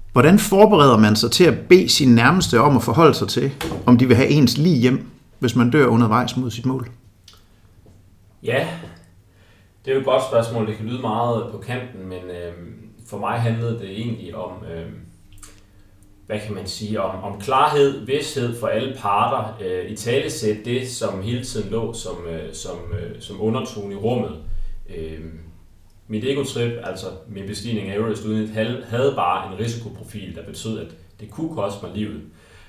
Hvordan forbereder man sig til at bede sine nærmeste om at forholde sig til, om de vil have ens lig hjem, hvis man dør undervejs mod sit mål? Ja, det er jo et godt spørgsmål. Det kan lyde meget på kanten, men for mig handlede det egentlig om, hvad kan man sige, om klarhed, vished for alle parter, italesætte det, som hele tiden lå som undertone i rummet. Mit egotrip, altså min bestigning af Everest uden et havde bare en risikoprofil, der betød, at det kunne koste mig livet.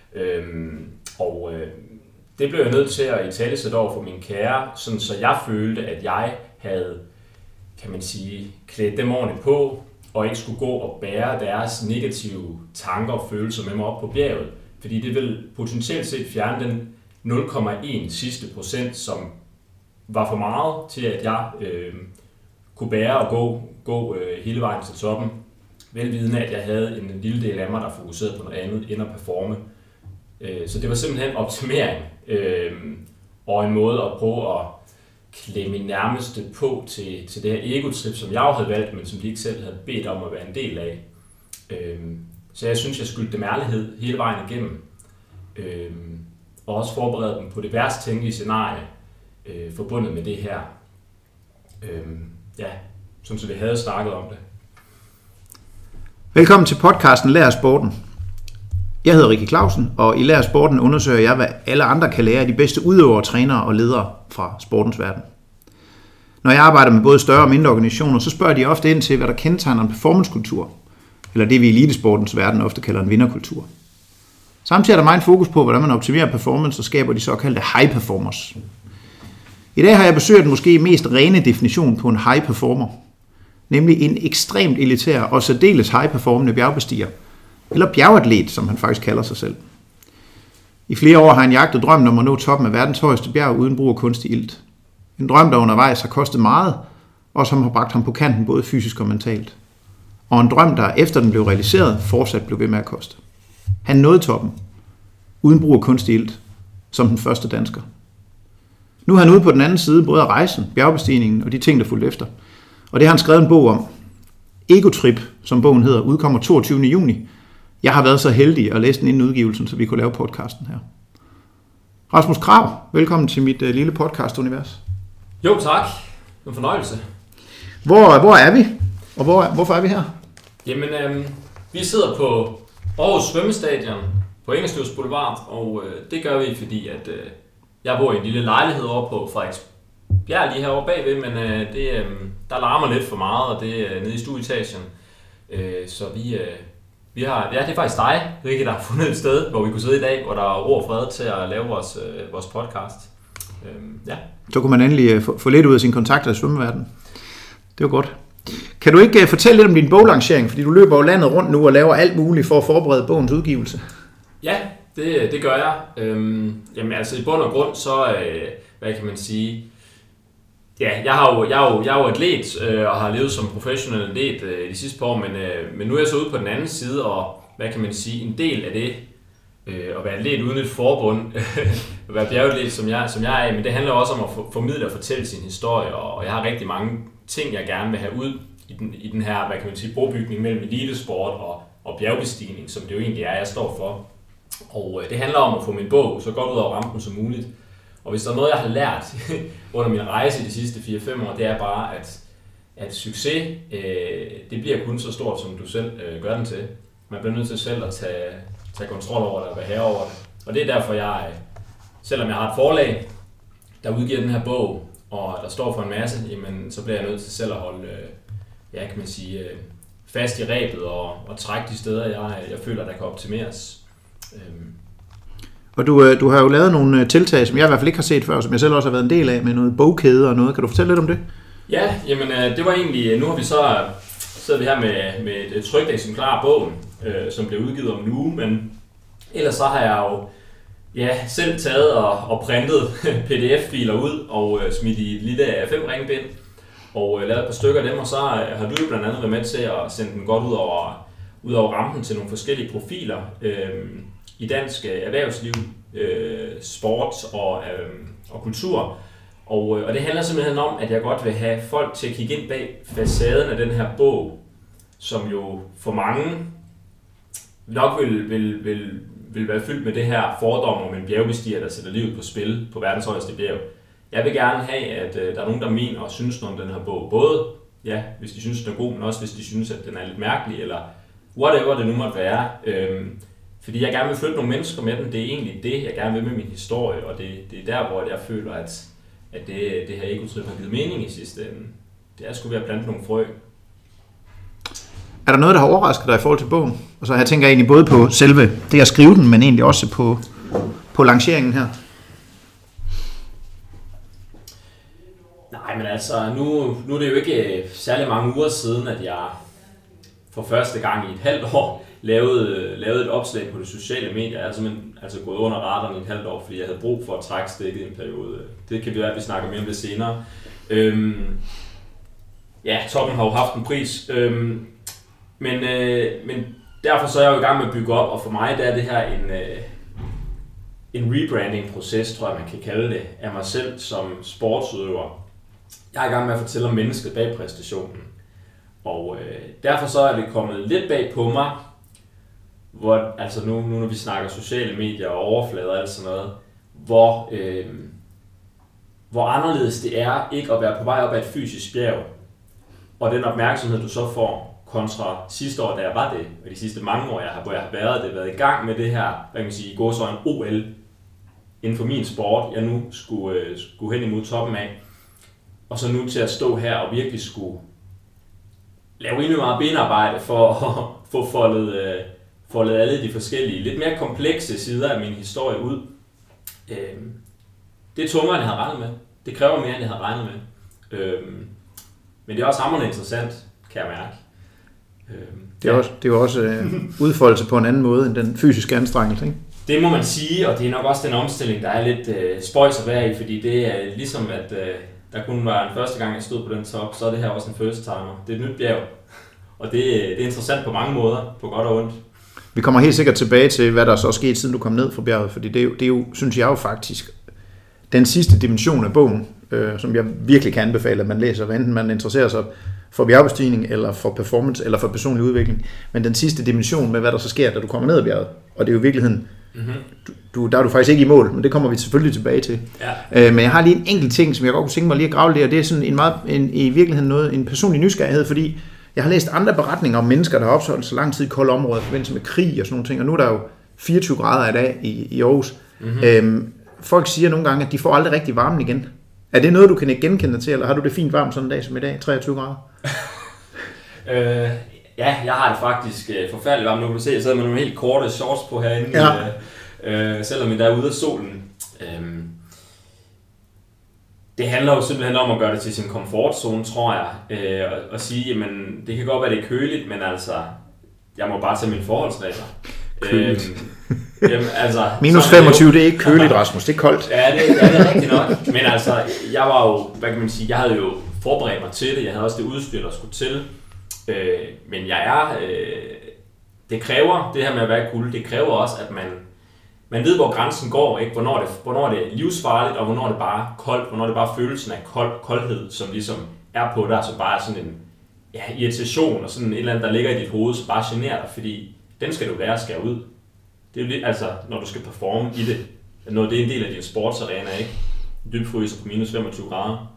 Det blev jeg nødt til at italesætte over for min kære, sådan så jeg følte, at jeg havde, kan man sige, klædt dem ordentligt på, og ikke skulle gå og bære deres negative tanker og følelser med mig op på bjerget. Fordi det vil potentielt set fjerne den 0,1 sidste procent, som var for meget til, at jeg kunne bære og gå hele vejen til toppen. Velvidende, at jeg havde en lille del af mig, der fokuserede på noget andet end at performe. Så det var simpelthen optimering og en måde at prøve at klemme min nærmeste på til det her egotrip, som jeg jo havde valgt, men som de ikke selv havde bedt om at være en del af. Så jeg synes, jeg skyldte dem ærlighed hele vejen igennem. Og også forberede dem på det værst tænkelige scenarie forbundet med det her. Sådan så vi havde snakket om det. Velkommen til podcasten Lær af sporten. Jeg hedder Rikke Clausen, og i Lær af sporten undersøger jeg, hvad alle andre kan lære af de bedste udøvere, trænere og ledere fra sportens verden. Når jeg arbejder med både større og mindre organisationer, så spørger de ofte ind til, hvad der kendetegner en performancekultur, eller det vi i elitesportens verden ofte kalder en vinderkultur. Samtidig er der meget fokus på, hvordan man optimerer performance og skaber de såkaldte high performers. I dag har jeg besøgt den måske mest rene definition på en high performer, nemlig en ekstremt elitær og særdeles high performende bjergbestiger, eller bjergatlet, som han faktisk kalder sig selv. I flere år har han jagtet drømmen om at nå toppen af verdens højeste bjerg uden brug af kunstig ilt. En drøm, der undervejs har kostet meget, og som har bragt ham på kanten både fysisk og mentalt. Og en drøm, der efter den blev realiseret, fortsat blev ved med at koste. Han nåede toppen, uden brug af kunstig ilt, som den første dansker. Nu er han ude på den anden side, både af rejsen, bjergbestigningen og de ting, der fulgte efter. Og det har han skrevet en bog om. Egotrip, som bogen hedder, udkommer 22. juni. Jeg har været så heldig at læse den inden udgivelsen, så vi kunne lave podcasten her. Rasmus Krag, velkommen til mit lille podcast-univers. Jo, tak. En fornøjelse. Hvor er vi? Og hvorfor er vi her? Jamen, vi sidder på Aarhus Svømmestadion på Engelslevs Boulevard, og det gør vi, fordi at jeg bor i en lille lejlighed over på Frederiksbjerg lige herovre bagved, men der larmer lidt for meget, og det er nede i stueetagen. Så det er faktisk dig, Rikke, der har fundet et sted, hvor vi kunne sidde i dag, hvor der er ro og fred til at lave vores podcast. Så kunne man endelig få lidt ud af sine kontakter i svømmeverdenen. Det var godt. Kan du ikke fortælle lidt om din boglancering, fordi du løber jo landet rundt nu og laver alt muligt for at forberede bogens udgivelse? Ja, det gør jeg. Jamen altså i bund og grund, så hvad kan man sige? Ja, jeg er jo atlet og har levet som professionel atlet de sidste par år, men nu er jeg så ude på den anden side, og hvad kan man sige, en del af det at være atlet uden et forbund, at være bjergatlet, som jeg er, men det handler også om at formidle og fortælle sin historie, og jeg har rigtig mange ting, jeg gerne vil have ud i den her, hvad kan man sige, brobygning mellem elitesport og bjergbestigning, som det jo egentlig er, jeg står for. Og det handler om at få min bog så godt ud over rampen som muligt. Og hvis der er noget, jeg har lært under min rejse de sidste 4-5 år, det er bare, at succes, det bliver kun så stort, som du selv gør den til. Man bliver nødt til selv at tage kontrol over det og være herre over det. Og det er derfor, jeg, selvom jeg har et forlag, der udgiver den her bog, og der står for en masse, jamen, så bliver jeg nødt til selv at holde kan man sige, fast i rebet og trække de steder, jeg føler, der kan optimeres. Og du har jo lavet nogle tiltag, som jeg i hvert fald ikke har set før, som jeg selv også har været en del af, med noget bogkæde og noget. Kan du fortælle lidt om det? Ja, jamen det var egentlig, nu har vi så sidder vi her med et trykt eksemplar af bogen, som bliver udgivet om en uge, men ellers så har jeg jo selv taget og printet pdf-filer ud og smidt i et lille A5-ringbind og lavet et par stykker af dem, og så har du jo blandt andet været med til at sende dem godt ud over rampen til nogle forskellige profiler i dansk erhvervsliv, sport og kultur. Og det handler simpelthen om, at jeg godt vil have folk til at kigge ind bag facaden af den her bog, som jo for mange nok vil være fyldt med det her fordom om en bjergbestiger, der sætter livet på spil på verdens højeste bjerg. Jeg vil gerne have, at der er nogen, der mener og synes om den her bog. Både, ja, hvis de synes, den er god, men også hvis de synes, at den er lidt mærkelig, eller whatever det nu måtte være. Fordi jeg gerne vil flytte nogle mennesker med den. Det er egentlig det, jeg gerne vil med min historie, og det er der, hvor jeg føler, at det her egotrip har givet mening i sidste ende. Det er sgu ved at plante nogle frø. Er der noget, der har overrasket dig i forhold til bogen? Og så jeg tænker egentlig både på selve det at skrive den, men egentlig også på lanceringen her. Nej, men altså, nu er det jo ikke særlig mange uger siden, at jeg for første gang i et halvt år lavede et opslag på de sociale medier. Jeg er simpelthen gået under radaren i et halvt år, fordi jeg havde brug for at trække stikket i en periode. Det kan vi være, at vi snakker mere om det senere. Ja, Toppen har jo haft en pris. Men derfor så er jeg jo i gang med at bygge op, og for mig der er det her en rebranding-proces, tror jeg man kan kalde det, af mig selv som sportsudøver. Jeg er i gang med at fortælle om mennesket bag præstationen. Og derfor så er det kommet lidt bag på mig, hvor, altså nu når vi snakker sociale medier og overflader og alt sådan noget, hvor anderledes det er ikke at være på vej op ad et fysisk bjerg, og den opmærksomhed du så får kontra sidste år, da jeg var det, og de sidste mange år, hvor jeg har været i gang med det her, hvad kan man sige, gå så en OL inden for min sport, jeg nu skulle hen imod toppen af, og så nu til at stå her og virkelig skulle lave rimelig meget benarbejde for at få foldet alle de forskellige, lidt mere komplekse sider af min historie ud. Det er tungere, end jeg havde regnet med. Det kræver mere, end jeg havde regnet med. Men det er også hamrende interessant, kan jeg mærke. Det er jo også udfoldelse på en anden måde end den fysiske anstrengelse, ikke? Det må man sige, og det er nok også den omstilling, der er lidt spøjs at være i, fordi det er ligesom, at der kun var en første gang, jeg stod på den top, så er det her også en first timer. Det er et nyt bjerg, og det er interessant på mange måder, på godt og ondt. Vi kommer helt sikkert tilbage til, hvad der så er sket, siden du kom ned fra bjerget, fordi det er jo, synes jeg jo faktisk, den sidste dimension af bogen, som jeg virkelig kan anbefale, at man læser, hvad enten man interesserer sig for bjergbestigning, eller for performance, eller for personlig udvikling. Men den sidste dimension med, hvad der så sker, da du kommer ned ad bjerget. Og det er jo i virkeligheden, der er du faktisk ikke i mål, men det kommer vi selvfølgelig tilbage til. Ja. Men jeg har lige en enkelt ting, som jeg godt kunne tænke mig lige at grave det, og det er sådan i virkeligheden en personlig nysgerrighed, fordi jeg har læst andre beretninger om mennesker, der har opholdt så lang tid i kolde områder i forbindelse med krig og sådan nogle ting, og nu er der jo 24 grader i dag i Aarhus. Folk siger nogle gange, at de får aldrig rigtig varmen igen. Er det noget, du kan ikke genkende til, eller har du det fint varmt sådan en dag som i dag, 23 grader? Ja, jeg har det faktisk forfærdeligt varmt. Nu kan du se, jeg sidder med nogle helt korte shorts på herinde, selvom jeg er ude af solen. Det handler jo simpelthen om at gøre det til sin komfortzone, tror jeg. Og sige, jamen, det kan godt være, det er køligt, men altså, jeg må bare tage mine forholdsregler. Jamen, altså, minus 25, det er ikke køligt, Rasmus, det er koldt. Ja, det er rigtigt nok. Men altså, jeg var jo, hvad kan man sige, jeg havde jo forberedt mig til det. Jeg havde også det udstyr, der skulle til. Men det kræver, det her med at være i kulde, det kræver også, at man ved, hvor grænsen går, ikke? Hvornår er det livsfarligt, og hvornår er det bare koldt, hvornår er det bare følelsen af koldhed, som ligesom er på dig, som bare er sådan en irritation, og sådan et eller andet, der ligger i dit hoved, som bare generer dig, fordi den skal du lære at skære ud. Det er jo lidt, altså, når du skal performe i det, når det er en del af din sportsarena, ikke? Dybfryser på minus 25 grader.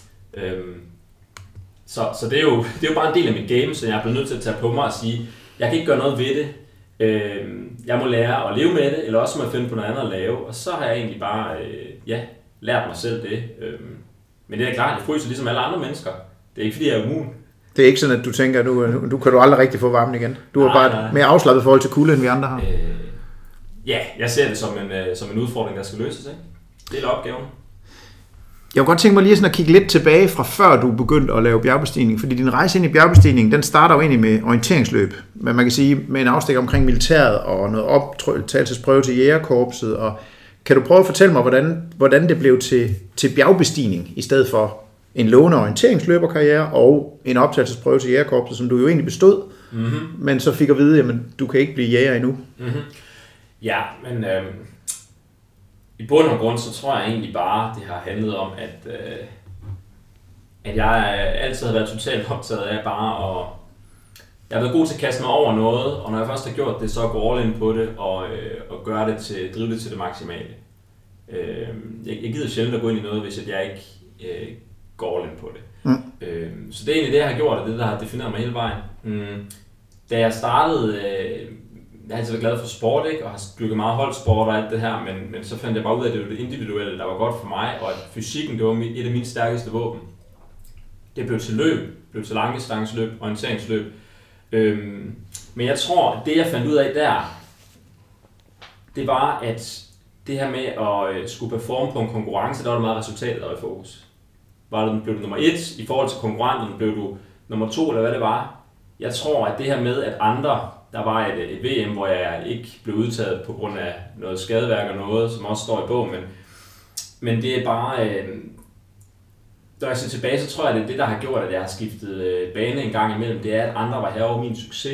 Så det er jo bare en del af mit game, så jeg er blevet nødt til at tage på mig og sige, jeg kan ikke gøre noget ved det. Jeg må lære at leve med det, eller også må jeg finde på noget andet at lave. Og så har jeg egentlig bare lært mig selv det. Men det er klart, jeg fryser ligesom alle andre mennesker. Det er ikke fordi, jeg er immun. Det er ikke sådan, at du tænker, at du kan aldrig rigtig få varmen igen. Du har bare mere afslappet forhold til kulde, end vi andre har. Ja, jeg ser det som en udfordring, der skal løses. Ikke? Det er opgaven. Jeg kunne godt tænke mig lige sådan at kigge lidt tilbage fra før du begyndte at lave bjergbestigning, fordi din rejse ind i bjergbestigning, den starter jo egentlig med orienteringsløb, men man kan sige med en afstik omkring militæret og noget optagelsesprøve til jægerkorpset, og kan du prøve at fortælle mig, hvordan det blev til bjergbestigning, i stedet for en lovende orienteringsløberkarriere og en optagelsesprøve til jægerkorpset, som du jo egentlig bestod, men så fik at vide, at du kan ikke blive jæger endnu. Ja, men i bund og grund, så tror jeg egentlig bare, det har handlet om, at jeg altid har været totalt optaget af bare jeg har været god til at kaste mig over noget, og når jeg først har gjort det, så gå all in på det, og gøre det drive det til det maksimale. Jeg gider sjældent at gå ind i noget, hvis jeg ikke går all in på det. Så det er egentlig det, jeg har gjort, og det, der har defineret mig hele vejen. Da jeg startede, jeg har altid været glad for sport, ikke? Og har dyrket meget holdsport og alt det her, men så fandt jeg bare ud af, at det var det individuelle, der var godt for mig, og at fysikken, det var et af mine stærkeste våben. Det blev til løb, blev til langdistanceløb, orienteringsløb. Men jeg tror, at det jeg fandt ud af der, det var, at det her med at skulle performe på en konkurrence, der var det meget resultatet, der var i fokus. Blev du nummer 1 i forhold til konkurrenten, blev du nummer 2, eller hvad det var. Jeg tror, at det her med, at andre, der var et VM, hvor jeg ikke blev udtaget på grund af noget skadeværk og noget, som også står i bogen, men det er bare, når jeg ser tilbage, så tror jeg, at det der har gjort, at jeg har skiftet bane en gang imellem, det er, at andre var her over min succes,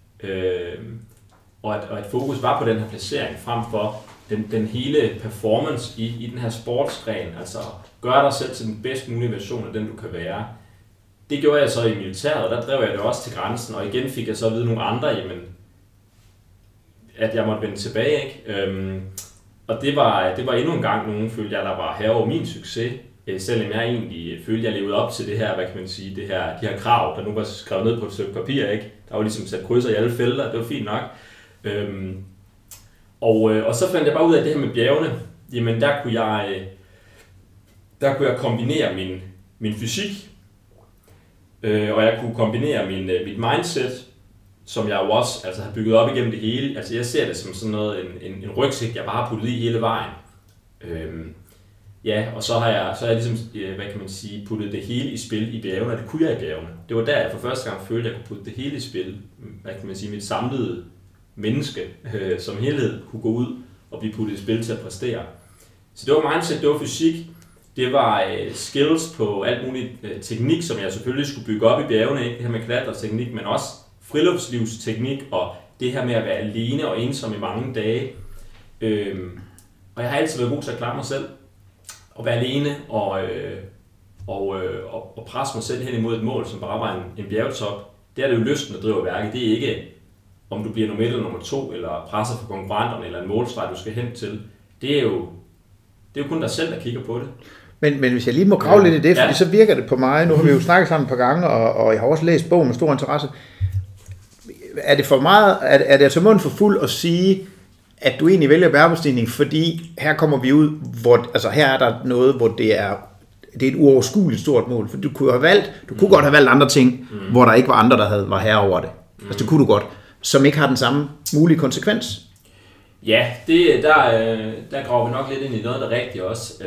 og at fokus var på den her placering, frem for den hele performance i den her sportsgren, altså gøre dig selv til den bedst mulige version af den, du kan være. Det gjorde jeg så i militæret, og der drev jeg det også til grænsen, og igen fik jeg så at vide nogle andre, jamen, at jeg måtte vende tilbage, ikke? Og det var endnu en gang, nogen følte jeg, der var her over min succes, selvom jeg egentlig følte, jeg levede op til det her, hvad kan man sige, de her krav, der nu var skrevet ned på et stykke papir, ikke? Der var ligesom sat krydser i alle felter, det var fint nok. Og så fandt jeg bare ud af det her med bjergene, jamen der kunne jeg kombinere min fysik, og jeg kunne kombinere mit mindset, som jeg jo også altså, har bygget op igennem det hele. Altså jeg ser det som sådan noget, en rygsæk, jeg bare har puttet i hele vejen. Og så har jeg ligesom, hvad kan man sige, puttet det hele i spil i bjergene, og det kunne jeg i bjergene. Det var der, jeg for første gang følte, at jeg kunne putte det hele i spil. Hvad kan man sige, mit samlede menneske som helhed kunne gå ud og blive puttet i spil til at præstere. Så det var mindset, det var fysik, det var skills på alt muligt teknik, som jeg selvfølgelig skulle bygge op i bjergene, ikke? Det her med klatreteknik, men også friluftslivsteknik og det her med at være alene og ensom i mange dage. Og jeg har altid været god til at klare mig selv og være alene og presse mig selv hen imod et mål, som bare var en bjergtop. Det er det jo lysten, der driver værket. Det er ikke, om du bliver nummer 1 eller nummer 2, eller presser for konkurrenterne, eller en målstreg, du skal hen til. Det er jo kun dig selv, der kigger på det. Men hvis jeg lige må grave lidt i det, fordi så virker det på mig, nu har vi jo snakket sammen et par gange, og jeg har også læst bogen med stor interesse. Er det for meget, er det altså munden for fuld at sige, at du egentlig vælger bjergbestigning, fordi her kommer vi ud, hvor, altså her er der noget, hvor det er et uoverskueligt stort mål, for du kunne godt have valgt andre ting, hvor der ikke var andre, der var herre over det. Altså det kunne du godt, som ikke har den samme mulige konsekvens. Ja, der graver vi nok lidt ind i noget, der er rigtigt også.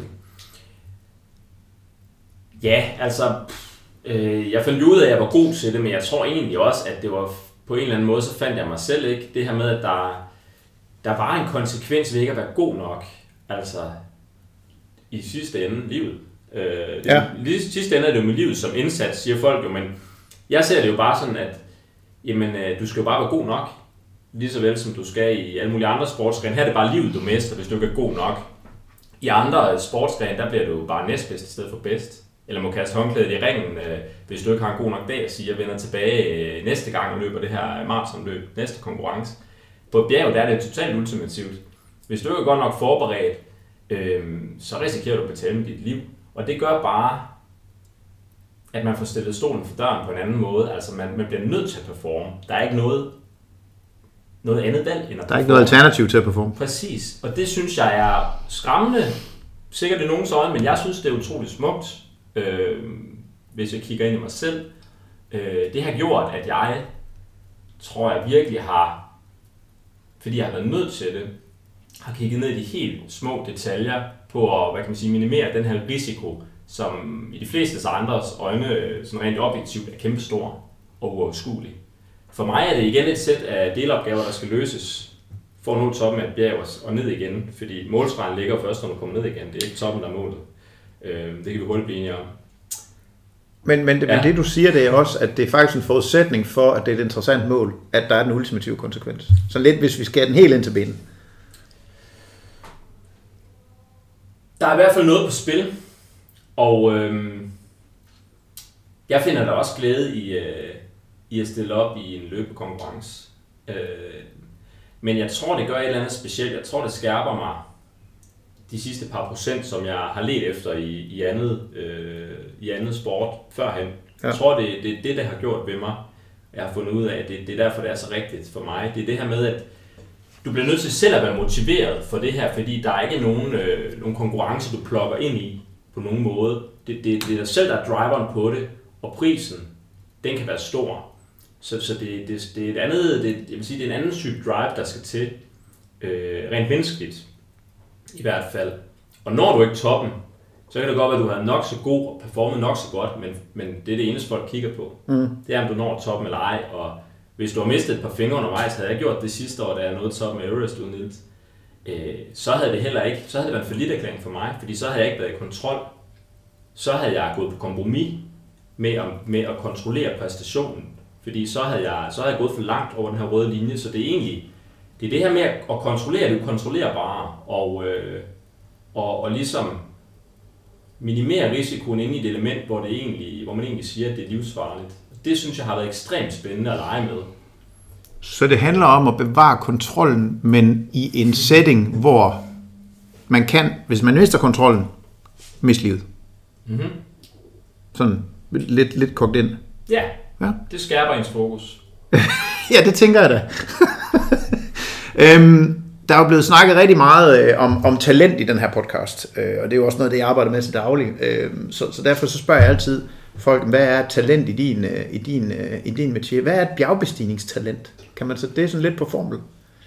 Jeg fandt ud af, at jeg var god til det, men jeg tror egentlig også, at det var på en eller anden måde, så fandt jeg mig selv ikke. Det her med, at der var en konsekvens ved ikke at være god nok. Altså, i sidste ende livet. I sidste ende er det jo med livet som indsats, siger folk jo, men jeg ser det jo bare sådan, at jamen, du skal jo bare være god nok. Lige så vel som du skal i alle mulige andre sportsgrene. Her er det bare livet, du mestrer, hvis du ikke er god nok. I andre sportsgrene, der bliver du bare næstbedst i stedet for bedst. Eller må kaste håndklædet i ringen, hvis du ikke har en god nok dag at sige, at jeg vender tilbage næste gang og løber det her maratonløb, næste konkurrence. På et bjerg, der er det totalt ultimativt. Hvis du ikke er godt nok forberedt, så risikerer du at betale med dit liv. Og det gør bare, at man får stillet stolen for døren på en anden måde. Altså man bliver nødt til at performe. Der er ikke noget andet valg end at performe. Der er ikke noget alternativ til at performe. Præcis, og det synes jeg er skræmmende. Sikkert i nogens øjne, men jeg synes, det er utroligt smukt, hvis jeg kigger ind i mig selv. Det har gjort, at jeg tror, jeg virkelig har, fordi jeg har været nødt til det, har kigget ned i de helt små detaljer på at, hvad kan man sige, minimere den her risiko, som i de fleste andres øjne sådan rent objektivt er kæmpestor og uoverskuelig. For mig er det igen et sæt af delopgaver, der skal løses for at nå toppen af et bjerg og ned igen, fordi målstregen ligger først, når du kommer ned igen. Det er ikke toppen, der er målet. Det kan vi hurtigt blive enige om. Men det du siger, det er også, at det er faktisk en forudsætning for, at det er et interessant mål, at der er den ultimative konsekvens. Så lidt, hvis vi skal den helt ind til benet. Der er i hvert fald noget på spil, og jeg finder der også glæde i at stille op i en løbekonkurrence. Men jeg tror, det gør et eller andet specielt. Jeg tror, det skærper mig de sidste par procent, som jeg har let efter i andet sport førhen. Ja. Jeg tror, det er det, der har gjort ved mig. Jeg har fundet ud af, at det er derfor, det er så rigtigt for mig. Det er det her med, at du bliver nødt til selv at være motiveret for det her, fordi der er ikke nogen konkurrence, du plukker ind i på nogen måde. Det er dig selv, der er driveren på det, og prisen, den kan være stor. Så det er et andet, jeg vil sige, det er en anden type drive, der skal til, rent menneskeligt i hvert fald. Og når du ikke toppen, så kan det godt være, at du har nok så god og performet nok så godt, men det er det eneste folk kigger på. Det er, om du når toppen eller ej, og hvis du har mistet et par fingre undervejs, havde jeg gjort det sidste år, da jeg nåede toppen af Everest uden ilt, så havde det heller ikke, så havde det været en falliterklæring for mig, fordi så havde jeg ikke været i kontrol. Så havde jeg gået på kompromis med at kontrollere præstationen, fordi så havde jeg gået for langt over den her røde linje, så det er egentlig det her med at kontrollere det ukontrollerbare, og ligesom minimere risikoen inde i et element, hvor man egentlig siger, at det er livsfarligt. Det synes jeg har været ekstremt spændende at lege med. Så det handler om at bevare kontrollen, men i en setting, hvor man kan, hvis man mister kontrollen, miste livet. Mm-hmm. Sådan lidt kogt ind. Ja, det skærper ens fokus. Ja, det tænker jeg da. Der er jo blevet snakket rigtig meget om talent i den her podcast, og det er jo også noget, det jeg arbejder med til daglig. Så derfor så spørger jeg altid folk, hvad er talent i din metier? Hvad er et bjergbestigningstalent? Kan man sætte det sådan lidt på formel?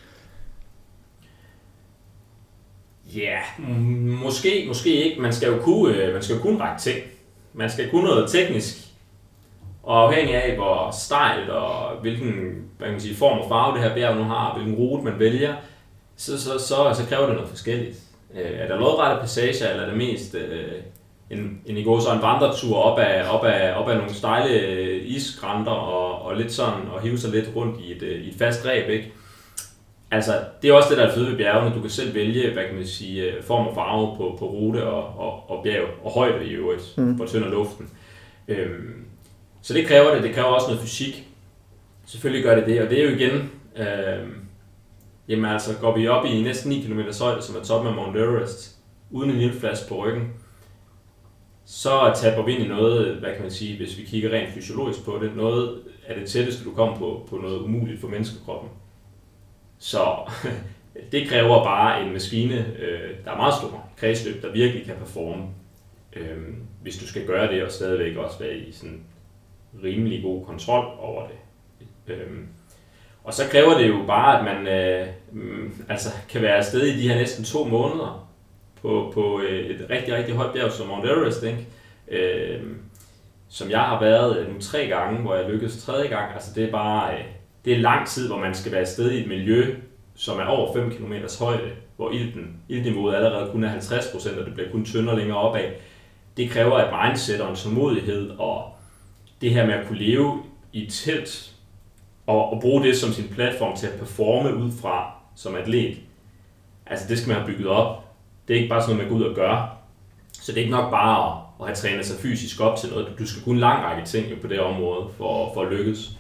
Ja, måske ikke. Man skal jo kunne en række ting. Man skal kunne noget teknisk, og afhængig af hvor stejlt og hvilken form og farve det her bjerg nu har, hvilken rute man vælger, så kræver det noget forskelligt. Er der lodrette passager, eller er det mest en vandretur op ad nogle stejle iskrænter og lidt sådan, og hive sig lidt rundt i et fast greb, ikke? Altså, det er også det, der er fedt ved bjergene. Du kan selv vælge, form og farve på rute og bjerg, og højde i øvrigt, hvor tynd er luften. Så det kræver også noget fysik. Selvfølgelig gør det, og det er jo igen, jamen altså, går vi op i næsten 9 km højde, som er toppen af Mount Everest, uden en iltflaske på ryggen, så taber vi ind i noget, hvis vi kigger rent fysiologisk på det, noget af det tætteste, du kommer på noget umuligt for menneskekroppen. Så det kræver bare en maskine, der er meget stor, kredsløb, der virkelig kan performe, hvis du skal gøre det, og stadigvæk også være i sådan rimelig god kontrol over det. Og så kræver det jo bare, at man kan være afsted i de her næsten 2 måneder på et rigtig, rigtig højt bjerg som Mount Everest, ikke? Som jeg har været 3 gange, hvor jeg lykkedes 3. gang. Altså det er bare det er lang tid, hvor man skal være afsted i et miljø, som er over 5 km højde, hvor iltniveauet allerede kun er 50%, og det bliver kun tyndere længere opad. Det kræver et mindset og en tålmodighed, og det her med at kunne leve i et telt, og bruge det som sin platform til at performe ud fra som atlet. Altså det skal man have bygget op. Det er ikke bare sådan noget, man går ud og gør. Så det er ikke nok bare at have trænet sig fysisk op til noget. Du skal kunne en lang række ting på det område for at lykkes.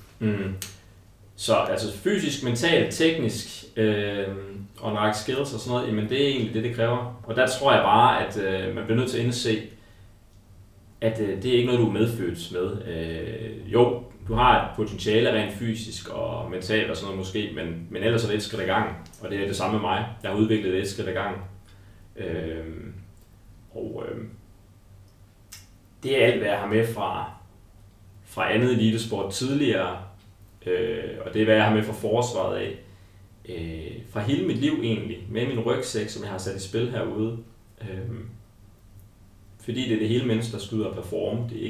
Så altså fysisk, mentalt, teknisk og en række skills og sådan noget, jamen det er egentlig det kræver. Og der tror jeg bare, at man bliver nødt til at indse, at det er ikke noget, du er medfødt med. Jo, du har et potentiale rent fysisk og mentalt og sådan noget måske, men ellers er det et skridt ad gangen. Og det er det samme med mig. Jeg har udviklet det et skridt ad gangen. Det er alt, hvad jeg har med fra andet elitesport tidligere, og det er, hvad jeg har med fra forsvaret af. Fra hele mit liv egentlig, med min rygsæk, som jeg har sat i spil herude. Fordi det er det hele menneske, der skal ud og performe. Det er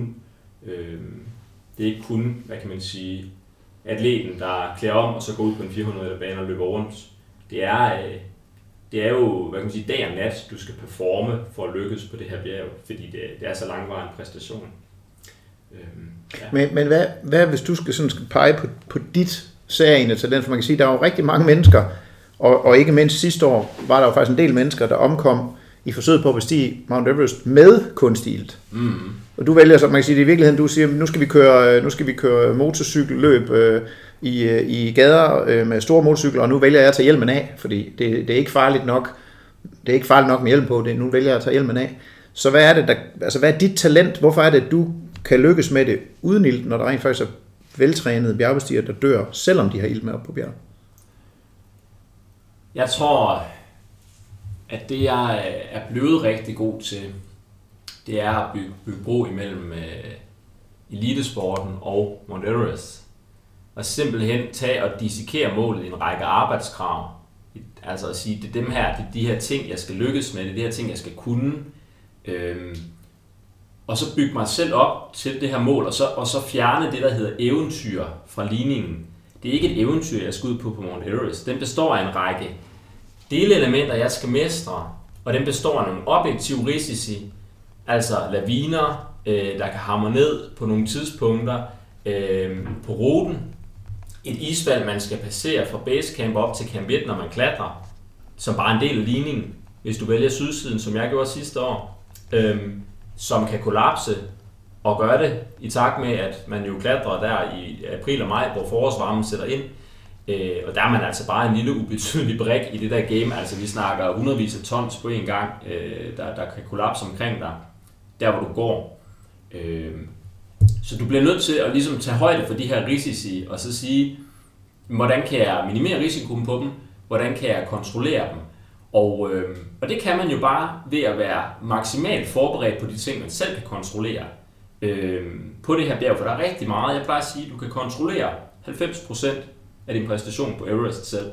ikke kun, hvad kan man sige, atleten, der klæder om og så går ud på en 400 meter bane og løber rundt. Det er jo, hvad kan man sige, dag og nat, du skal performe for at lykkes på det her bjerg, fordi det er så langvarig en præstation. Ja. Men hvad hvis du skal pege på dit særlige talent, for man kan sige, der er jo rigtig mange mennesker, og ikke mindst sidste år var der jo faktisk en del mennesker, der omkom i forsøget på at bestige Mount Everest med kunstig ilt. Og du vælger, så man kan sige, det i virkeligheden, du siger, nu skal vi køre motorcykelløb i gader med store motorcykler, og nu vælger jeg at tage hjelmen af, fordi det er ikke farligt nok. Det er ikke farligt nok med hjelm på, nu vælger jeg at tage hjelmen af. Så hvad er dit talent? Hvorfor er det, at du kan lykkes med det uden ilt, når der rent faktisk er veltrænede bjergbestigere, der dør, selvom de har ilt med op på bjerget? Jeg tror, at det jeg er blevet rigtig god til, det er at bygge bro imellem elitesporten og Mount Everest. Og simpelthen tage og dissekere målet i en række arbejdskrav. Altså at sige, det er dem her, det er de her ting, jeg skal lykkes med, det er de her ting, jeg skal kunne. Og så bygge mig selv op til det her mål, og så fjerne det, der hedder eventyr fra ligningen. Det er ikke et eventyr, jeg skal ud på Mount Everest. Den består af en række delelementer, jeg skal mestre, og den består af nogle objektive risici, altså laviner, der kan hamre ned på nogle tidspunkter på ruten. Et isfald, man skal passere fra basecamp op til camp 1, når man klatrer, som bare en del af ligningen, hvis du vælger sydsiden, som jeg gjorde sidste år, som kan kollapse og gøre det i takt med, at man jo klatrer der i april og maj, hvor forårsvarmen sætter ind. Og der er man altså bare en lille ubetydelig brik i det der game. Altså vi snakker hundredvis af tons på en gang, der kan kollapse omkring dig, der hvor du går. Så du bliver nødt til at ligesom tage højde for de her risici, og så sige, hvordan kan jeg minimere risikoen på dem, hvordan kan jeg kontrollere dem. Og det kan man jo bare ved at være maksimalt forberedt på de ting, man selv kan kontrollere på det her bjerg, for der er rigtig meget. Jeg plejer at sige, at du kan kontrollere 90% af din præstation på Everest selv.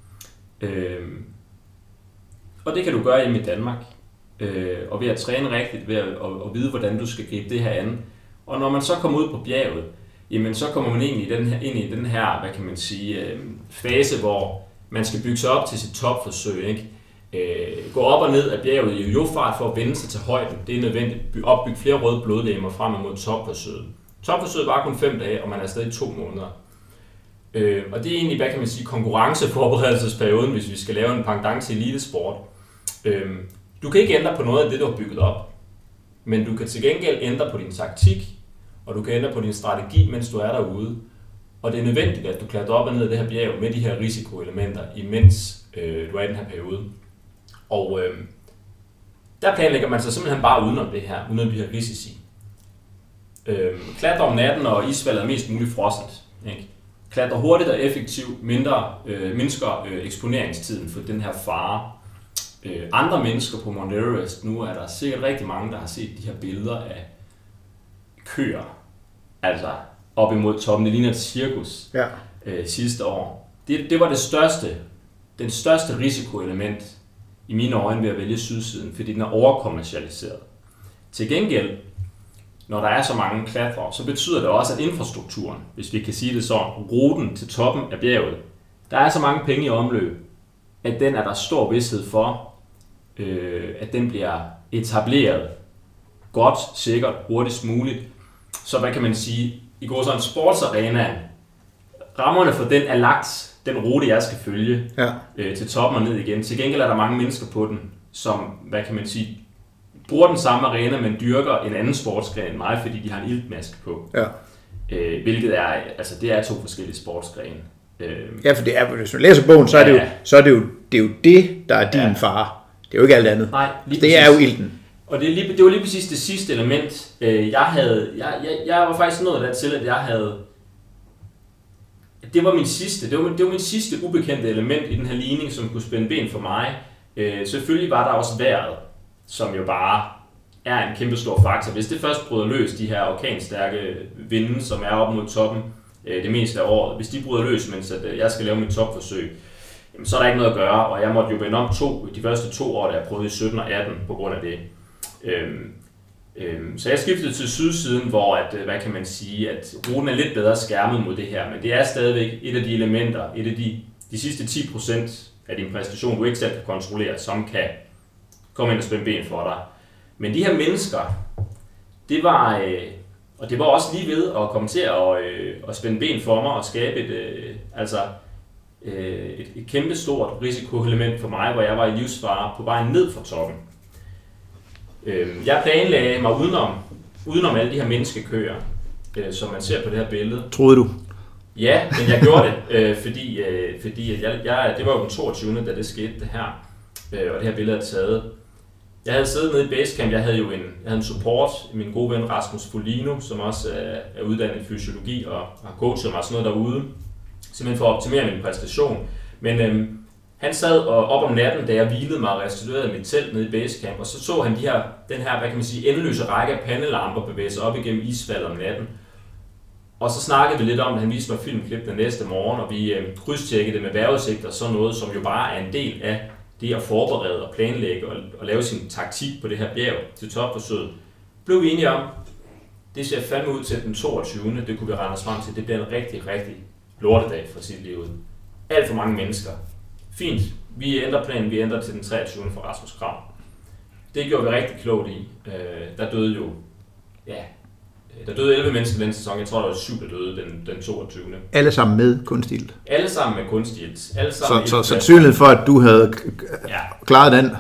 Og det kan du gøre hjemme i Danmark. Og ved at træne rigtigt, ved at vide, hvordan du skal gribe det her an. Og når man så kommer ud på bjerget, jamen så kommer man ind i den her, hvad kan man sige, fase, hvor man skal bygge sig op til sit topforsøg, ikke? Gå op og ned af bjerget i jo-fart for at vende sig til højden. Det er nødvendigt at opbygge flere røde blodlegemer frem mod topforsøget. Topforsøget var kun 5 dage, og man er stadig 2 måneder. Og det er egentlig, hvad kan man sige, konkurrenceforberedelsesperioden, hvis vi skal lave en pendant til elitesport. Du kan ikke ændre på noget af det, du har bygget op, men du kan til gengæld ændre på din taktik, og du kan ændre på din strategi, mens du er derude. Og det er nødvendigt, at du klatrer op og ned af det her bjerg med de her risikoelementer, imens du er i den her periode. Og der planlægger man sig simpelthen bare udenom det her, udenom de her risici. Klatre om natten, og isfaldet er mest muligt frossent. Ikke? Klatre hurtigt og effektivt, mindsker eksponeringstiden for den her fare. Andre mennesker på Mount Everest, nu er der sikkert rigtig mange, der har set de her billeder af køer, altså op imod toppen. Det ligner et cirkus sidste år. Det var den største risikoelement i mine øjne ved at vælge sydsiden, fordi den er overkommercialiseret. Til gengæld, når der er så mange klatrere, så betyder det også, at infrastrukturen, hvis vi kan sige det så, ruten til toppen af bjerget, der er så mange penge i omløb, at den er der stor vished for, at den bliver etableret godt, sikkert, hurtigst muligt. Så hvad kan man sige, i går sådan en sportsarena, rammerne for den er lagt, den rute jeg skal følge til toppen og ned igen. Til gengæld er der mange mennesker på den, som, hvad kan man sige, bruger den samme arena, men dyrker en anden sportsgren end mig, fordi de har en iltmaske på. Ja. Hvilket er, altså det er 2 forskellige sportsgrene. Ja, for det er, hvis du læser bogen, så er det jo det, der er din fare. Det er jo ikke alt andet. Nej, det er jo ilten. Og det var lige præcis det sidste element, jeg var faktisk nået dertil, at jeg havde. Det var min sidste ubekendte element i den her ligning, som kunne spænde ben for mig. Selvfølgelig var der også vejret, som jo bare er en kæmpe stor faktor. Hvis det først bryder løs, de her orkanstærke vinde, som er op mod toppen det meste af året, hvis de bryder løs, mens jeg skal lave mit topforsøg, jamen, så er der ikke noget at gøre, og jeg måtte jo vende om de første 2 år, da jeg prøvede i 17 og 18 på grund af det. Så jeg skiftede til sydsiden, hvor at, hvad kan man sige, at ruten er lidt bedre skærmet mod det her, men det er stadigvæk et af de elementer, et af de sidste 10% af din præstation, du ikke selv kan kontrollere, som kan komme ind og spænde ben for dig. Men de her mennesker, det var også lige ved at komme til at spænde ben for mig og skabe et kæmpe stort risikoelement for mig, hvor jeg var i livsfare på vejen ned fra toppen. Jeg planlagde mig udenom alle de her menneskekøer, som man ser på det her billede. Troede du? Ja, men jeg gjorde det, fordi det var jo den 22. da det skete det her, og det her billede er taget. Jeg havde siddet nede i Basecamp, jeg havde en support, min gode ven Rasmus Folino, som også er uddannet i fysiologi og har coachet mig sådan noget derude, simpelthen for at optimere min præstation. Men han sad op om natten, da jeg hvilede mig og restituerede mit telt nede i Basecamp, og så han den her, hvad kan man sige, endeløse række af pandelamper bevæge sig op igennem isfaldet om natten. Og så snakkede vi lidt om, at han viste mig filmklip den næste morgen, og vi krydstjekkede det med vejrudsigt og sådan noget, som jo bare er en del af det at forberede og planlægge og lave sin taktik på det her bjerg til topforsøget. Blev vi enige om, det ser fandme ud til den 22. Det kunne vi regne os frem til. Det bliver en rigtig, rigtig lortedag for sit liv. Alt for mange mennesker. Fint. Vi ændrer planen. Vi ændrer til den 23. for Rasmus Krag. Det gjorde vi rigtig klogt i. Der døde 11 mennesker den sæson. Jeg tror, der var 7, der døde den 22. Alle sammen med kunstig ilt? Alle sammen med kunstig ilt. Så sandsynlighed for, at du havde klaret den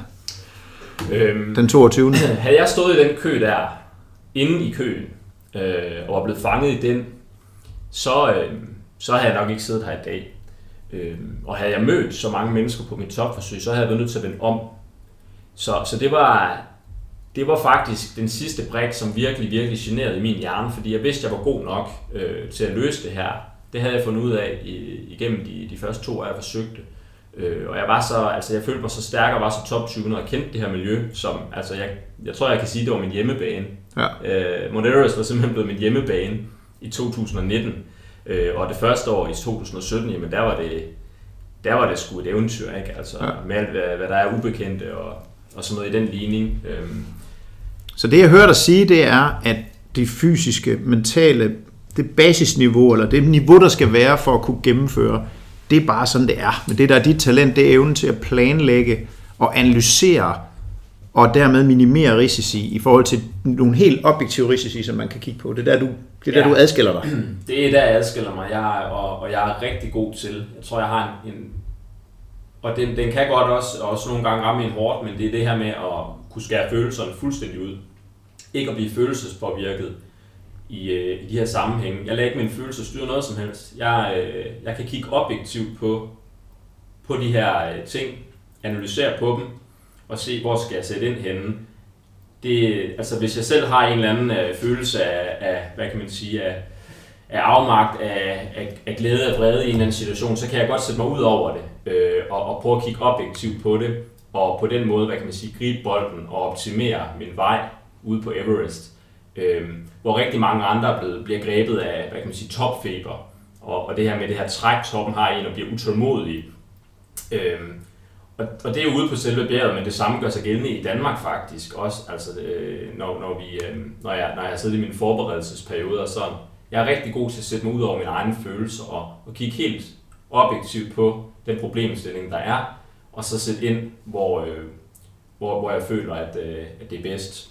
den 22. Havde jeg stået i den kø der, inde i køen, og var blevet fanget i den, så havde jeg nok ikke siddet her i dag. Og havde jeg mødt så mange mennesker på mit topforsøg, så havde jeg været nødt til at vende om. Så det var faktisk den sidste brik, som virkelig, virkelig generede i min hjerne, fordi jeg vidste, at jeg var god nok til at løse det her. Det havde jeg fundet ud af igennem de første 2 år, jeg forsøgte. Og jeg følte mig så stærk og var så top 20, og jeg kendte det her miljø, som, altså jeg tror, jeg kan sige, det var min hjemmebane. Ja. Mount Everest var simpelthen blevet min hjemmebane i 2019. Og det første år i 2017, jamen der var det sgu et eventyr, ikke? Altså, med alt, hvad der er ubekendte og sådan noget i den ligning. Så det jeg hører dig sige, det er, at det fysiske, mentale, det basisniveau, eller det niveau, der skal være for at kunne gennemføre, det er bare sådan, det er. Men det, der er dit talent, det er evnen til at planlægge og analysere, og dermed minimere risici i forhold til nogle helt objektive risici, som man kan kigge på. Det er der, du adskiller dig. Det er der, jeg adskiller mig, og jeg er rigtig god til. Jeg tror, jeg har en og den kan godt også nogle gange ramme en hårdt, men det er det her med at kunne skære følelserne fuldstændig ud. Ikke at blive følelsespåvirket i de her sammenhænge. Jeg lader ikke min følelse styre noget som helst. Jeg kan kigge objektivt på de her ting, analysere på dem, og se, hvor skal jeg sætte ind henne. Altså hvis jeg selv har en eller anden følelse af hvad kan man sige, af afmagt, af glæde og vrede i en eller anden situation, så kan jeg godt sætte mig ud over det, og prøve at kigge objektivt på det, og på den måde, hvad kan man sige, gribe bolden og optimere min vej ude på Everest. Hvor rigtig mange andre bliver grebet af, hvad kan man sige, topfeber, og det her med det her træk, toppen har en og bliver utålmodig. Og det er jo ude på selve bjerget, men det samme gør sig gældende i Danmark faktisk også, altså når jeg har siddet i mine forberedelsesperioder og sådan. Jeg er rigtig god til at sætte mig ud over mine egne følelser og kigge helt objektivt på den problemstilling, der er, og så sætte ind, hvor jeg føler, at det er bedst.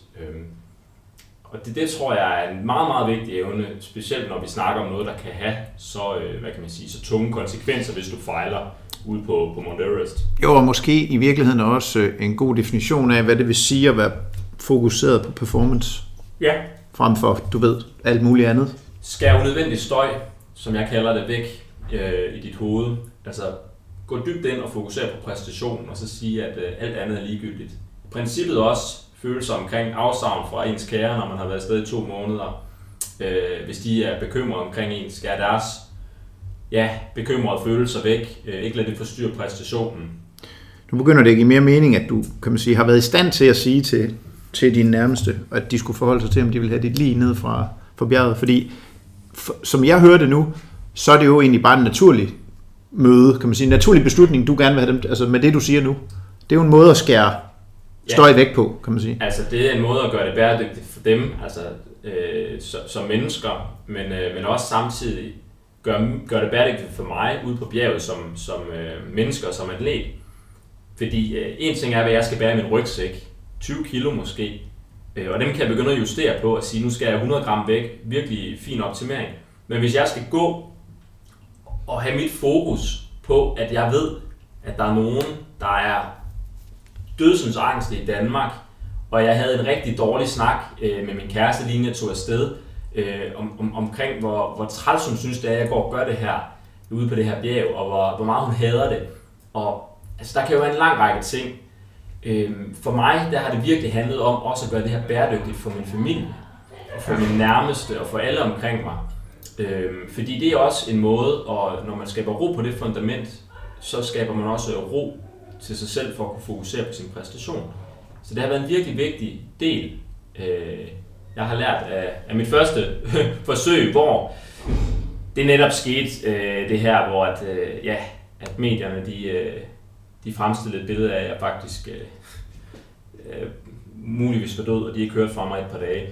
Og det tror jeg er en meget, meget vigtig evne, specielt når vi snakker om noget, der kan have så tunge konsekvenser, hvis du fejler ude på Mount Everest. Jo, og måske i virkeligheden også en god definition af, hvad det vil sige at være fokuseret på performance. Ja. Frem for, du ved, alt muligt andet. Skær unødvendig støj, som jeg kalder det, væk i dit hoved. Altså, gå dybt ind og fokusere på præstationen, og så sige, at alt andet er ligegyldigt. Princippet også følelser omkring afsavn fra ens kære, når man har været afsted i 2 måneder. Hvis de er bekymrede omkring en, skær deres bekymrede følelser væk. Ikke lade det forstyrre præstationen. Nu begynder det at give mere mening, at du, kan man sige, har været i stand til at sige til dine nærmeste, at de skulle forholde sig til, om de vil have dit lig ned fra bjerget. Fordi, som jeg hører det nu, så er det jo egentlig bare en naturlig møde, kan man sige, en naturlig beslutning, du gerne vil have dem, altså med det, du siger nu. Det er jo en måde at skære støj væk på, kan man sige. Altså, det er en måde at gøre det bæredygtigt for dem, altså som mennesker, men også samtidig gør det bæredygtigt for mig ude på bjerget som mennesker, som atlet. Fordi en ting er, hvad jeg skal bære i min rygsæk, 20 kilo måske, og dem kan jeg begynde at justere på og sige, nu skal jeg 100 gram væk, virkelig fin optimering. Men hvis jeg skal gå og have mit fokus på, at jeg ved, at der er nogen, der er dødsens angst i Danmark, og jeg havde en rigtig dårlig snak med min kæreste, lige jeg tog afsted, omkring hvor træls hun synes det er, at jeg går og gør det her ude på det her bjerg, og hvor meget hun hader det. Og altså, der kan jo være en lang række ting. For mig, der har det virkelig handlet om også at gøre det her bæredygtigt for min familie, og for min nærmeste, og for alle omkring mig. Fordi det er også en måde, og når man skaber ro på det fundament, så skaber man også ro til sig selv for at kunne fokusere på sin præstation. Så det har været en virkelig vigtig del, jeg har lært af mit første forsøg, hvor det netop skete det her, hvor at medierne de fremstillede et billede af, at jeg faktisk muligvis var død, og de ikke hørte fra mig et par dage.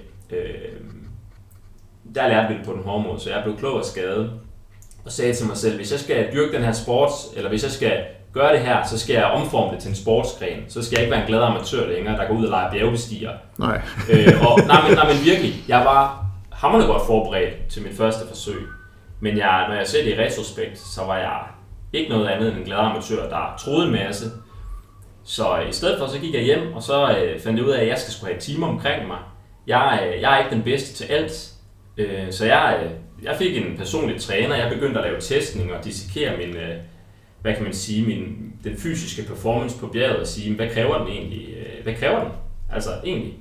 Der lærte vi det på den hårde måde, så jeg blev klog og skadet, og sagde til mig selv, hvis jeg skal dyrke den her sport, eller hvis jeg skal gøre det her, så skal jeg omforme det til en sportsgren. Så skal jeg ikke være en glad amatør længere, der går ud og leger bjergbestiger. Nej. Nej, men virkelig, jeg var hamrende godt forberedt til mit første forsøg. Men når jeg ser det i retrospekt, så var jeg ikke noget andet end en glad amatør, der troede en masse. Så i stedet for, så gik jeg hjem, og så fandt jeg ud af, at jeg skal have et team omkring mig. Jeg er ikke den bedste til alt. Så jeg fik en personlig træner, jeg begyndte at lave testning og dissekere min, hvad kan man sige, den fysiske performance på bjerget og sige, hvad kræver den egentlig? Hvad kræver den? Altså egentlig.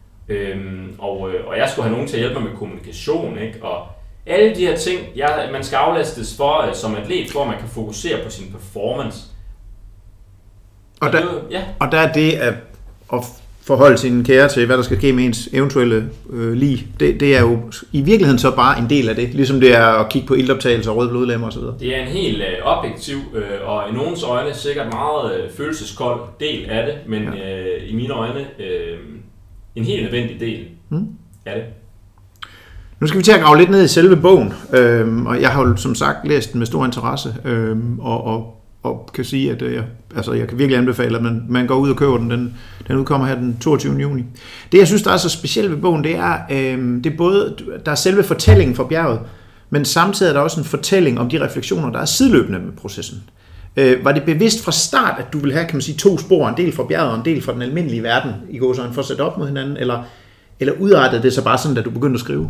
Og jeg skulle have nogen til at hjælpe mig med kommunikation, ikke? Og alle de her ting, man skal aflastes for som atlet, for at man kan fokusere på sin performance. Og der er det at forholde sin kære til, hvad der skal ske med ens eventuelle lig. Det er jo i virkeligheden så bare en del af det, ligesom det er at kigge på iltoptagelser og røde blodlemmer osv. Det er en helt objektiv og i nogens øjne sikkert meget følelseskold del af det, men i mine øjne en helt nødvendig del af det. Nu skal vi til at grave lidt ned i selve bogen, og jeg har jo som sagt læst den med stor interesse, og kan sige, at jeg kan virkelig anbefale, at man går ud og køber den. Den udkommer her den 22. juni. Det, jeg synes, der er så specielt ved bogen, det er både, der er selve fortællingen fra bjerget, men samtidig er der også en fortælling om de refleksioner, der er sideløbende med processen. Var det bevidst fra start, at du ville have, kan man sige, to spor, en del fra bjerget og en del fra den almindelige verden, i gåseøjne, for at sætte op mod hinanden, eller udartede det så bare sådan, da du begyndte at skrive?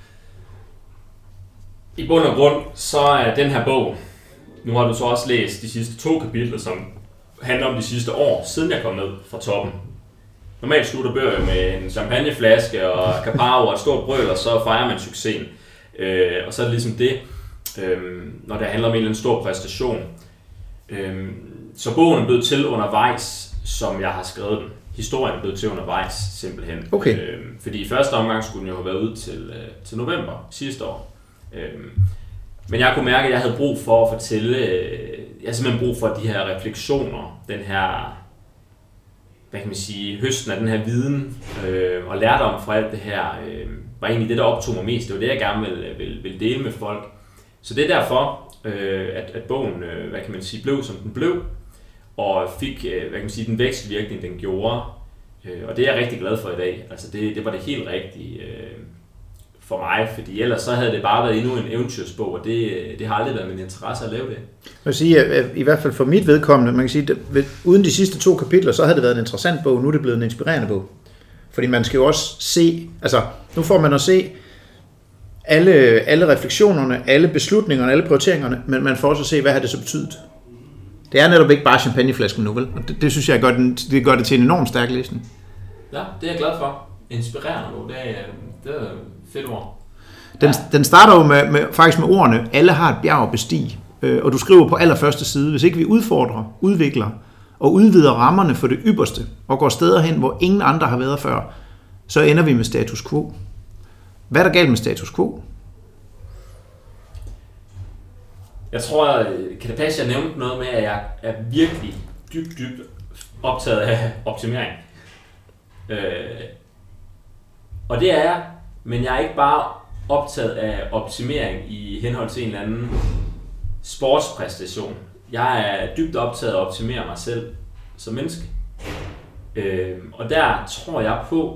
I bund og grund, så er den her bog, nu har du så også læst de sidste 2 kapitler, som handler om de sidste år, siden jeg kom ned fra toppen. Normalt slutter bøger jo med en champagneflaske og Caparo og et stort brøl, og så fejrer man succesen. Og så er det ligesom det, når det handler om en eller anden stor præstation. Så bogen er blevet til undervejs, som jeg har skrevet den. Historien er blevet til undervejs, simpelthen. Okay. Fordi i første omgang skulle den jo have været ud til november sidste år. Men jeg kunne mærke, at jeg havde brug for at fortælle, jeg havde simpelthen brug for de her refleksioner, den her, hvad kan man sige, høsten af den her viden og lærdom fra alt det her, var egentlig det, der optog mig mest. Det var det, jeg gerne ville dele med folk. Så det er derfor, at bogen, hvad kan man sige, blev som den blev, og fik, hvad kan man sige, den vækstvirkning, den gjorde. Og det er jeg rigtig glad for i dag. Altså det var det helt rigtige for mig, fordi ellers så havde det bare været endnu en eventyrsbog, og det har aldrig været min interesse at lave det. Jeg vil sige, at i hvert fald for mit vedkommende, man kan sige, at uden de sidste 2 kapitler, så havde det været en interessant bog, nu er det blevet en inspirerende bog. Fordi man skal jo også se, altså nu får man at se alle refleksionerne, alle beslutningerne, alle prioriteringerne, men man får også at se, hvad har det så betydet. Det er netop ikke bare champagneflasken nu, vel? Og det synes jeg gør det til en enormt stærk læsning. Ja, det er jeg glad for. Inspirerende nu, det er fedt ord. Den starter jo faktisk med ordene, alle har et bjerg at bestige. Og du skriver på allerførste side, hvis ikke vi udfordrer, udvikler og udvider rammerne for det ypperste, og går steder hen, hvor ingen andre har været før, så ender vi med status quo. Hvad er der galt med status quo? Jeg tror, kan det passe, at jeg nævnte noget med, at jeg er virkelig dybt optaget af optimering. Og det er jeg, men jeg er ikke bare optaget af optimering i henhold til en eller anden sportspræstation. Jeg er dybt optaget af at optimere mig selv som menneske. Og der tror jeg på,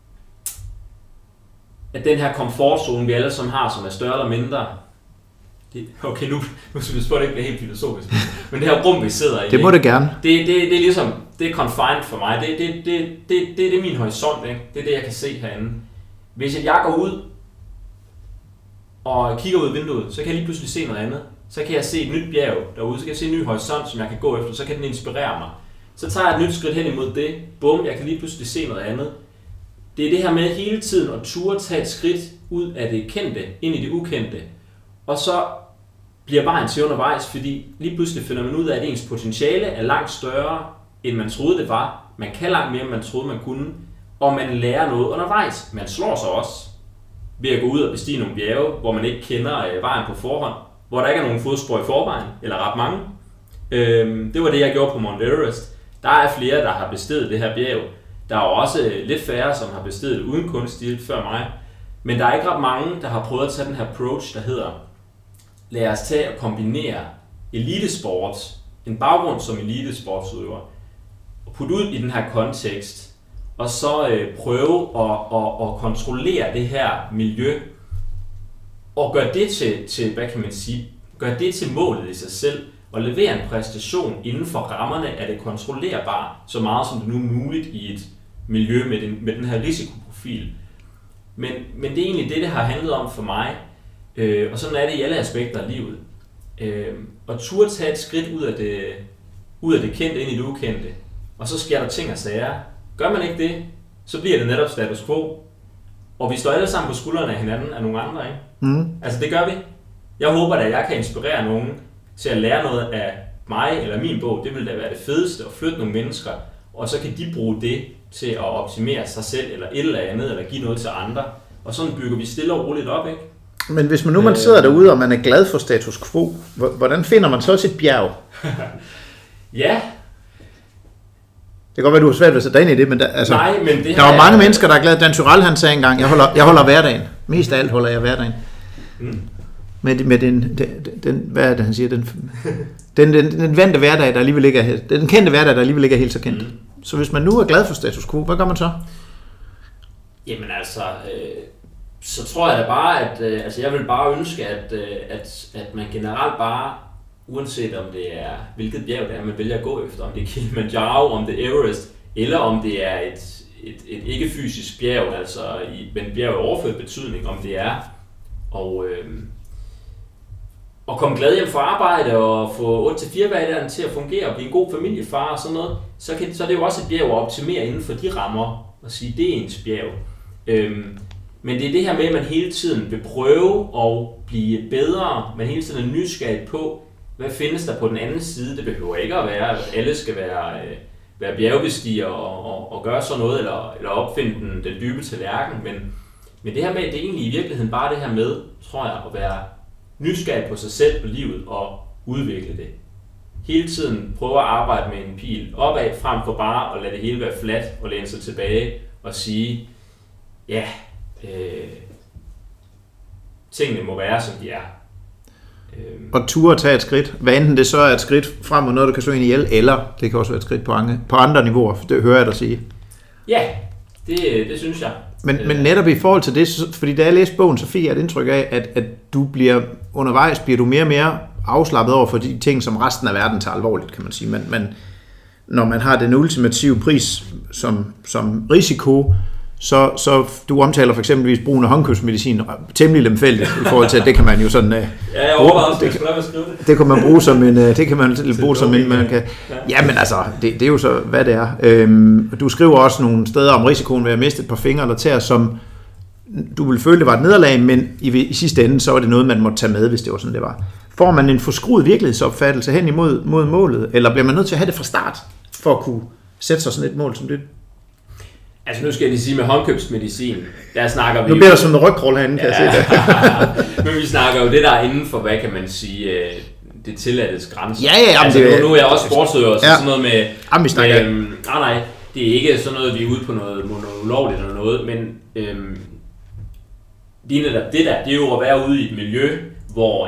at den her komfortzone, vi alle sammen har, som er større eller mindre, Okay, nu skal vi spørge, det ikke bliver helt filosofisk, men det her rum, vi sidder i... Det må det gerne. Det er ligesom, det er confined for mig. Det er min horisont, ikke? Det er det, jeg kan se herinde. Hvis jeg går ud og kigger ud af vinduet, så kan jeg lige pludselig se noget andet. Så kan jeg se et nyt bjerg derude, så kan jeg se en ny horisont, som jeg kan gå efter, så kan den inspirere mig. Så tager jeg et nyt skridt hen imod det. Bum, jeg kan lige pludselig se noget andet. Det er det her med hele tiden at turde tage et skridt ud af det kendte, ind i det ukendte. Og så bliver vejen til undervejs, fordi lige pludselig finder man ud af, at ens potentiale er langt større, end man troede det var. Man kan langt mere, end man troede man kunne. Og man lærer noget undervejs. Man slår sig også ved at gå ud og bestige nogle bjerge, hvor man ikke kender vejen på forhånd. Hvor der ikke er nogen fodspor i forvejen, eller ret mange. Det var det, jeg gjorde på Mount Everest. Der er flere, der har besteget det her bjerg. Der er også lidt færre, som har besteget det uden kunststil før mig. Men der er ikke ret mange, der har prøvet at tage den her approach, der hedder: lad os tage og kombinere elitesport, en baggrund som elitesportsudøver, og putte ud i den her kontekst, og så prøve at kontrollere det her miljø, og gøre det til, hvad kan man sige, gøre det til målet i sig selv, og levere en præstation inden for rammerne af det kontrollerbare, så meget som det nu er muligt i et miljø med den her risikoprofil. Men det er egentlig det har handlet om for mig, og sådan er det i alle aspekter af livet. Og turde tage et skridt ud af det kendte ind i det ukendte, og så sker der ting og sager. Gør man ikke det, så bliver det netop status quo. Og vi står alle sammen på skuldrene af hinanden af nogle andre, ikke? Mm. Altså det gør vi. Jeg håber at jeg kan inspirere nogen til at lære noget af mig eller min bog. Det vil da være det fedeste at flytte nogle mennesker, og så kan de bruge det til at optimere sig selv eller et eller andet, eller give noget til andre. Og sådan bygger vi stille og roligt op, ikke? Men hvis man sidder derude, og man er glad for status quo, hvordan finder man så sit bjerg? Ja. Det kan godt være, du har svært ved at sætte dig ind i det, men det der var mange mennesker, der er glade. Dan Tyrell, han sagde engang, jeg holder hverdagen. Mest af alt holder jeg hverdagen. Mm. Med den hvad er det, han siger? Den vante hverdag, der alligevel ikke er den kendte hverdag, der alligevel ikke er helt så kendt. Mm. Så hvis man nu er glad for status quo, hvad gør man så? Jamen altså, så tror jeg da bare, at jeg vil bare ønske, at man generelt bare, uanset om det er, hvilket bjerg det er, man vælger at gå efter, om det er Kilimanjaro, om det er Everest, eller om det er et ikke-fysisk bjerg, altså men bjerg i overført betydning, om det er, og komme glad hjem fra arbejde og få 8-4 hverdagen til at fungere og blive en god familiefar og sådan noget, så er det jo også et bjerg at optimere inden for de rammer og sige, det er ens bjerg. Men det er det her med, at man hele tiden vil prøve at blive bedre, man hele tiden er nysgerrig på, hvad findes der på den anden side. Det behøver ikke at være, at alle skal være bjergbestiger og gøre sådan noget, eller opfinde den dybe tallerken, men det her med, det er egentlig i virkeligheden bare det her med, tror jeg, at være nysgerrig på sig selv på livet og udvikle det. Hele tiden prøve at arbejde med en pil opad, frem for bare at lade det hele være fladt og læne sig tilbage og sige, ja, tingene må være, som de er. Og turde tage et skridt, hvad enten det så er et skridt frem mod noget, der kan slå en ihjel, eller det kan også være et skridt på andre niveauer, det hører jeg dig sige. Ja, det synes jeg. Men netop i forhold til det, fordi da jeg læste bogen, så fik jeg et indtryk af, at du bliver mere og mere afslappet over for de ting, som resten af verden tager alvorligt, kan man sige. Men når man har den ultimative pris som risiko, så du omtaler for eksempelvis brugen af håndkøbsmedicin temmelig lemfældigt i forhold til, at det kan man jo sådan... jeg overvejer også, at skrive det. Det kan man bruge som en... Det kan man bruge som en... Man kan, ja, men altså, det er jo så, hvad det er. Du skriver også nogle steder om risikoen ved at miste et par fingre eller tæer, som du ville føle, det var et nederlag, men i sidste ende, så var det noget, man måtte tage med, hvis det var sådan, det var. Får man en forskruet virkelighedsopfattelse hen imod målet, eller bliver man nødt til at have det fra start, for at kunne sætte sig sådan et mål som det? Altså nu skal jeg lige sige, med håndkøbsmedicin, der snakker vi... Nu bliver der sådan en rygkrål herinde, kan jeg se det. Men vi snakker jo det, der er inden for, hvad kan man sige, det tilladtes grænser. Ja, altså nu er jeg også sportsøger, så sådan noget med... Nej, det er ikke sådan noget, vi er ude på noget ulovligt eller noget, men det er jo at være ude i et miljø, hvor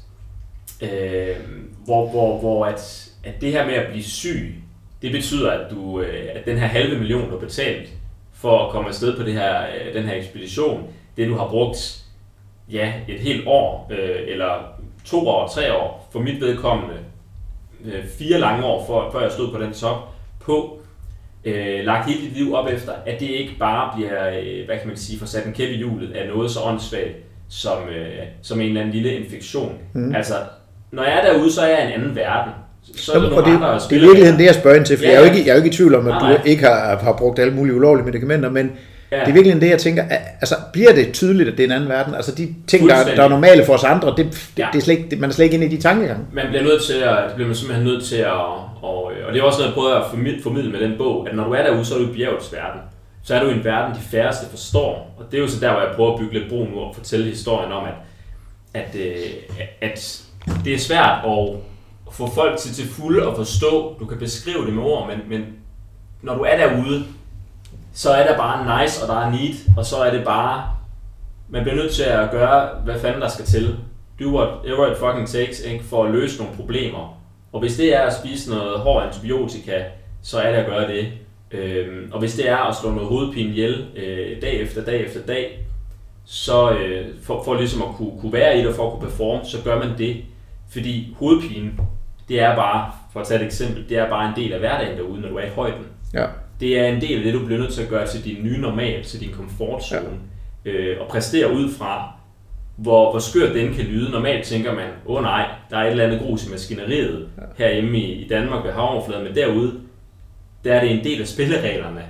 at det her med at blive syg, det betyder, at den her 500.000, du har betalt for at komme afsted på den her ekspedition, det du har brugt et helt år, eller 2 år, 3 år, for mit vedkommende 4 lange år, før jeg stod på den top, på lagt hele dit liv op efter, at det ikke bare bliver, hvad kan man sige, for sat en kæp i hjulet af noget så åndssvagt som en eller anden lille infektion. Altså, når jeg er derude, så er jeg i en anden verden. Så er der nogle andre det er virkelig det, jeg spørger ind til, for jeg er jo ikke i tvivl om, at nej. Du ikke har brugt alle mulige ulovlige medicamenter, men det er virkelig det, jeg tænker, altså bliver det tydeligt, at det er en anden verden? Altså de ting, der er normale for os andre, det er slet ikke, man er slet ikke inde i de tankegange. Man bliver nødt til det bliver man simpelthen nødt til og det er også noget, jeg prøver at formidle med den bog, at når du er derude, så er du i bjergets verden. Så er du i en verden, de færreste forstår. Og det er jo så der, hvor jeg prøver at bygge lidt bro nu og fortælle historien om, at det er svært at få folk til fulde at forstå. Du kan beskrive det med ord, men når du er derude, så er der bare nice, og der er neat, og så er det bare, man bliver nødt til at gøre, hvad fanden der skal til. Do whatever it fucking takes, ikke, for at løse nogle problemer. Og hvis det er at spise noget hård antibiotika, så er det at gøre det. Og hvis det er at slå noget hovedpine ihjel dag efter dag, så for ligesom at kunne være i det og for at kunne performe, så gør man det. Fordi hovedpine, det er bare, for at tage et eksempel, det er bare en del af hverdagen derude, når du er i højden. Ja. Det er en del af det, du bliver nødt til at gøre til din nye normal, til din komfortzone. Og præstere ud fra, hvor skørt den kan lyde. Normalt tænker man, nej, der er et eller andet grus i maskineriet herhjemme i Danmark ved havoverfladen, men derude, der er det en del af spillereglerne.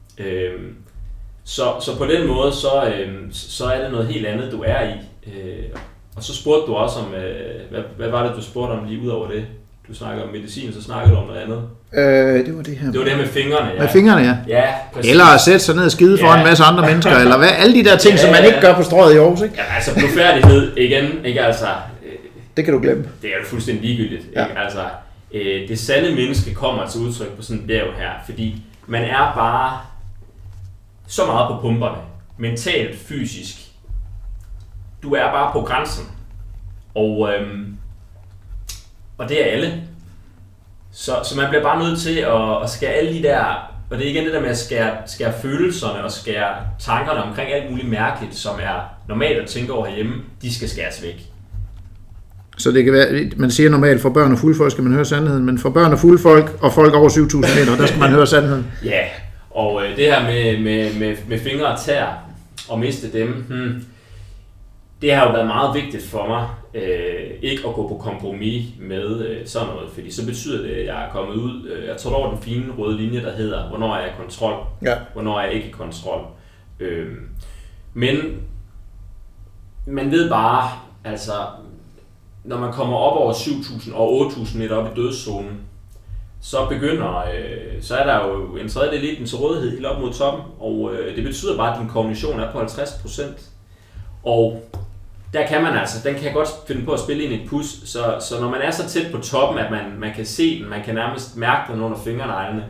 Så på den måde, så er det noget helt andet, du er i. Og så spurgte du også om, hvad var det, du spurgte om lige ud over det? Du snakker om medicin, så snakker du om noget andet. Det var det her. Det var det med fingrene, ja. Med fingrene, ja. Ja, præcis. Eller at sætte sig ned og skide foran en masse andre mennesker, eller hvad? Alle de der ting, som man ikke gør på strøget i Aarhus, ikke? Ja, altså blodfærdighed igen, ikke altså... Det kan du glemme. Det er jo fuldstændig ligegyldigt, ikke? Altså, det sande menneske kommer til udtryk på sådan en bjerg her, fordi man er bare så meget på pumperne, mentalt, fysisk. Du er bare på grænsen, og det er alle. Så man bliver bare nødt til at skære alle de der, og det er igen det der med at skære følelserne og skære tankerne omkring alt muligt mærkeligt, som er normalt at tænke over herhjemme, de skal skæres væk. Så det kan være, man siger normalt, for børn og fuldfolk skal man høre sandheden, men for børn og fuldfolk og folk over 7.000 meter, der skal man høre sandheden. Ja, og det her med fingre og tær og miste dem, det har jo været meget vigtigt for mig, ikke at gå på kompromis med sådan noget, fordi så betyder det, at jeg er kommet ud, jeg tror over den fine røde linje, der hedder, hvornår er jeg i kontrol, hvornår er jeg ikke i kontrol. Men man ved bare, altså, når man kommer op over 7.000 og 8.000 meter op i dødszonen, så så er der jo en tredjedel af til rådighed helt op mod toppen, og det betyder bare, at din kognition er på 50%. Og der kan man altså, den kan godt finde på at spille ind i et pus, så når man er så tæt på toppen, at man kan se den, man kan nærmest mærke den under fingerneglene,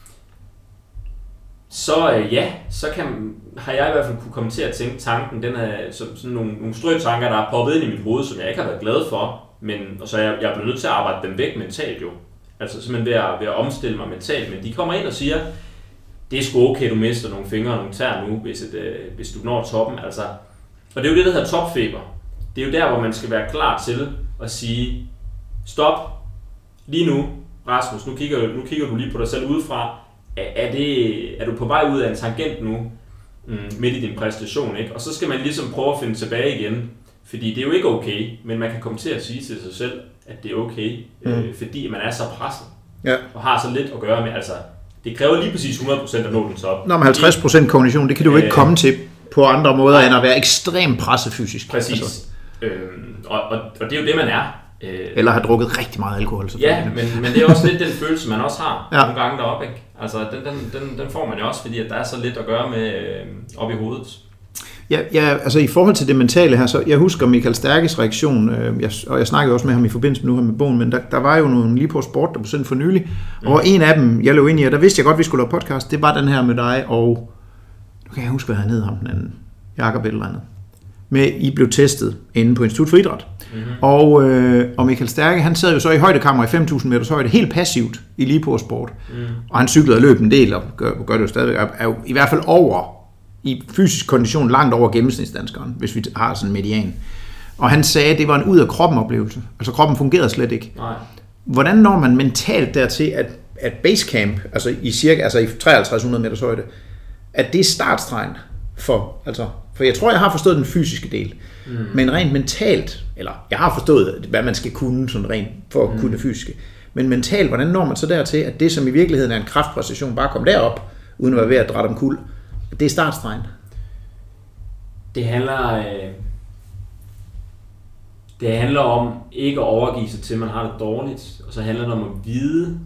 så har jeg i hvert fald kunne komme til at tænke tanken, den er sådan nogle strøtanker, der er poppet ind i mit hoved, som jeg ikke har været glad for, og så jeg er blevet nødt til at arbejde dem væk mentalt jo. Altså simpelthen ved at omstille mig mentalt, men de kommer ind og siger, det er sgu okay, du mister nogle fingre og nogle tær nu, hvis du når toppen, altså. Og det er jo det, der hedder topfeber. Det er jo der, hvor man skal være klar til at sige, stop, lige nu, Rasmus, nu kigger du lige på dig selv udefra. Er du på vej ud af en tangent nu, midt i din præstation, ikke? Og så skal man ligesom prøve at finde tilbage igen, fordi det er jo ikke okay, men man kan komme til at sige til sig selv, at det er okay, fordi man er så presset, og har så lidt at gøre med, altså, det kræver lige præcis 100% at nå den top. Nå, men 50% kognition, det kan du jo ikke komme til på andre måder, end at være ekstremt presset fysisk. Præcis. Altså. Og det er jo det, man er. Eller har drukket rigtig meget alkohol. Ja, men det er også lidt den følelse, man også har nogle gange deroppe. Ikke? Altså, den får man jo også, fordi at der er så lidt at gøre med op i hovedet. Ja, altså i forhold til det mentale her, så jeg husker Michael Stærkes reaktion, og jeg snakkede også med ham i forbindelse med nu her med bogen, men der var jo nogle lige på sport, der blev sendt for nylig, og en af dem, jeg løb ind i, og der vidste jeg godt, vi skulle lave podcast, det var den her med dig, og nu kan jeg huske, hvad han hed ham den anden, Jakob et eller andet. Med, I blev testet inde på Institut for Idræt. Og Michael Stærke, han sad jo så i højdekammer i 5.000 meters højde, helt passivt i lige på sport. Og han cyklede og løb en del, og gør det jo stadigvæk, er jo i hvert fald over, i fysisk kondition langt over gennemsnitsdanskeren, hvis vi har sådan en median. Og han sagde, at det var en ud af kroppen oplevelse. Altså kroppen fungerede slet ikke. Nej. Hvordan når man mentalt dertil, at basecamp, altså i 5300 meters højde, at det er startstregen for jeg tror, jeg har forstået den fysiske del, men rent mentalt, eller jeg har forstået, hvad man skal kunne sådan rent for at kunne det fysiske, men mentalt, hvordan når man så dertil, at det, som i virkeligheden er en kraftpræstation, bare kommer derop, uden at være ved at drætte om kul, det er startstregen? Det handler om ikke at overgive sig til, at man har det dårligt, og så handler det om at vide,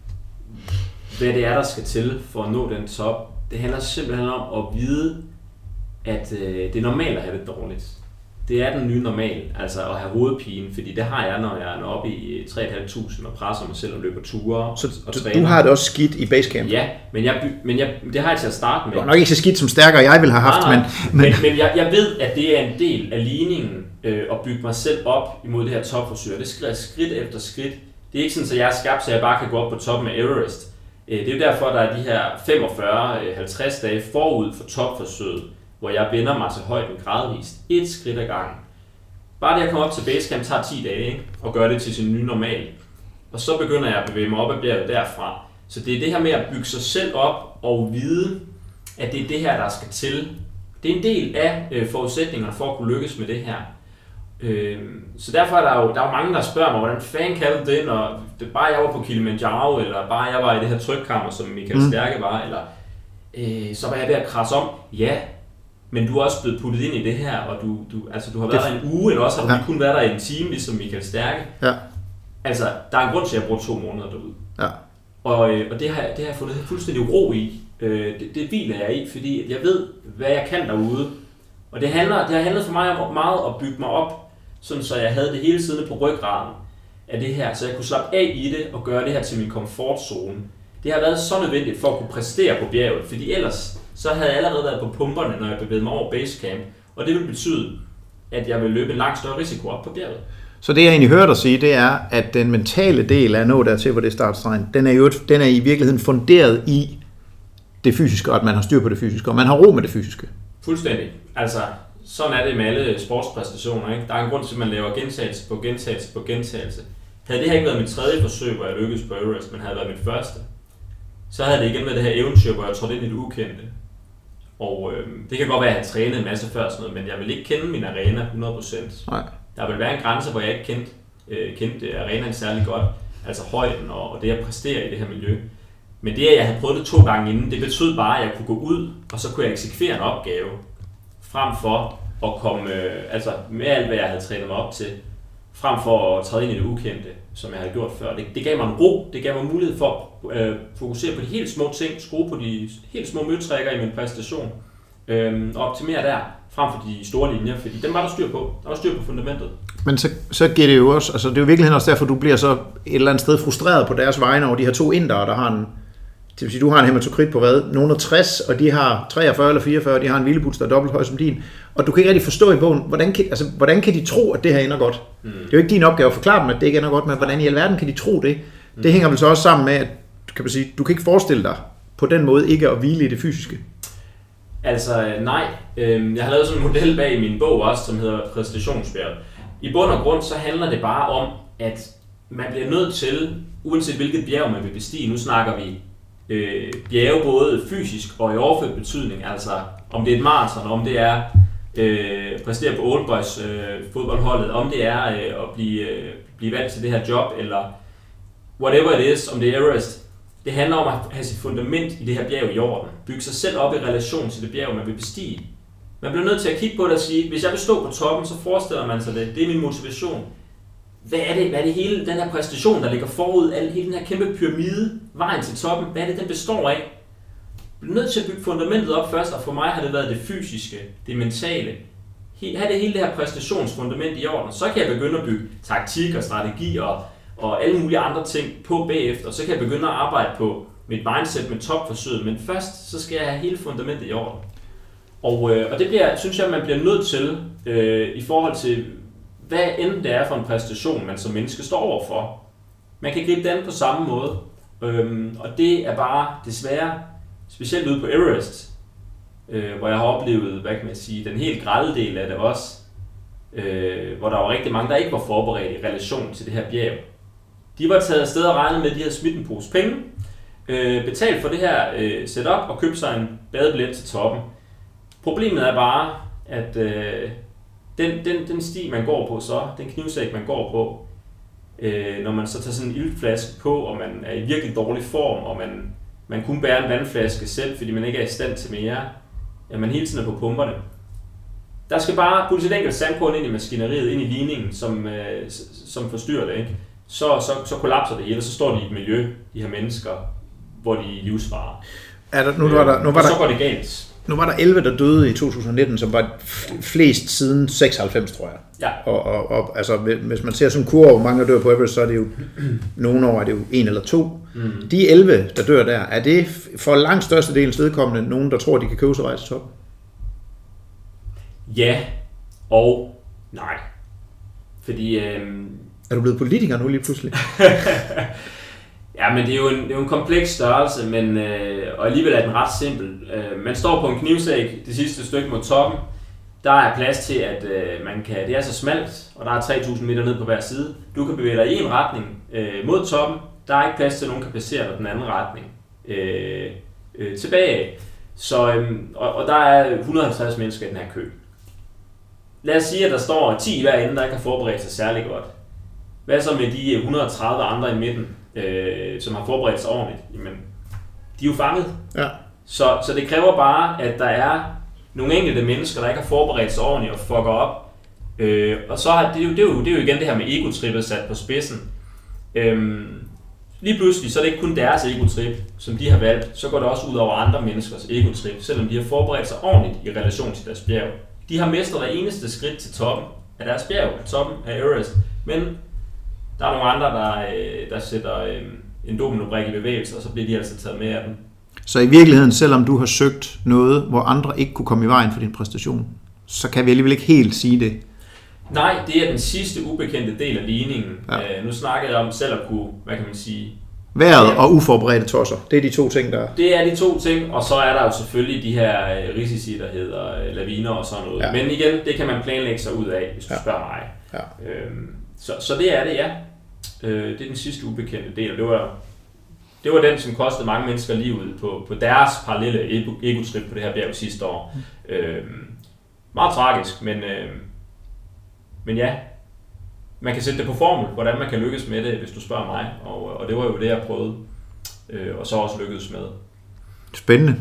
hvad det er, der skal til for at nå den top. Det handler simpelthen om at vide, at det er normalt at have det dårligt. Det er den nye normal, altså at have hovedpine, fordi det har jeg, når jeg er oppe i 3.500 og presser mig selv og løber ture og træner. Du har det også skidt i basecamp? Ja, men det har jeg til at starte med. Det er nok ikke så skidt som stærkere jeg vil have haft, nej. Men jeg ved, at det er en del af ligningen at bygge mig selv op imod det her topforsøg. Det skrider skridt efter skridt. Det er ikke sådan, at jeg er skabt, så jeg bare kan gå op på toppen af Everest. Det er jo derfor, der er de her 45-50 dage forud for topforsøget, hvor jeg vender mig til højden gradvist. Et skridt ad gangen. Bare det at komme op til basecamp tager 10 dage, ikke? Og gøre det til sin nye normal. Og så begynder jeg at bevæge mig op ad bjerget derfra. Så det er det her med at bygge sig selv op og vide, at det er det her, der skal til. Det er en del af forudsætningerne for at kunne lykkes med det her. Så derfor er der jo mange, der spørger mig, hvordan fanden kan du det, når det bare jeg var på Kilimanjaro, eller bare jeg var i det her trykkammer, som Michael Stærke var, eller så var jeg ved at krasse om. Ja, men du er også blevet puttet ind i det her, og du har været der en uge, eller også har du kun været der i en time, ligesom Michael Stærke. Ja. Altså, der er en grund til, at jeg brugt 2 måneder derude. Ja. Og det har jeg fundet fuldstændig ro i. Det hviler jeg i, fordi jeg ved, hvad jeg kan derude. Og det har handlet for mig om meget at bygge mig op, sådan så jeg havde det hele tiden på ryggraden af det her, så jeg kunne slappe af i det og gøre det her til min komfortzone. Det har været så nødvendigt for at kunne præstere på bjerget, fordi ellers så havde jeg allerede været på pumperne, når jeg bevægede mig over basecamp, og det vil betyde, at jeg vil løbe en langt større risiko op på bjerget. Så det jeg egentlig hørte dig sige, det er, at den mentale del af at nå dertil, hvor det er startstregen, den er i virkeligheden funderet i det fysiske, og at man har styr på det fysiske, og man har ro med det fysiske. Fuldstændig. Altså, sådan er det med alle sportspræstationer, ikke? Der er en grund til, at man laver gentagelse på gentagelse på gentagelse. Havde det her ikke været mit 3. forsøg, hvor jeg lykkedes på Everest, men havde været mit første, så havde det igen været det her eventyr, hvor jeg trådte ind i det ukendte. Og det kan godt være, at jeg har trænet en masse før sådan noget, men jeg vil ikke kende min arena 100%. Nej. Der vil være en grænse, hvor jeg ikke kendte arenaen særlig godt, altså højden og det, jeg præsterer i det her miljø. Men det, at jeg havde prøvet det 2 gange inden, det betød bare, at jeg kunne gå ud, og så kunne jeg eksekvere en opgave, frem for at komme, altså med alt, hvad jeg havde trænet mig op til, frem for at træde ind i det ukendte, som jeg havde gjort før. Det gav mig en ro, det gav mig mulighed for at fokusere på de helt små ting, skrue på de helt små møtrækker i min præstation, og optimere der, frem for de store linjer, fordi dem var der styr på. Der var styr på fundamentet. Men så giver det jo også, altså det er jo virkelig også derfor, du bliver så et eller andet sted frustreret på deres vegne over de her 2 indere, der har en, det vil sige, du har en hematokrit på hvad? Nogle 60, og de har 43 eller 44, og de har en hvilepuls, der er dobbelt høj som din. Og du kan ikke rigtig forstå i bogen, hvordan kan de tro, at det her ender godt? Det er jo ikke din opgave at forklare dem, at det ikke ender godt, men hvordan i alverden kan de tro det? Det hænger vel så også sammen med, at kan man sige, du kan ikke forestille dig på den måde ikke at hvile i det fysiske. Altså nej. Jeg har lavet sådan en model bag i min bog også, som hedder præstationsbjerget. I bund og grund så handler det bare om, at man bliver nødt til, uanset hvilket bjerg man vil bestige, nu snakker vi bjerge både fysisk og i overført betydning, altså om det er et maraton, om det er præstere på Old Boys fodboldholdet, om det er at blive valgt til det her job, eller whatever it is, om det er Everest. Det handler om at have sit fundament i det her bjerg i orden. Bygge sig selv op i relation til det bjerg, man vil bestige. Man bliver nødt til at kigge på det og sige, hvis jeg vil stå på toppen, så forestiller man sig det. Det er min motivation. Hvad er det hele den her præstation, der ligger forud, hele den her kæmpe pyramide, vejen til toppen, hvad er det, den består af? Jeg bliver nødt til at bygge fundamentet op først, og for mig har det været det fysiske, det mentale. Have det hele det her præstationsfundament i orden, så kan jeg begynde at bygge taktik og strategi og alle mulige andre ting på bagefter, så kan jeg begynde at arbejde på mit mindset med topforsøget, men først så skal jeg have hele fundamentet i orden. Og det synes jeg, man bliver nødt til i forhold til, hvad end det er for en præstation, man som menneske står overfor. Man kan gribe den på samme måde, og det er bare desværre, specielt ude på Everest, hvor jeg har oplevet, hvad kan man sige, den helt grælde del af det også. hvor der var rigtig mange, der ikke var forberedt i relation til det her bjerg. De var taget afsted og regnet med, at de havde smidt en pose penge, betalt for det her setup og købt sig en badebillet til toppen. Problemet er bare, at den sti, man går på så, den knivsæk, man går på, når man så tager sådan en iltflaske på, og man er i virkelig dårlig form, og man kun bærer en vandflaske selv, fordi man ikke er i stand til mere, at man hele tiden er på pumperne. Der skal bare puttes et enkelt sandkorn ind i maskineriet, ind i ligningen, som forstyrrer det, ikke? Så kollapser det hele, så står de i et miljø, de her mennesker, hvor de er livsfarer. Så går det galt. Nu var der 11, der døde i 2019, som var flest siden 96, tror jeg. Ja. Og altså, hvis man ser sådan en kurve, hvor mange der dør på Everest, så er det jo nogle år er det jo 1 eller 2. De 11, der dør der, er det for langt størstedelens vedkommende nogen, der tror, de kan købe sig vej til toppen? Ja og nej. Fordi... Er du blevet politiker nu lige pludselig? Ja, men det er jo en kompleks størrelse, men, og alligevel er den ret simpel. Man står på en knivsæk, det sidste stykke mod toppen. Der er plads til, at det er så smalt, og der er 3.000 meter ned på hver side. Du kan bevæge dig i en retning mod toppen. Der er ikke plads til, at nogen kan passere dig den anden retning tilbage. Så, og der er 150 mennesker i den her kø. Lad os sige, at der står 10 hver ende, der ikke har forberedt sig særlig godt. Hvad så med de 130 andre i midten, som har forberedt sig ordentligt? Jamen, de er jo fanget. Ja. Så det kræver bare, at der er nogle enkelte mennesker, der ikke har forberedt sig ordentligt og fucker op. Og så er det er jo igen det her med egotrippet sat på spidsen. Lige pludselig, så er det ikke kun deres egotrip, som de har valgt, så går det også ud over andre menneskers egotrip, selvom de har forberedt sig ordentligt i relation til deres bjerg. De har mestret hver eneste skridt til toppen af deres bjerg, toppen af Everest, men der er nogle andre, der sætter en dominobrik i bevægelse, og så bliver de altså taget med af den. Så i virkeligheden, selvom du har søgt noget, hvor andre ikke kunne komme i vejen for din præstation, så kan vi alligevel ikke helt sige det. Nej, det er den sidste ubekendte del af ligningen. Ja. Nu snakkede jeg om selv at kunne, hvad kan man sige... Vejret og uforberedte tosser, det er de to ting, der... Det er de to ting, og så er der jo selvfølgelig de her risici, der hedder laviner og sådan noget. Ja. Men igen, det kan man planlægge sig ud af, hvis du spørger mig. Ja. Så det er det, ja. Det er den sidste ubekendte del, og det var den, som kostede mange mennesker livet på deres parallelle egotrip på det her bjerg sidste år. Meget tragisk, men ja, man kan sætte det på formel, hvordan man kan lykkes med det, hvis du spørger mig, og det var jo det, jeg prøvede, og så også lykkedes med. Spændende.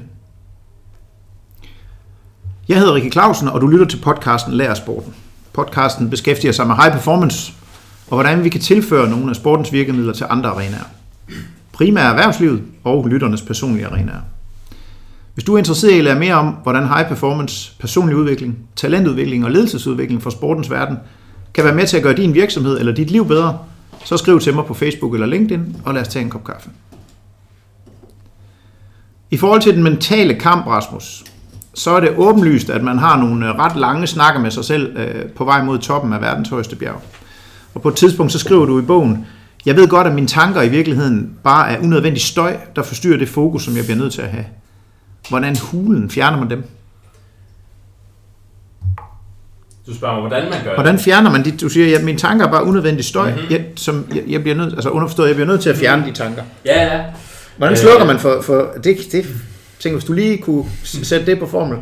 Jeg hedder Rikke Clausen, og du lytter til podcasten Lær Sporten. Podcasten beskæftiger sig med high performance, og hvordan vi kan tilføre nogle af sportens virkemidler til andre arenaer. Primært erhvervslivet og lytternes personlige arenaer. Hvis du er interesseret i at lære mere om, hvordan high performance, personlig udvikling, talentudvikling og ledelsesudvikling for sportens verden kan være med til at gøre din virksomhed eller dit liv bedre, så skriv til mig på Facebook eller LinkedIn, og lad os tage en kop kaffe. I forhold til den mentale kamp, Rasmus, så er det åbenlyst, at man har nogle ret lange snakker med sig selv på vej mod toppen af verdens højeste bjerg. Og på et tidspunkt så skriver du i bogen: jeg ved godt, at mine tanker i virkeligheden bare er unødvendig støj, der forstyrrer det fokus, som jeg bliver nødt til at have. Hvordan hulen fjerner man dem? Du spørger mig, hvordan man gør det? Hvordan fjerner man det? Du siger, at mine tanker er bare unødvendig støj, jeg bliver nødt, altså underforstået, jeg bliver nødt til at fjerne de tanker. Ja. Hvordan slukker man for det? Tænk, hvis du lige kunne sætte det på formel.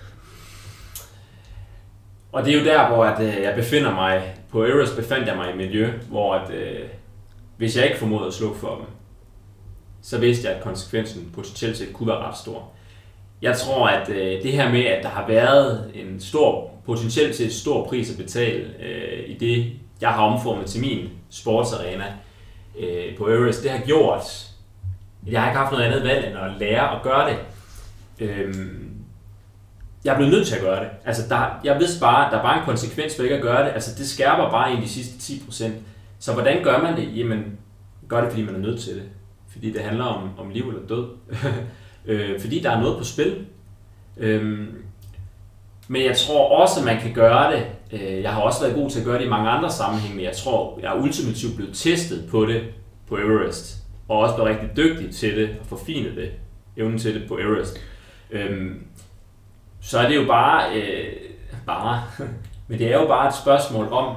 Og det er jo der, hvor jeg befinder mig. På Everest befandt jeg mig i et miljø, hvor hvis jeg ikke formåede at slukke for dem, så vidste jeg, at konsekvensen potentielt set kunne være ret stor. Jeg tror, at det her med, at der har været en potentielt set stor pris at betale i det, jeg har omformet til min sportsarena på Everest, det har gjort, at jeg har ikke haft noget andet valg end at lære at gøre det. Jeg er blevet nødt til at gøre det. Altså, jeg vidste bare, at der er bare en konsekvens for ikke at gøre det. Altså, det skærper bare ind de sidste 10%. Så hvordan gør man det? Jamen, gør det, fordi man er nødt til det. Fordi det handler om liv eller død. Fordi der er noget på spil. Men jeg tror også, at man kan gøre det. Jeg har også været god til at gøre det i mange andre sammenhænge, men jeg tror, jeg er ultimativt blevet testet på det på Everest. Og også blevet rigtig dygtig til det og forfinet det. Evnen til det på Everest. Så er det jo bare Men det er jo bare et spørgsmål om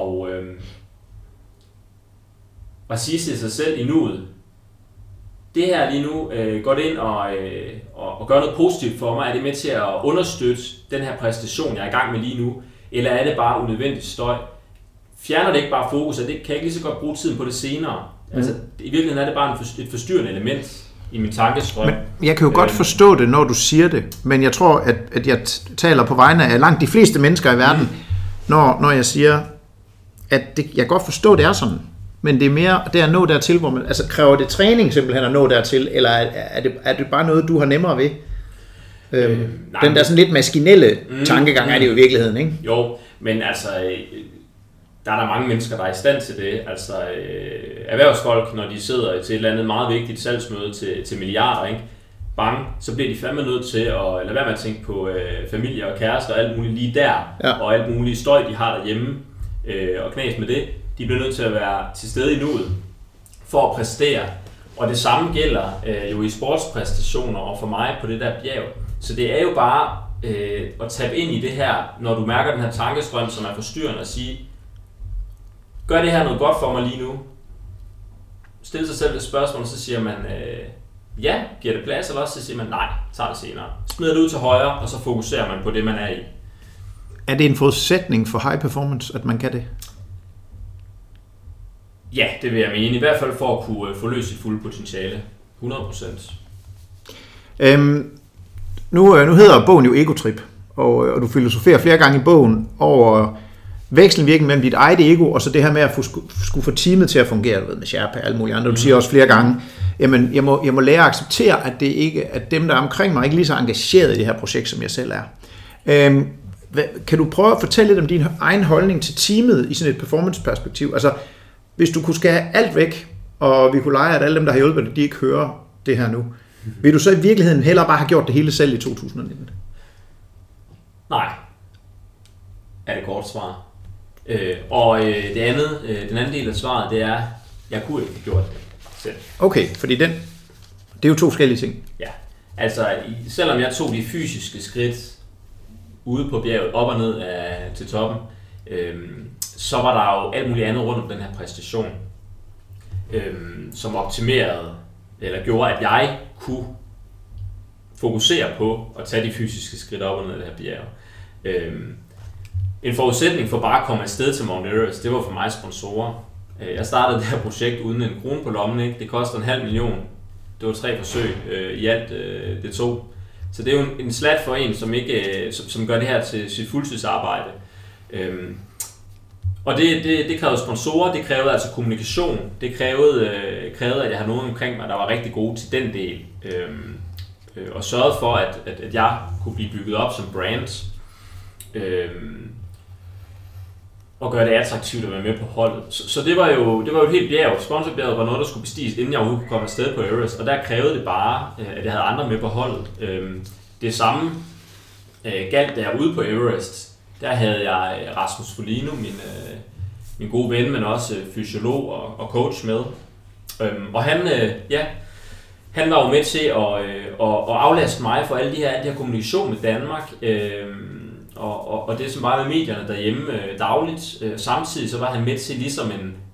at sige til sig selv i nuet, det her lige nu, går det ind og gør noget positivt for mig? Er det med til at understøtte den her præstation, jeg er i gang med lige nu? Eller er det bare unødvendigt støj? Fjerner det ikke bare fokus, og det kan jeg ikke lige så godt bruge tiden på det senere? Altså, i virkeligheden er det bare et forstyrrende element i min tankestrøm. Men jeg kan jo godt forstå det, når du siger det, men jeg tror, at jeg taler på vegne af langt de fleste mennesker i verden, når jeg siger, at jeg kan godt forstå, at det er sådan. Men det er mere det at nå dertil, hvor man, altså kræver det træning simpelthen at nå dertil, eller er det bare noget, du har nemmere ved? Den der sådan lidt maskinelle tankegang er det jo i virkeligheden, ikke? Jo, men altså, der er mange mennesker, der er i stand til det. Altså, erhvervsfolk, når de sidder til et eller andet meget vigtigt salgsmøde til milliarder, ikke? Bang, så bliver de fandme nødt til at lade være med at tænke på familie og kærester og alt muligt lige der, og alt muligt støj, de har derhjemme, og knas med det. De bliver nødt til at være til stede i nuet for at præstere. Og det samme gælder jo i sportspræstationer og for mig på det der bjerg. Så det er jo bare at tabe ind i det her, når du mærker den her tankestrøm, som er forstyrrende, at sige, gør det her noget godt for mig lige nu? Stille sig selv et spørgsmål, og så siger man, ja, giver det plads, eller også så siger man, nej, tager det senere. Smider det ud til højre, og så fokuserer man på det, man er i. Er det en forudsætning for high performance, at man kan det? Ja, det vil jeg mene. I hvert fald for at kunne forløse sit fulde potentiale. 100%. Nu hedder bogen jo Egotrip, og du filosoferer flere gange i bogen over vekselvirkningen mellem dit eget ego, og så det her med at skulle få teamet til at fungere, du ved, med Sherpa og alle mulige andre. Du siger også flere gange, jamen jeg må lære at acceptere, at dem, der er omkring mig, ikke er lige så engageret i det her projekt, som jeg selv er. Kan du prøve at fortælle lidt om din egen holdning til teamet i sådan et performance-perspektiv? Altså, hvis du kunne skære alt væk, og vi kunne lege, at alle dem, der har hjulpet dig, de ikke hører det her nu, vil du så i virkeligheden hellere bare have gjort det hele selv i 2019? Nej, er det kort svar. Den anden del af svaret, det er, jeg kunne ikke have gjort det selv. Okay, fordi det er jo to forskellige ting. Ja, altså selvom jeg tog de fysiske skridt ude på bjerget, op og ned til toppen, så var der jo alt muligt andet rundt om den her præstation, som optimerede, eller gjorde, at jeg kunne fokusere på at tage de fysiske skridt op og ned af det her bjerg. En forudsætning for bare at komme afsted til Mount Everest, det var for mig sponsorer. Jeg startede det her projekt uden en krone på lommen, ikke? Det kostede 500.000. Det var 3 forsøg i alt, det tog. Så det er jo en slat for en, som gør det her til sit fuldtidsarbejde. Og det krævede sponsorer, det krævede altså kommunikation, det krævede, at jeg havde nogen omkring mig, der var rigtig gode til den del. Og sørgede for, at jeg kunne blive bygget op som brand. Og gøre det attraktivt at være med på holdet. Så det var jo et helt bjerg. Sponsorbjerget var noget, der skulle bestiges, inden jeg overhovedet kunne komme afsted på Everest. Og der krævede det bare, at jeg havde andre med på holdet. Det samme galt der ude på Everest. Der havde jeg Rasmus Folino, min gode ven, men også fysiolog og coach med. Og han var jo med til at aflaste mig for alle de her kommunikation med Danmark. Og det som var med medierne derhjemme dagligt. Samtidig så var han med til ligesom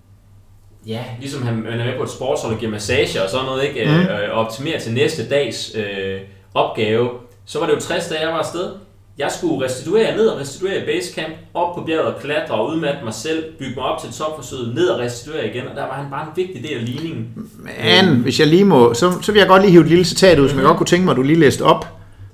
man er med på et sportshold og giver massage og sådan noget, ikke? Optimere til næste dags opgave. Så var det jo 60 dage, jeg var afsted. Jeg skulle restituere ned og restituere i basecamp, op på bjerget og klatre og udmatte mig selv, bygge mig op til topforsøget, ned og restituere igen, og der var han bare en vigtig del af ligningen. Men hvis jeg lige må, så vil jeg godt lige hive et lille citat ud, som jeg godt kunne tænke mig, at du lige læste op.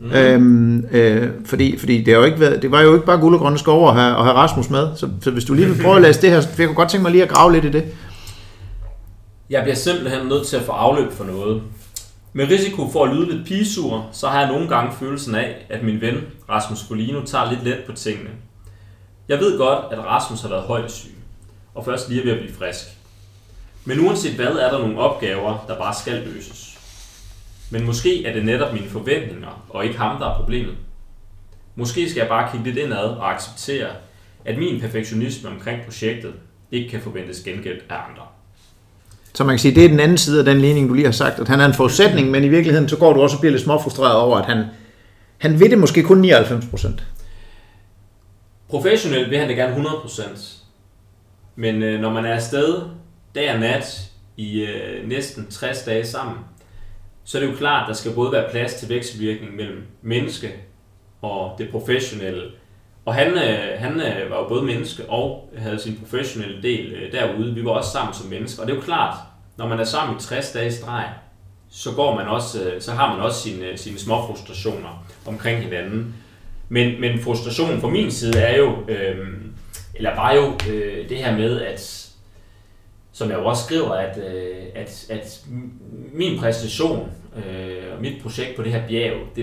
Fordi det var jo ikke bare guld og grønne skove at have Rasmus med, så hvis du lige vil prøve at læse det her, jeg kunne godt tænke mig lige at grave lidt i det. Jeg bliver simpelthen nødt til at få afløb for noget. Med risiko for at lyde lidt pigesur, så har jeg nogle gange følelsen af, at min ven Rasmus Folino tager lidt let på tingene. Jeg ved godt, at Rasmus har været højdesyg, og først lige ved at blive frisk. Men uanset hvad, er der nogle opgaver, der bare skal løses. Men måske er det netop mine forventninger, og ikke ham, der er problemet. Måske skal jeg bare kigge lidt indad og acceptere, at min perfektionisme omkring projektet ikke kan forventes gengældt af andre. Så man kan sige, det er den anden side af den ligning, du lige har sagt, at han er en forudsætning, men i virkeligheden så går du også og bliver lidt småfrustreret over, at han ved det måske kun 99%. Professionelt vil han det gerne 100%. Men når man er afsted dag og nat i næsten 60 dage sammen, så er det jo klart, at der skal både være plads til vekselvirkning mellem menneske og det professionelle. Og han var jo både menneske og havde sin professionelle del derude. Vi var også sammen som mennesker. Og det er jo klart, når man er sammen i 60 dage i streg, så har man også sine små frustrationer omkring hinanden. Men frustrationen fra min side er jo, var jo det her med, at som jeg også skriver, at min præstation og mit projekt på det her bjerg, det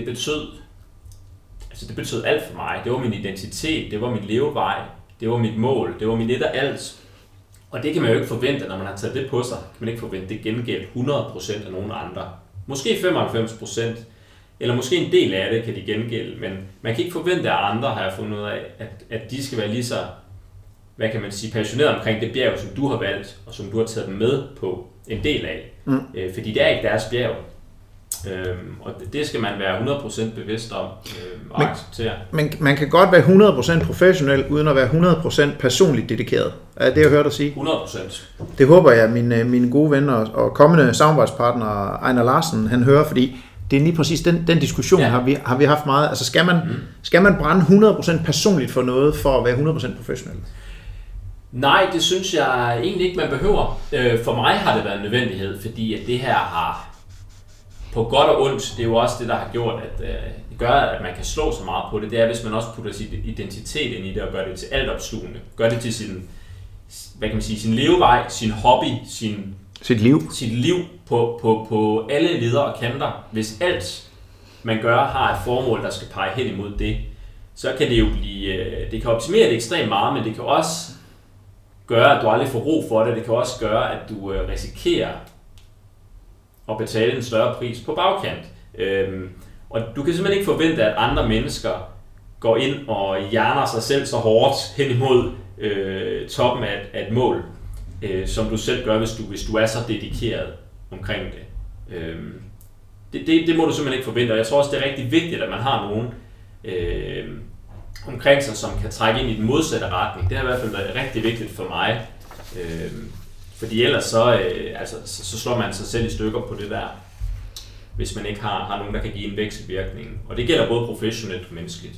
betød alt for mig. Det var min identitet, det var min levevej, det var mit mål, det var mit et og alt. Og det kan man jo ikke forvente, når man har taget det på sig, kan man ikke forvente det gengældt 100% af nogen andre. Måske 95%, eller måske en del af det kan de gengælde, men man kan ikke forvente af andre, har jeg fundet ud af, at de skal være lige så, hvad kan man sige, passioneret omkring det bjerg, som du har valgt, og som du har taget dem med på en del af. Fordi det er ikke deres bjerg. Og det skal man være 100% bevidst om og acceptere. Men man kan godt være 100% professionel, uden at være 100% personligt dedikeret. Er det, jeg hørte dig sige? 100%. Det håber jeg, mine gode venner og kommende samarbejdspartner, Ejner Larsen, han hører, fordi det er lige præcis den diskussion, har vi haft meget. Altså skal man brænde 100% personligt for noget, for at være 100% professionel? Nej, det synes jeg egentlig ikke, man behøver. For mig har det været en nødvendighed, fordi at det her har på godt og ondt, det er jo også det, der har gjort, at det gør, at man kan slå så meget på det. Det er, hvis man også putter sin identitet ind i det og gør det til altopslugende. Gør det til sin levevej, sin hobby, sit liv på alle ledder og kanter. Hvis alt man gør har et formål, der skal pege hen imod det, så kan det jo blive, det kan optimere det ekstremt meget, men det kan også gøre, at du aldrig får ro for det. Det kan også gøre, at du risikerer at betale en større pris på bagkant. Og du kan simpelthen ikke forvente, at andre mennesker går ind og hjerner sig selv så hårdt hen imod toppen af et mål, som du selv gør, hvis du er så dedikeret omkring det. Det må du simpelthen ikke forvente, og jeg tror også, det er rigtig vigtigt, at man har nogen omkring sig, som kan trække ind i den modsatte retning. Det har i hvert fald været rigtig vigtigt for mig, fordi ellers så slår man sig selv i stykker på det der, hvis man ikke har nogen, der kan give en vekselvirkning. Og det gælder både professionelt og menneskeligt.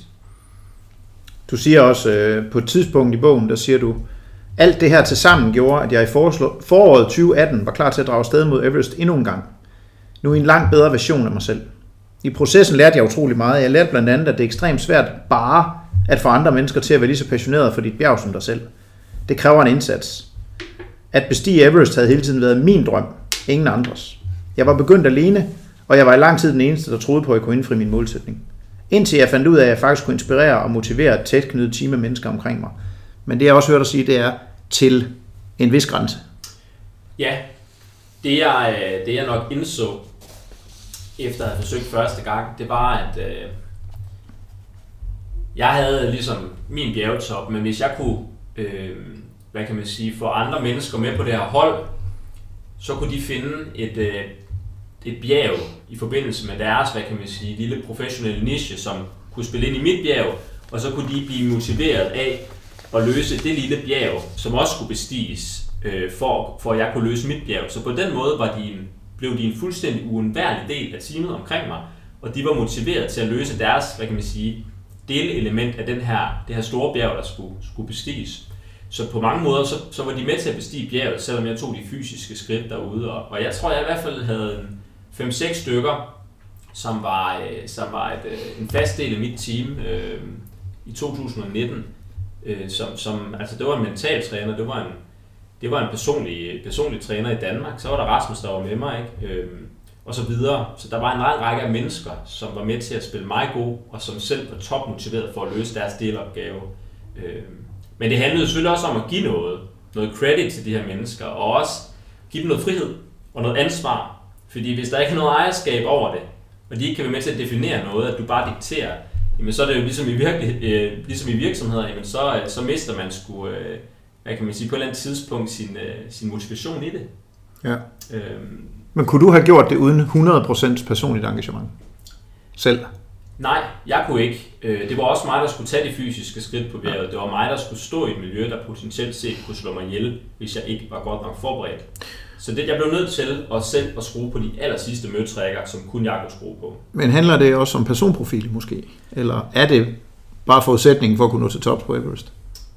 Du siger også på et tidspunkt i bogen, der siger du, alt det her tilsammen gjorde, at jeg i foråret 2018 var klar til at drage afsted mod Everest endnu en gang. Nu i en langt bedre version af mig selv. I processen lærte jeg utrolig meget. Jeg lærte blandt andet, at det er ekstremt svært bare at få andre mennesker til at være lige så passionerede for dit bjerg som dig selv. Det kræver en indsats. At bestige Everest havde hele tiden været min drøm, ingen andres. Jeg var begyndt alene, og jeg var i lang tid den eneste, der troede på, at jeg kunne indfri min målsætning. Indtil jeg fandt ud af, at jeg faktisk kunne inspirere og motivere et tæt knyttet team af mennesker omkring mig. Men det jeg også hørt dig sige, det er til en vis grænse. Ja, det jeg nok indså, efter at have forsøgt første gang, det var, at jeg havde ligesom min bjergetop, men hvis jeg kunne, få andre mennesker med på det her hold, så kunne de finde et bjerg i forbindelse med deres, lille professionelle niche, som kunne spille ind i mit bjerg, og så kunne de blive motiveret af at løse det lille bjerg, som også skulle bestiges, for at jeg kunne løse mit bjerg. Så på den måde blev de en fuldstændig uundværlig del af teamet omkring mig, og de var motiveret til at løse deres, delelement af det her store bjerg, der skulle bestiges. Så på mange måder, så var de med til at bestige bjerget, selvom jeg tog de fysiske skridt derude. Og jeg tror, jeg i hvert fald havde 5-6 stykker, som var en fast del af mit team i 2019. Det var en mentaltræner, det var en personlig træner i Danmark. Så var der Rasmus, der var med mig, ikke? Og så videre. Så der var en lang række af mennesker, som var med til at spille mig god, og som selv var topmotiveret for at løse deres delopgave. Men det handlede selvfølgelig også om at give noget credit til de her mennesker, og også give dem noget frihed og noget ansvar. Fordi hvis der ikke er noget ejerskab over det, og de ikke kan være med til at definere noget, at du bare dikterer, jamen så er det jo ligesom i virksomheder, jamen så mister man sgu, på et eller andet tidspunkt sin motivation i det. Ja. Men kunne du have gjort det uden 100% personligt engagement? Selv? Nej, jeg kunne ikke. Det var også mig, der skulle tage de fysiske skridt på bjerget. Det var mig, der skulle stå i et miljø, der potentielt set kunne slå mig ihjel, hvis jeg ikke var godt nok forberedt. Så jeg blev nødt til selv at skrue på de aller sidste møtrækker, som kun jeg kunne skrue på. Men handler det også om personprofil måske? Eller er det bare forudsætningen for at kunne nå til tops på Everest?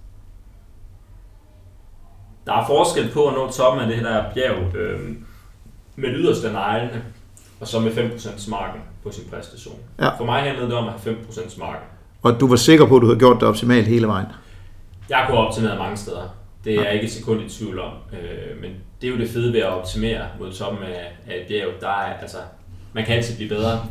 Der er forskel på at nå toppen af det her bjerg med yderste neglene, og så med 5% marken på sin præstation. Ja. For mig handlede det om at have 5% marken. Og du var sikker på, at du havde gjort det optimalt hele vejen? Jeg kunne optimere mange steder. Det er jeg ikke et sekund i tvivl om. Men det er jo det fede ved at optimere mod toppen af et bjerg. Der er, altså, man kan altid blive bedre.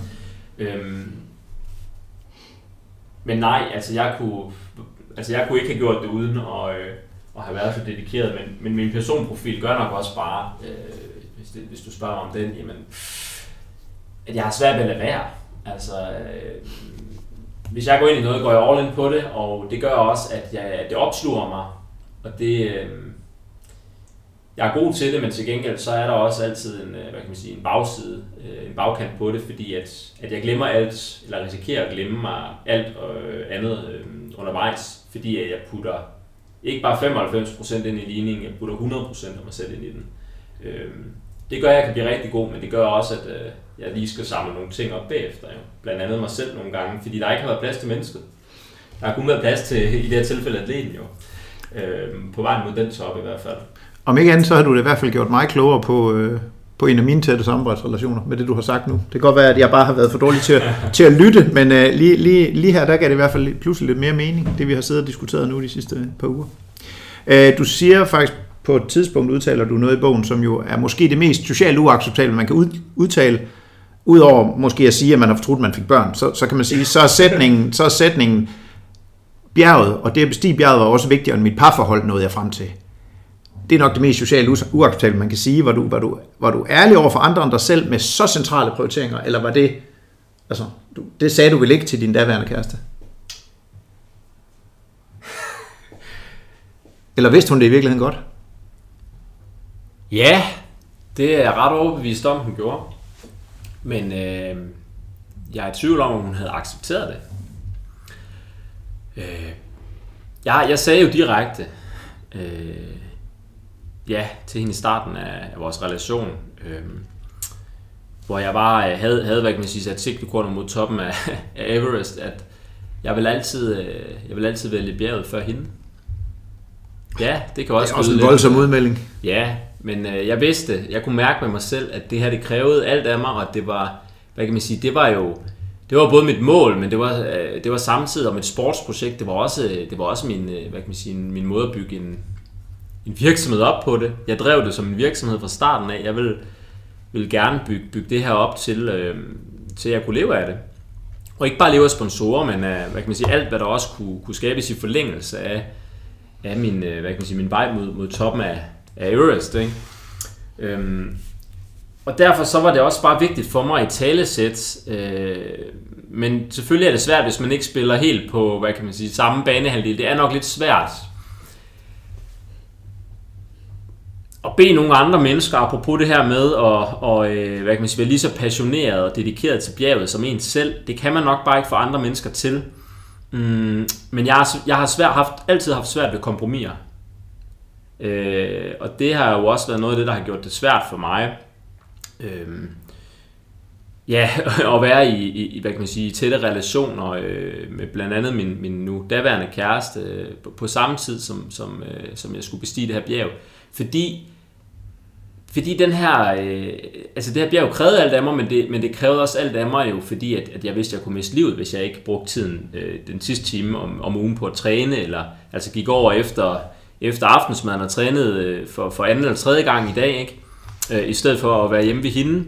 Men nej, altså jeg kunne ikke have gjort det uden at have været så dedikeret. Men min personprofil gør nok også bare, hvis du spørger om den, jamen, at jeg har svært ved at lade være. Altså, hvis jeg går ind i noget, går jeg all in på det, og det gør også, at det opsluger mig. Og det, jeg er god til det, men til gengæld så er der også altid en bagside, en bagkant på det, fordi at jeg glemmer alt, eller risikerer at glemme mig alt andet undervejs, fordi at jeg putter ikke bare 95% ind i ligningen, jeg putter 100% af mig selv ind i den. Det gør, at jeg kan blive rigtig god, men det gør også, at jeg lige skal samle nogle ting op bagefter. Jo. Blandt andet mig selv nogle gange, fordi der ikke har været plads til mennesket. Der har kun været plads til, i det her tilfælde, atleten jo. På vejen mod den top i hvert fald. Om ikke andet, så har du det i hvert fald gjort mig klogere på en af mine tætte samarbejdsrelationer med det, du har sagt nu. Det kan godt være, at jeg bare har været for dårlig til at lytte, men lige her, der gav det i hvert fald pludselig lidt mere mening, det vi har siddet og diskuteret nu de sidste par uger. Du siger faktisk, på et tidspunkt udtaler du noget i bogen, som jo er måske det mest socialt uacceptable, man kan udtale, udover måske at sige, at man har fortrudt, at man fik børn, så kan man sige, så er sætningen bjerget, og det at bestige bjerget var også vigtigere end mit parforhold, nåede jeg frem til. Det er nok det mest socialt uacceptable, man kan sige. Var du ærlig over for andre end dig selv med så centrale prioriteringer, eller var det, altså, det sagde du vel ikke til din daværende kæreste? Eller vidste hun det i virkeligheden godt? Ja, det er jeg ret overbevist om, hun gjorde. Men jeg er i tvivl om hun havde accepteret det. Jeg sagde jo direkte ja til hende i starten af vores relation, hvor jeg bare havde hvad kan man sige, sat sigtekornet mod toppen af Everest, at jeg vil altid vælge bjerget før hende. Ja, det kan også. Det er også en voldsom udmelding. Ja, men jeg vidste, jeg kunne mærke med mig selv, at det her det krævede alt af mig, og det var, hvad kan man sige, det var både mit mål, men det var samtidig om et sportsprojekt. Det var også min, hvad kan man sige, min måde at bygge en virksomhed op på det. Jeg drev det som en virksomhed fra starten af. Jeg ville gerne bygge det her op til jeg kunne leve af det. Og ikke bare leve af sponsorer, men hvad kan man sige, alt hvad der også kunne skabes i forlængelse af min, hvad kan man sige, min vej mod toppen af Everest, ikke? Og derfor så var det også bare vigtigt for mig i talesæt, men selvfølgelig er det svært, hvis man ikke spiller helt på, hvad kan man sige, samme banehalvdel. Det er nok lidt svært at bede nogle andre mennesker, apropos det her med at hvad kan man sige, være lige så passioneret og dedikeret til bjerget som en selv. Det kan man nok bare ikke få andre mennesker til. Men jeg har altid haft svært ved kompromiser. Og det har jo også været noget af det, der har gjort det svært for mig. At være i hvad kan man sige, tætte relationer med blandt andet min nu daværende kæreste på samme tid som jeg skulle bestige det her bjerg, fordi den her altså det her bjerg krævede alt af mig, men det krævede også alt af mig jo, fordi at jeg vidste, at jeg kunne miste livet, hvis jeg ikke brugte tiden den sidste time om ugen på at træne, eller altså gik over efter aftensmaden og trænede for anden eller tredje gang i dag, ikke? I stedet for at være hjemme ved hende.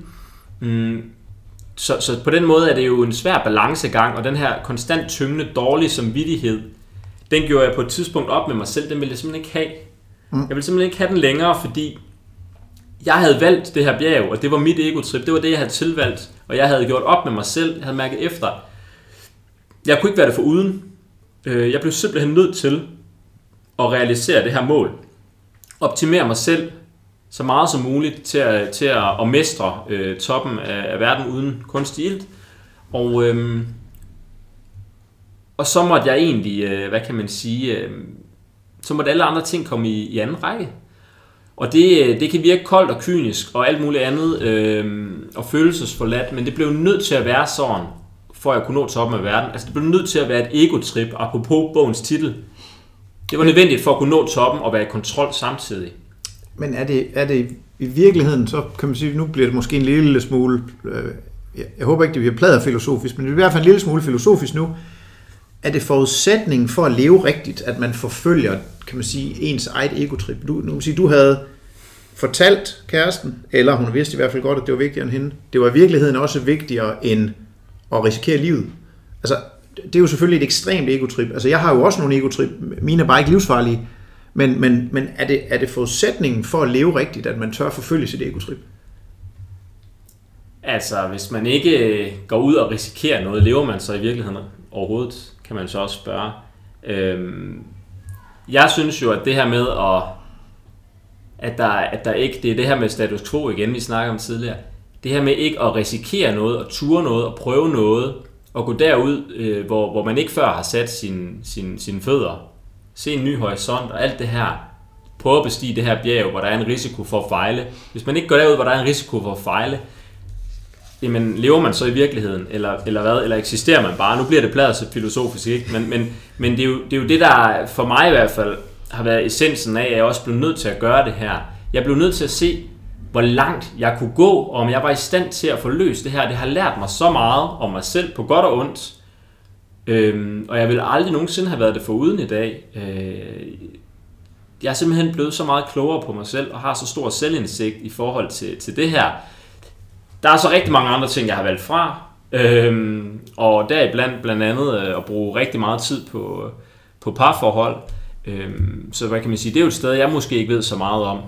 Så på den måde er det jo en svær balancegang, og den her konstant tyngende, dårlige samvittighed, den gjorde jeg på et tidspunkt op med mig selv. Den ville jeg simpelthen ikke have. Jeg ville simpelthen ikke have den længere, fordi jeg havde valgt det her bjerg, og det var mit egotrip. Det var det, jeg havde tilvalgt, og jeg havde gjort op med mig selv. Jeg havde mærket efter. Jeg kunne ikke være det foruden. Jeg blev simpelthen nødt til at realisere det her mål. Optimere mig selv så meget som muligt til at mestre toppen af verden uden kunstig ilt. Og så måtte jeg egentlig, så måtte alle andre ting komme i anden række. Og det kan virke koldt og kynisk og alt muligt andet og følelsesforladt, men det blev nødt til at være sådan, for at kunne nå toppen af verden. Altså det blev nødt til at være et egotrip, apropos bogens titel. Det var nødvendigt for at kunne nå toppen og være i kontrol samtidig. Men er det i virkeligheden, så kan man sige, nu bliver det måske en lille smule, jeg håber ikke, det bliver pladerfilosofisk, men det er i hvert fald en lille smule filosofisk nu. Er det forudsætningen for at leve rigtigt, at man forfølger, kan man sige, ens eget egotrip? Du havde fortalt kæresten, eller hun vidste i hvert fald godt, at det var vigtigere end hende. Det var i virkeligheden også vigtigere end at risikere livet. Altså, det er jo selvfølgelig et ekstremt egotrip. Altså, jeg har jo også nogle egotrip. Mine er bare ikke livsfarlige. Men er det forudsætningen for at leve rigtigt, at man tør forfølge sit egotrip? Altså, hvis man ikke går ud og risikerer noget, lever man så i virkeligheden overhovedet, kan man så også spørge. Jeg synes jo, at det her med, at der ikke, det er det her med status quo igen, vi snakker om tidligere, det her med ikke at risikere noget, og ture noget, og prøve noget, og gå derud, hvor man ikke før har sat sine fødder, se en ny horisont, og alt det her, prøve at bestige det her bjerg, hvor der er en risiko for at fejle. Hvis man ikke går derud, hvor der er en risiko for at fejle, jamen lever man så i virkeligheden, eller hvad? Eller eksisterer man bare? Nu bliver det pladet så filosofisk, ikke? Men det er jo det, der for mig i hvert fald har været essensen af, at jeg også blev nødt til at gøre det her. Jeg blev nødt til at se, hvor langt jeg kunne gå, og om jeg var i stand til at få løst det her. Det har lært mig så meget om mig selv, på godt og ondt. Og jeg ville aldrig nogensinde have været det foruden i dag. Jeg er simpelthen blevet så meget klogere på mig selv, og har så stor selvindsigt i forhold til det her. Der er så rigtig mange andre ting, jeg har valgt fra, og deriblandt blandt andet at bruge rigtig meget tid på parforhold. Så hvad kan man sige, det er jo et sted, jeg måske ikke ved så meget om.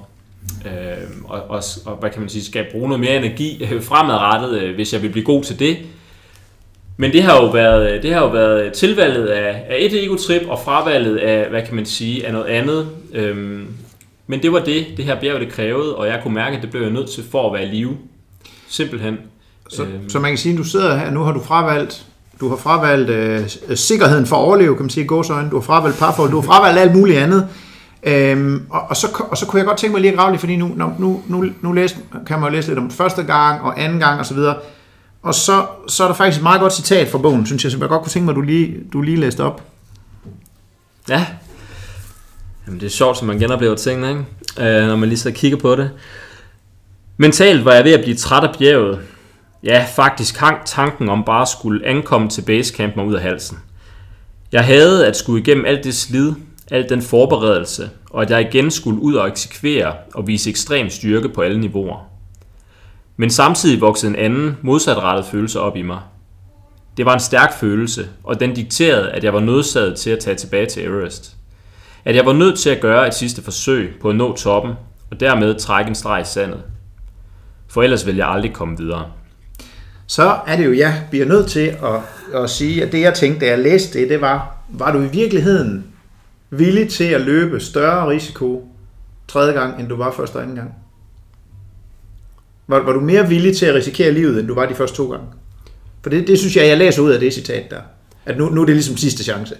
Og hvad kan man sige, skal jeg bruge noget mere energi fremadrettet, hvis jeg vil blive god til det. Men det har jo været tilvalget af et egotrip og fravalget af, hvad kan man sige, af noget andet. Men det var det her bjerg, det krævede, og jeg kunne mærke, at det blev jeg nødt til for at være i live. Simpelthen. Så man kan sige, at du sidder her, nu har du har fravalgt sikkerheden for at overleve, kan man sige, gåseøjne, du har fravalgt parforhold, du har fravalgt alt muligt andet. Og så kunne jeg godt tænke mig lige at grave lidt, fordi nu kan man jo læse lidt om første gang og anden gang og så videre. Og så er der faktisk et meget godt citat fra bogen, synes jeg, som jeg godt kunne tænke mig, at du lige læste op. Ja. Jamen, det er sjovt, som man genoplever tingene, ikke? Når man lige så kigger på det. Mentalt var jeg ved at blive træt af bjerget. Ja, faktisk hang tanken om bare at skulle ankomme til basecamp mig ud af halsen. Jeg havde at skulle igennem alt det slid, al den forberedelse, og at jeg igen skulle ud og eksekvere og vise ekstrem styrke på alle niveauer. Men samtidig voksede en anden, modsatrettet følelse op i mig. Det var en stærk følelse, og den dikterede, at jeg var nødsaget til at tage tilbage til Everest. At jeg var nødt til at gøre et sidste forsøg på at nå toppen, og dermed trække en streg i sandet. For ellers ville jeg aldrig komme videre. Så er det jo, jeg bliver nødt til at sige, at det jeg tænkte, da jeg læste det var du i virkeligheden villig til at løbe større risiko tredje gang, end du var første og anden gang? Var du mere villig til at risikere livet, end du var de første 2 gange? For det synes jeg læser ud af det citat der. At nu er det ligesom sidste chance.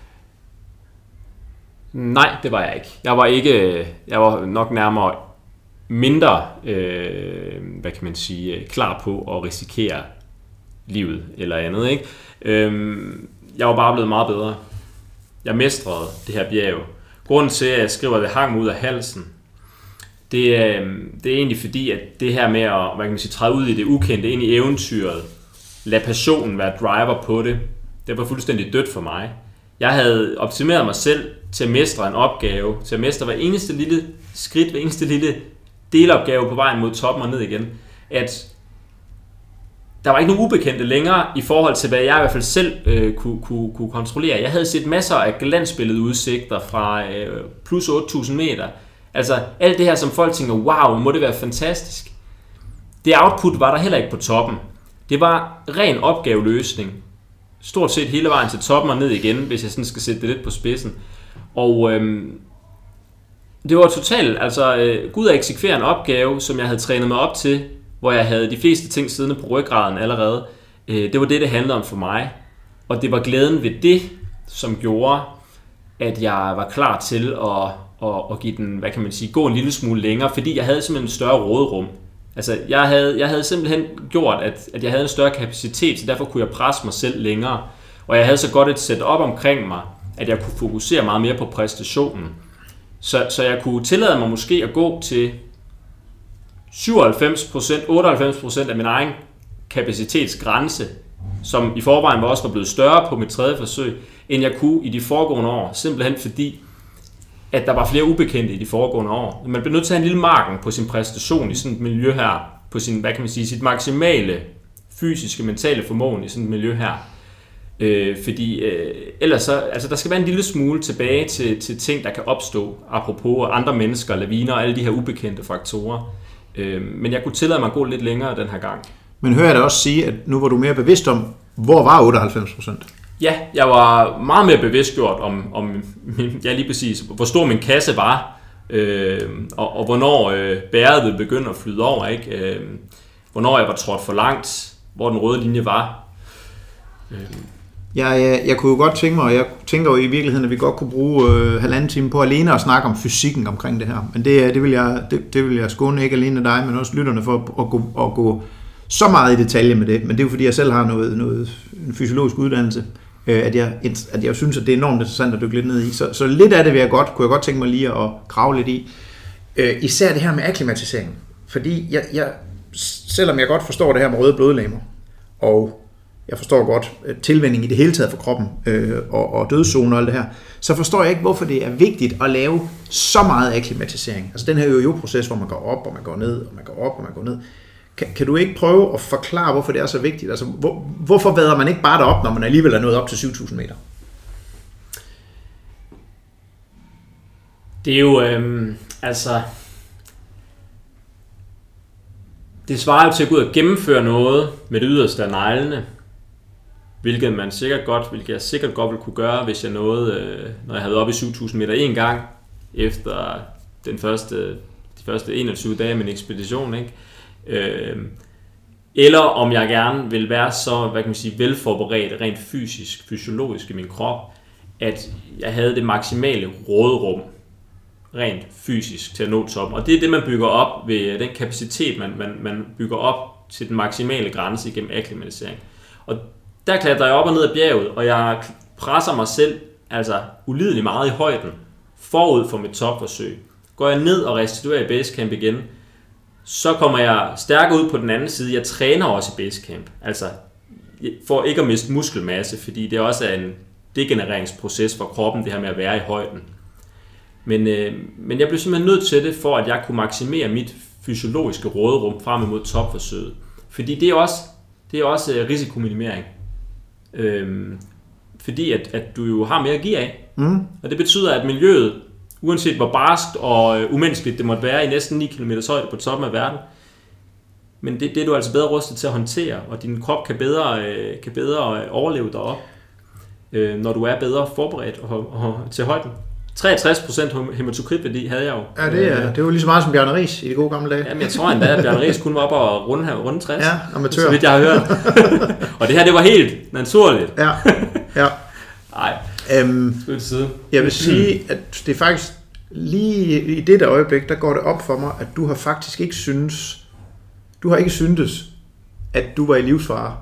Nej, det var jeg ikke. Jeg var nok nærmere mindre, hvad kan man sige, klar på at risikere livet eller andet, ikke? Jeg var bare blevet meget bedre. Jeg mestrede det her bjerg. Grunden til, at jeg skriver, at det hang ud af halsen, det er egentlig fordi, at det her med at, hvad kan man sige, træde ud i det ukendte, ind i eventyret, lade passionen være driver på det var fuldstændig dødt for mig. Jeg havde optimeret mig selv til at mestre en opgave, til at mestre hver eneste lille skridt, hver eneste lille delopgave på vejen mod toppen og ned igen. At der var ikke nogen ubekendte længere i forhold til, hvad jeg i hvert fald selv kunne kontrollere. Jeg havde set masser af glansbillede udsigter fra plus 8.000 meter. Altså alt det her, som folk tænker, wow, må det være fantastisk. Det output var der heller ikke på toppen. Det var ren opgaveløsning. Stort set hele vejen til toppen og ned igen, hvis jeg sådan skal sætte det lidt på spidsen. Og det var totalt, altså gå ud og eksekvere en opgave, som jeg havde trænet mig op til, hvor jeg havde de fleste ting siddende på ryggraden allerede. Det var det handlede om for mig. Og det var glæden ved det, som gjorde, at jeg var klar til at give den, hvad kan man sige, gå en lille smule længere, fordi jeg havde simpelthen en større råderum. Altså, jeg havde simpelthen gjort, at jeg havde en større kapacitet, så derfor kunne jeg presse mig selv længere. Og jeg havde så godt et setup omkring mig, at jeg kunne fokusere meget mere på præstationen. Så jeg kunne tillade mig måske at gå til 98% af min egen kapacitetsgrænse, som i forvejen også var blevet større på mit tredje forsøg, end jeg kunne i de foregående år. Simpelthen fordi, at der var flere ubekendte i de foregående år. Man bliver nødt til at have en lille marken på sin præstation i sådan et miljø her, på sin, hvad kan man sige, sit maksimale fysiske, mentale formåen i sådan et miljø her. Fordi ellers så, altså der skal være en lille smule tilbage til ting, der kan opstå, apropos andre mennesker, laviner og alle de her ubekendte faktorer. Men jeg kunne tillade mig at gå lidt længere den her gang. Men hører jeg dig også sige, at nu var du mere bevidst om, hvor var 98%? Ja, jeg var meget mere bevidstgjort om ja, lige præcis, hvor stor min kasse var, og hvornår bæret ville begynde at flyde over, ikke? Hvornår jeg var trådt for langt, hvor den røde linje var. Jeg kunne jo godt tænke mig, og jeg tænker jo i virkeligheden, at vi godt kunne bruge 1,5 time på alene at snakke om fysikken omkring det her. Men det vil jeg skåne ikke alene dig, men også lytterne for at gå så meget i detalje med det. Men det er jo fordi, jeg selv har en fysiologisk uddannelse, at jeg synes, at det er enormt interessant at dykke lidt ned i. Så lidt af det kunne jeg godt tænke mig lige at grave lidt i. Især det her med akklimatisering. Fordi selvom jeg godt forstår det her med røde blodlegemer, og jeg forstår godt tilvænning i det hele taget for kroppen, og dødszoner og alt det her, så forstår jeg ikke, hvorfor det er vigtigt at lave så meget akklimatisering. Altså den her jo-proces, hvor man går op, og man går ned, og man går op, og man går ned. Kan du ikke prøve at forklare, hvorfor det er så vigtigt? Altså, hvorfor vader man ikke bare derop, når man alligevel er nået op til 7.000 meter? Det er jo, det svarer jo til at gå ud og gennemføre noget med det yderste af neglene, hvilket jeg sikkert godt ville kunne gøre, hvis jeg nåede, når jeg havde op i 7.000 meter en gang, efter de første 21 dage af min ekspedition, ikke? Eller om jeg gerne vil være så, hvad kan man sige, velforberedt, rent fysisk, fysiologisk i min krop, at jeg havde det maksimale råderum, rent fysisk, til at nå toppen. Og det er det, man bygger op ved den kapacitet, man bygger op til den maksimale grænse igennem akklimatisering. Og der klatrer jeg op og ned ad bjerget, og jeg presser mig selv altså ulideligt meget i højden, forud for mit topforsøg. Går jeg ned og restituerer i basecamp igen, så kommer jeg stærkere ud på den anden side. Jeg træner også i basecamp, altså for ikke at miste muskelmasse, fordi det også er en degenereringsproces for kroppen, det her med at være i højden. Men jeg blev simpelthen nødt til det, for at jeg kunne maksimere mit fysiologiske råderum frem imod topforsøget. Fordi det er også risikominimering. Fordi at du jo har mere at give af. Og det betyder, at miljøet, uanset hvor barskt og umenneskeligt det måtte være i næsten 9 km højde på toppen af verden, men det er du altså bedre rustet til at håndtere, og din krop kan bedre overleve derop, når du er bedre forberedt til højden. 63% hæmatokritværdi havde jeg jo. Ja, det var lige så meget som Bjarne Riis i de gode gamle dage. Jamen, jeg tror endda, at Bjarne Riis kun var oppe og runde 60. Ja, amatør. Så vidt jeg har hørt. Og det her, det var helt naturligt. Ja. Nej, jeg vil sige, at det er faktisk lige i dette øjeblik, der går det op for mig, at du har faktisk ikke syntes, at du var i livsfare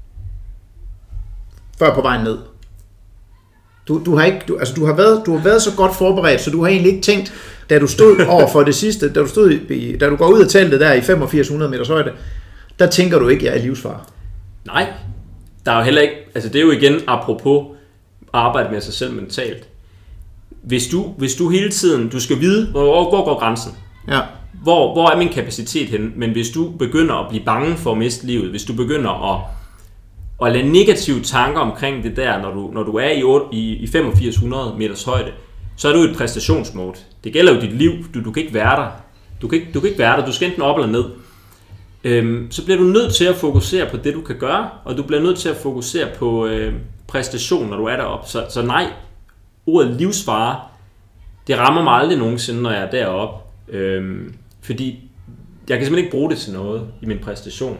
før på vejen ned. Du har været så godt forberedt, så du har egentlig ikke tænkt, da du stod over for det sidste, da du går ud af teltet der i 8500 meters højde, der tænker du ikke, at jeg er i livsfare. Nej, der er jo heller ikke, altså det er jo igen apropos arbejde med sig selv mentalt. Hvis du hele tiden, du skal vide, hvor går grænsen? Ja. Hvor er min kapacitet henne? Men hvis du begynder at blive bange for at miste livet, hvis du begynder at lade negative tanker omkring det der, når du er i 8500 meters højde, så er du i et præstationsmode. Det gælder jo dit liv. Du kan ikke være der. Du kan ikke være der. Du skal enten op eller ned. Så bliver du nødt til at fokusere på det, du kan gøre, og du bliver nødt til at fokusere på præstation, når du er deroppe. Så nej, ordet livsfare, det rammer mig aldrig nogensinde, når jeg er deroppe. Fordi jeg kan simpelthen ikke bruge det til noget i min præstation.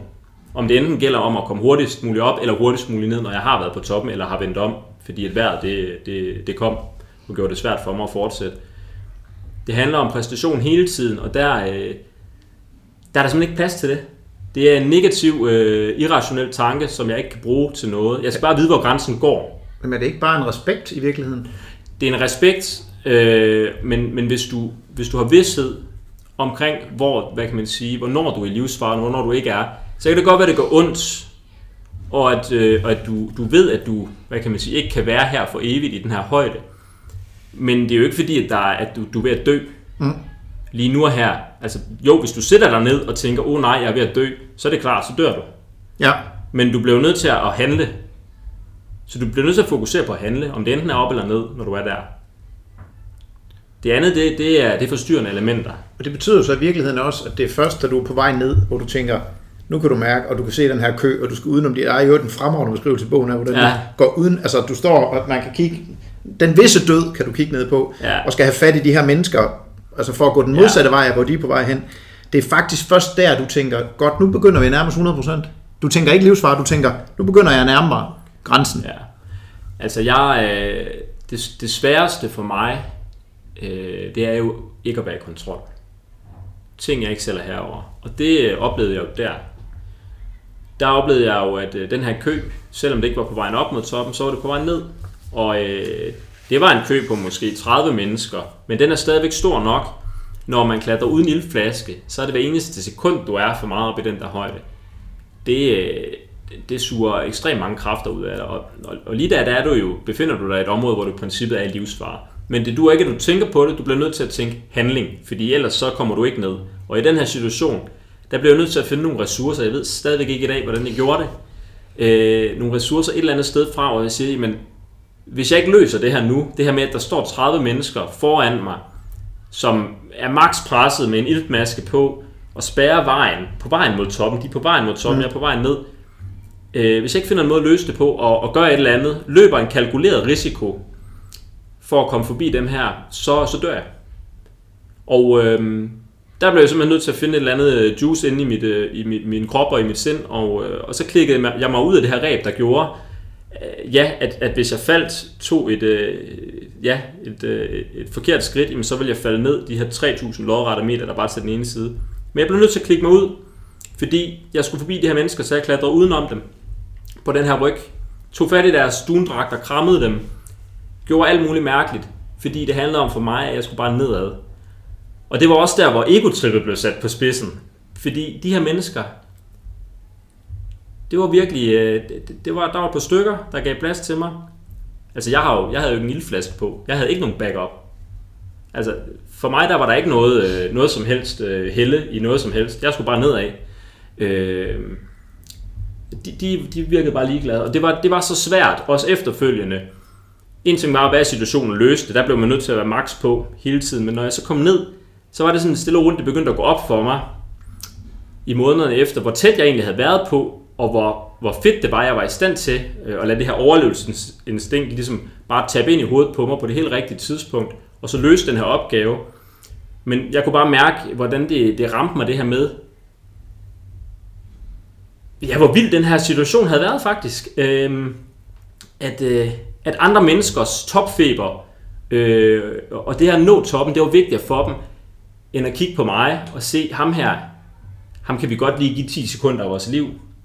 Om det enten gælder om at komme hurtigst muligt op, eller hurtigst muligt ned, når jeg har været på toppen, eller har vendt om, fordi et vejr det kom og gjorde det svært for mig at fortsætte. Det handler om præstation hele tiden, og der er der simpelthen ikke plads til det. Det er en negativ, irrationel tanke, som jeg ikke kan bruge til noget. Jeg skal bare vide, hvor grænsen går. Men er det ikke bare en respekt i virkeligheden? Det er en respekt, men hvis du har vidsthed omkring, hvornår du er i livsfare, og hvornår du ikke er, så kan det godt være, at det går ondt, og at du ved, at du ikke kan være her for evigt i den her højde. Men det er jo ikke fordi, at du er ved at dø. Lige nu og her. Altså, jo, hvis du sætter dig ned og tænker, nej, jeg er ved at dø, så er det klart, så dør du. Ja. Men du bliver nødt til at handle. Så du bliver nødt til at fokusere på at handle, om det enten er op eller ned, når du er der. Det andet, det er forstyrrende elementer. Og det betyder så i virkeligheden også, at det er først, da du er på vej ned, hvor du tænker, nu kan du mærke, og du kan se den her kø, og du skal udenom det. Der er jo den fremragende beskrivelse i bogen, hvordan du går uden, altså du står, og man kan kigge, den visse død kan du kigge ned på, og skal have fat i de her mennesker, altså for at gå den modsatte vej, hvor de er på vej hen. Det er faktisk først der, du tænker, godt, nu begynder vi at nærme os 100%. Du tænker ikke livsfare, du tænker, nu begynder jeg at nærme mig grænsen. Ja. Altså det sværeste for mig, det er jo ikke at være i kontrol. Ting jeg ikke selv er herover. Og det oplevede jeg jo der. Der oplevede jeg jo, at den her kø, selvom det ikke var på vejen op mod toppen, så var det på vejen ned. Og det var en kø på måske 30 mennesker, men den er stadigvæk stor nok. Når man klatrer uden ildflaske, så er det hver eneste sekund, du er for meget op i den der højde. Det suger ekstremt mange kræfter ud af dig. Og lige der befinder du dig i et område, hvor du i princippet er i livsfare. Men det duer ikke, at du tænker på det. Du bliver nødt til at tænke handling, fordi ellers så kommer du ikke ned. Og i den her situation, der bliver jeg nødt til at finde nogle ressourcer. Jeg ved stadigvæk ikke i dag, hvordan jeg gjorde det. Nogle ressourcer et eller andet sted fra, hvor jeg siger, men hvis jeg ikke løser det her nu, det her med, at der står 30 mennesker foran mig, som er maks presset med en iltmaske på, og spærrer vejen, på vejen mod toppen. De er på vejen mod toppen, jeg er på vejen ned. Hvis jeg ikke finder en måde at løse det på, og gør et eller andet, løber en kalkuleret risiko for at komme forbi dem her, så dør jeg. Og der blev jeg simpelthen nødt til at finde et eller andet juice inde i min krop og i mit sind, og så klikkede jeg mig ud af det her reb, der gjorde, at hvis jeg tog et forkert skridt, så ville jeg falde ned de her 3.000 lodrette meter, der bare til den ene side. Men jeg blev nødt til at klikke mig ud, fordi jeg skulle forbi de her mennesker, så jeg klatrede udenom dem på den her ryg. Tog fat i deres dundragter, krammede dem, gjorde alt muligt mærkeligt, fordi det handlede om for mig, at jeg skulle bare nedad. Og det var også der, hvor egotrippet blev sat på spidsen. Fordi de her mennesker, det var virkelig, der var et par stykker, der gav plads til mig. Altså jeg havde jo ikke en ildflaske på. Jeg havde ikke nogen backup. Altså for mig der var der ikke noget som helst helle i noget som helst. Jeg skulle bare nedad. De virkede bare ligeglade. Og det var så svært, også efterfølgende. En ting var, hvad situationen løste. Der blev man nødt til at være max på hele tiden. Men når jeg så kom ned, så var det sådan stille og roligt, det begyndte at gå op for mig i månederne efter, hvor tæt jeg egentlig havde været på, og hvor fedt det var, jeg var i stand til at lade det her overlevelsesinstinkt ligesom bare tabe ind i hovedet på mig på det helt rigtige tidspunkt, og så løse den her opgave. Men jeg kunne bare mærke, hvordan det ramte mig det her med, hvor vild den her situation havde været faktisk. At andre menneskers topfeber, og det her nå toppen, det var vigtigere for dem, end at kigge på mig og se ham her. Ham kan vi godt lige give 10 sekunder af vores liv.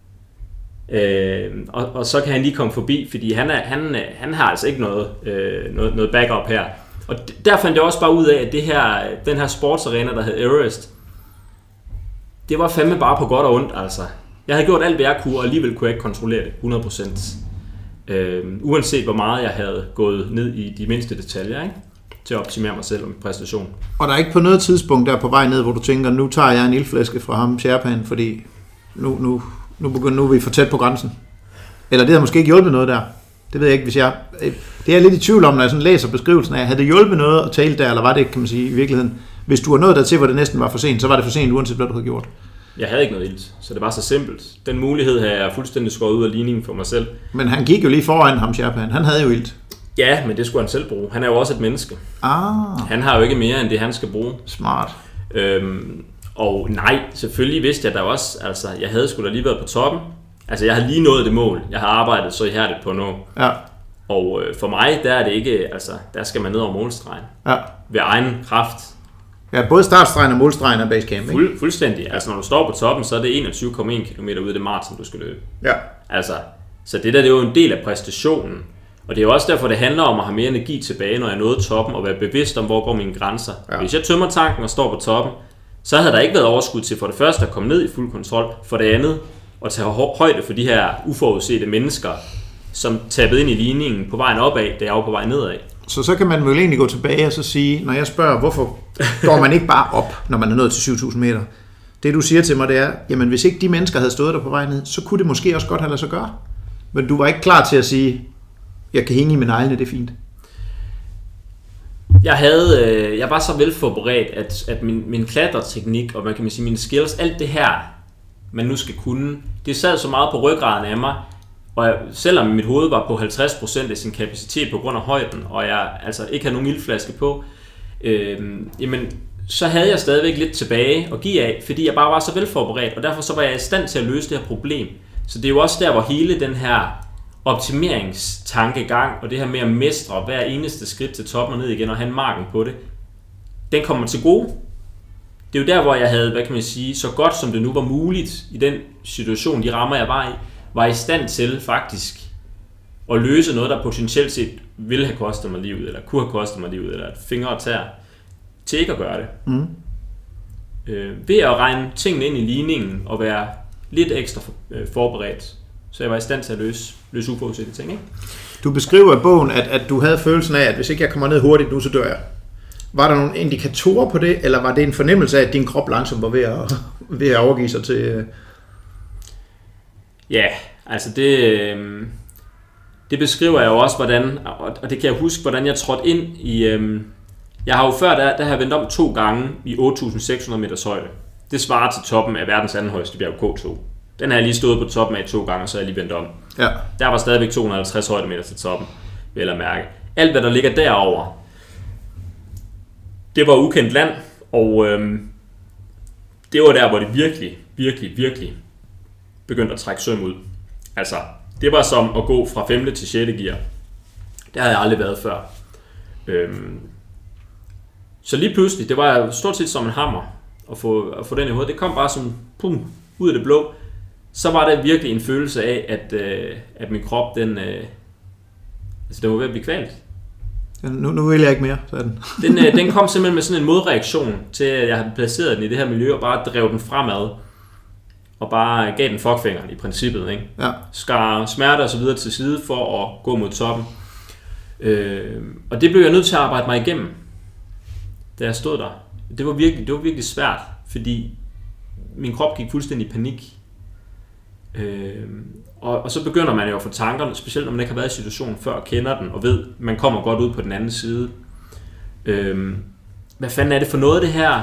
Og så kan han lige komme forbi, fordi han har altså ikke noget backup her. Og der fandt jeg også bare ud af, at den her sportsarena, der hed Everest, det var fandme bare på godt og ondt, altså. Jeg havde gjort alt, hvad jeg kunne, og alligevel kunne jeg ikke kontrollere det 100%. Uanset hvor meget jeg havde gået ned i de mindste detaljer, ikke? Til at optimere mig selv og min præstation. Og der er ikke på noget tidspunkt der på vej ned, hvor du tænker, nu tager jeg en ildflaske fra ham, Sherpaen, fordi nu er vi for tæt på grænsen. Eller det har måske ikke hjulpet noget der. Det ved jeg ikke, det er jeg lidt i tvivl om, når jeg sådan læser beskrivelsen af, havde det hjulpet noget at tale der, eller var det ikke, kan man sige, i virkeligheden? Hvis du var nået dertil, hvor det næsten var for sent, så var det for sent, uanset hvad du havde gjort. Jeg havde ikke noget ilt, så det var så simpelt. Den mulighed havde jeg fuldstændig skåret ud af ligningen for mig selv. Men han gik jo lige foran ham, Sherpaen. Han havde jo ilt. Ja, men det skulle han selv bruge. Han er jo også et menneske. Han har jo ikke mere, end det han skal bruge. Smart. Og nej, selvfølgelig vidste jeg da også, altså jeg havde sgu da lige været på toppen. Altså jeg har lige nået det mål, jeg har arbejdet så ihærdigt på nu. Ja. Og for mig, der er det ikke, altså der skal man ned over målstregen. Ja. Ved egen kraft. Ja, både startstregen og målstregen er basecamp, ikke? Fuldstændig. Altså når du står på toppen, så er det 21,1 km ude af det maraton, du skal løbe. Ja. Altså, så det der, det er jo en del af præstationen. Og det er jo også derfor, det handler om at have mere energi tilbage, når jeg nåede toppen, og være bevidst om, hvor går mine grænser. Ja. Hvis jeg tømmer tanken og står på toppen, så havde der ikke været overskud til for det første at komme ned i fuld kontrol, for det andet at tage højde for de her uforudsete mennesker, som tabede ind i ligningen på vejen opad, da jeg var på vej nedad. Så kan man vel egentlig gå tilbage og så sige, når jeg spørger, hvorfor går man ikke bare op, når man er nået til 7.000 meter? Det du siger til mig, det er, jamen hvis ikke de mennesker havde stået der på vej ned, så kunne det måske også godt have lade sig gøre. Men du var ikke klar til at sige, jeg kan hænge i mine egne, det er fint. Jeg var så velforberedt, at min klatreteknik, og man kan sige mine skills, alt det her, man nu skal kunne, det sad så meget på ryggraden af mig, og selvom mit hoved var på 50% af sin kapacitet på grund af højden, og jeg altså ikke havde nogen ildflaske på, jamen, så havde jeg stadigvæk lidt tilbage at give af, fordi jeg bare var så velforberedt, og derfor så var jeg i stand til at løse det her problem. Så det er jo også der, hvor hele den her optimeringstankegang, og det her med at mestre hver eneste skridt til toppen og ned igen, og have en marken på det, den kommer til gode. Det er jo der, hvor jeg havde, hvad kan man sige, så godt som det nu var muligt, i den situation, de rammer jeg var i stand til faktisk at løse noget, der potentielt set ville have kostet mig livet, eller kunne have kostet mig livet, eller et finger og tær, til ikke at gøre det. Mm. Ved at regne tingene ind i ligningen, og være lidt ekstra forberedt, så jeg var i stand til at løse uforudsete ting, ikke? Du beskriver i bogen, at du havde følelsen af, at hvis ikke jeg kommer ned hurtigt nu, så dør jeg. Var der nogle indikatorer på det, eller var det en fornemmelse af, at din krop langsomt var ved at overgive sig til... Ja, altså det beskriver jeg jo også, hvordan, og det kan jeg huske, hvordan jeg trådte ind i... Jeg har jo før, der har jeg vendt om 2 gange i 8.600 meters højde. Det svarer til toppen af verdens anden højeste bjerg, K2. Den har jeg lige stået på toppen af 2 gange, og så er jeg lige vendt om. Ja. Der var stadigvæk 250 højdemeter til toppen, vil jeg mærke. Alt, hvad der ligger derover, det var ukendt land, og det var der, hvor det virkelig begyndte at trække søm ud. Altså, det var som at gå fra 5. til 6. gear. Det havde jeg aldrig været før. Så lige pludselig, det var stort set som en hammer at få den i hovedet. Det kom bare sådan, pum, ud af det blå. Så var der virkelig en følelse af, at min krop, den var ved at blive kvalt. Nu vil jeg ikke mere, sagde den. Den kom simpelthen med sådan en modreaktion til, at jeg havde placeret den i det her miljø, og bare drev den fremad. Og bare gav den fuckfingeren i princippet, ikke? Ja. Skar smerte og så videre til side for at gå mod toppen. Og det blev jeg nødt til at arbejde mig igennem, da jeg stod der. Det var virkelig svært, fordi min krop gik fuldstændig i panik. Og så begynder man jo at få tankerne, specielt når man ikke har været i situationen før og kender den, og ved, at man kommer godt ud på den anden side. Hvad fanden er det for noget, det her?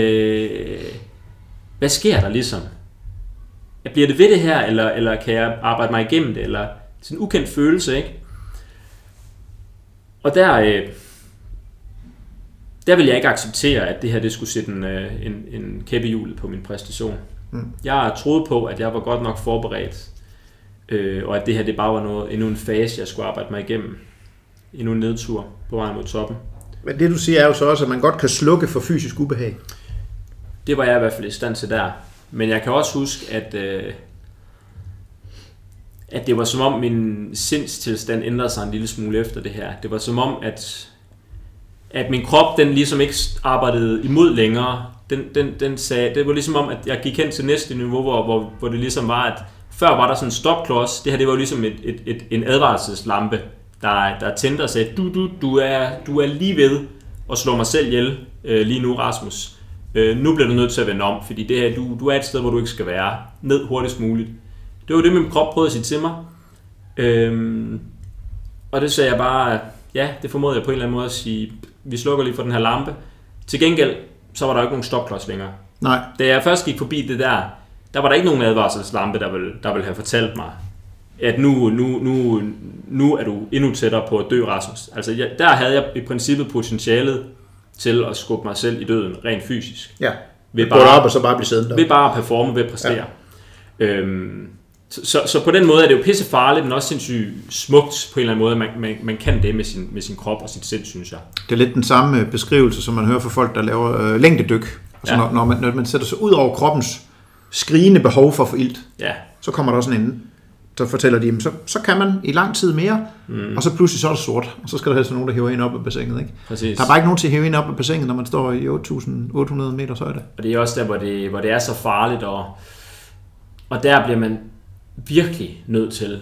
Hvad sker der ligesom? Bliver det ved det her, eller kan jeg arbejde mig igennem det? Eller sådan en ukendt følelse, ikke? Og der vil jeg ikke acceptere, at det her det skulle sætte en kæppe i hjulet på min præstation. Mm. Jeg troede på, at jeg var godt nok forberedt, og at det her det bare var endnu en fase, jeg skulle arbejde mig igennem. Endnu en nedtur på vejen mod toppen. Men det du siger er jo så også, at man godt kan slukke for fysisk ubehag. Det var jeg i hvert fald i stand til der. Men jeg kan også huske, at det var som om min sindstilstand ændrede sig en lille smule efter det her. Det var som om, at min krop, den ligesom ikke arbejdede imod længere. Den sagde, det var ligesom om, at jeg gik hen til næste niveau, hvor det ligesom var, at før var der sådan en stopklods. Det her, det var ligesom en advarselslampe, der tændte og sagde, du er lige ved at slå mig selv ihjel lige nu, Rasmus. Nu bliver du nødt til at vende om, fordi det her, du er et sted, hvor du ikke skal være. Ned hurtigst muligt. Det var det, min krop prøvede at sige til mig. Og det sagde jeg bare, ja, det formodede jeg på en eller anden måde at sige, vi slukker lige for den her lampe. Til gengæld, så var der ikke nogen stopklods længere. Nej. Da jeg først gik forbi det der var der ikke nogen advarselslampe, der ville have fortalt mig, at nu er du endnu tættere på at dø, Rasmus. Altså, der havde jeg i princippet potentialet til at skubbe mig selv i døden, rent fysisk. Ja. Ved bare op og så bare blive siddende der. Ved bare at performe, ved at præstere. Ja. Så på den måde er det jo pissefarligt, men også sindssygt smukt på en eller anden måde, at man kan det med sin krop og sit sind, synes jeg. Det er lidt den samme beskrivelse, som man hører fra folk, der laver længdedyk. Altså når man sætter sig ud over kroppens skrigende behov for at få ilt, så kommer der også sådan en, så fortæller de dem, så kan man i lang tid mere, og så pludselig så er det sort, og så skal der helst nogen, der hiver en op af bassinet, ikke? Præcis. Der er bare ikke nogen til at hive en op af bassinet, når man står i 8.800 meters højde. Og det er også der, hvor det er så farligt, og der bliver man virkelig nødt til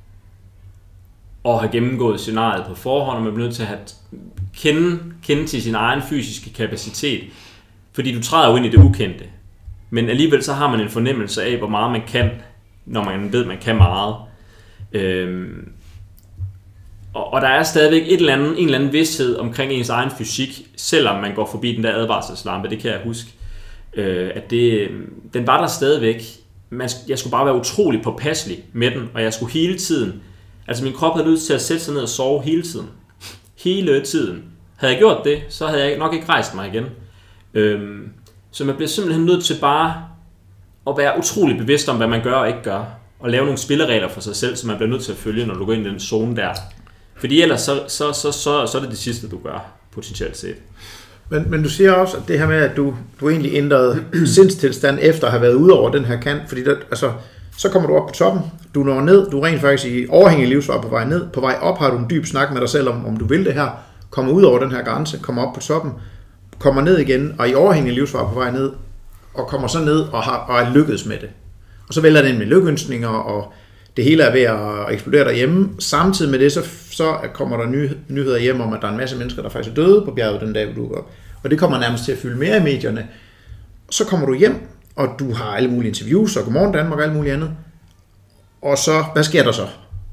at have gennemgået scenariet på forhånd, og man bliver nødt til at kende til sin egen fysiske kapacitet, fordi du træder jo ind i det ukendte, men alligevel så har man en fornemmelse af, hvor meget man kan, når man ved, man kan meget. Og der er stadigvæk en eller anden vidsthed omkring ens egen fysik, selvom man går forbi den der advarselslampe, det kan jeg huske, at den var der stadigvæk. Jeg skulle bare være utrolig påpasselig med den, og jeg skulle hele tiden, altså min krop havde lyst til at sætte sig ned og sove hele tiden. Hele tiden. Havde jeg gjort det, så havde jeg nok ikke rejst mig igen. Så man bliver simpelthen nødt til bare at være utrolig bevidst om, hvad man gør og ikke gør, og lave nogle spilleregler for sig selv, som man bliver nødt til at følge, når du går ind i den zone der. Fordi ellers så er det sidste, du gør, potentielt set. Men du siger også, at det her med, at du egentlig ændrede sindstilstand efter at have været ude over den her kant, fordi så kommer du op på toppen, du når ned, du er rent faktisk i overhængende livsfare på vej ned, på vej op har du en dyb snak med dig selv om du vil det her, kommer ud over den her grænse, kommer op på toppen, kommer ned igen, og i overhængende livsfare på vej ned, og kommer så ned og er lykkedes med det. Og så vælger den med lykønskninger, og det hele er ved at eksplodere derhjemme. Samtidig med det, så kommer der nyheder hjem om, at der er en masse mennesker, der faktisk er døde på bjerget den dag, du går op. Og det kommer nærmest til at fylde mere i medierne. Så kommer du hjem, og du har alle mulige interviews, og Godmorgen Danmark og alt muligt andet. Og så, hvad sker der så?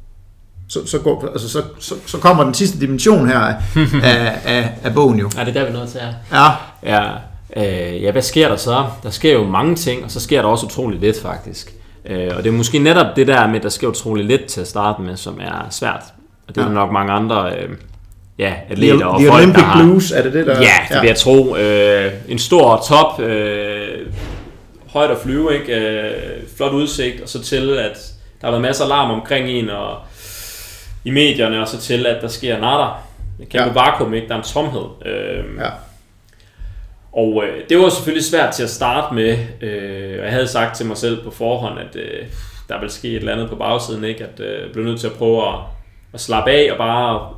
Så kommer den sidste dimension her af bogen jo. Ja, det er der, vi er nødt til at. Ja, hvad sker der så? Der sker jo mange ting, og så sker der også utroligt lidt faktisk. Og det er måske netop det der med, at der sker utroligt lidt til at starte med, som er svært. Og det er nok mange andre atleter og folk, Olympic Blues, er det der? Ja, det vil jeg tro. En stor top, højt at flyve, ikke? Flot udsigt, og så til, at der har været masser af larm omkring en, og i medierne, og så til, at der sker natter. Et kæmpe vakuum, ikke? Der er en tomhed. Og det var selvfølgelig svært til at starte med, og jeg havde sagt til mig selv på forhånd, at der ville ske et eller andet på bagsiden, ikke? At jeg blev nødt til at prøve at slappe af og bare,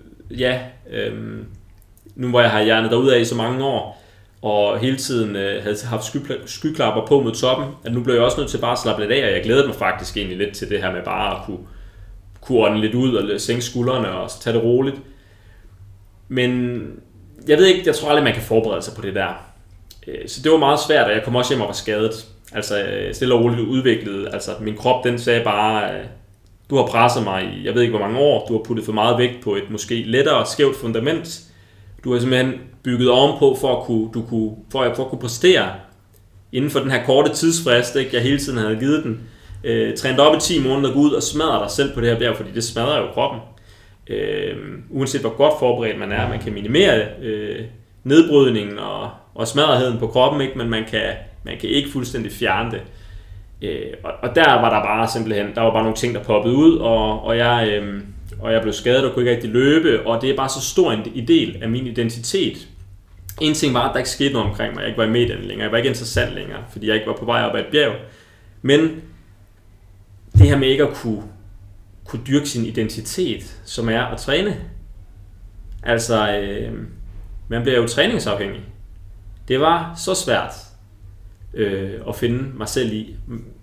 nu hvor jeg har hjernet derudad i så mange år, og hele tiden havde haft skyklapper på mod toppen, at nu blev jeg også nødt til bare at slappe lidt af, og jeg glædede mig faktisk egentlig lidt til det her med bare at kunne ånde lidt ud og sænke skuldrene og så tage det roligt. Men jeg ved ikke, jeg tror aldrig, man kan forberede sig på det der. Så det var meget svært, og jeg kom også hjem og var skadet. Altså stille og roligt udviklet. Altså min krop, den sagde bare, du har presset mig i, jeg ved ikke hvor mange år, du har puttet for meget vægt på et måske lettere skævt fundament. Du har simpelthen bygget ovenpå for at kunne præstere inden for den her korte tidsfrist, ikke, jeg hele tiden havde givet den. Trænet op i 10 måneder, gå ud og smadre dig selv på det her bjerg, fordi det smadrer jo kroppen. Uanset hvor godt forberedt man er, man kan minimere nedbrydningen og smadretheden på kroppen, ikke? Men man kan ikke fuldstændig fjerne det. Og der var der bare simpelthen, der var bare nogle ting, der poppede ud, og jeg blev skadet og kunne ikke rigtig løbe, og det er bare så stor en del af min identitet. En ting var, at der ikke skete noget omkring mig, jeg ikke var i medierne længere, jeg var ikke interessant længere, fordi jeg ikke var på vej op ad et bjerg. Men det her med ikke at kunne dyrke sin identitet, som er at træne. Altså, man bliver jo træningsafhængig. Det var så svært at finde mig selv i.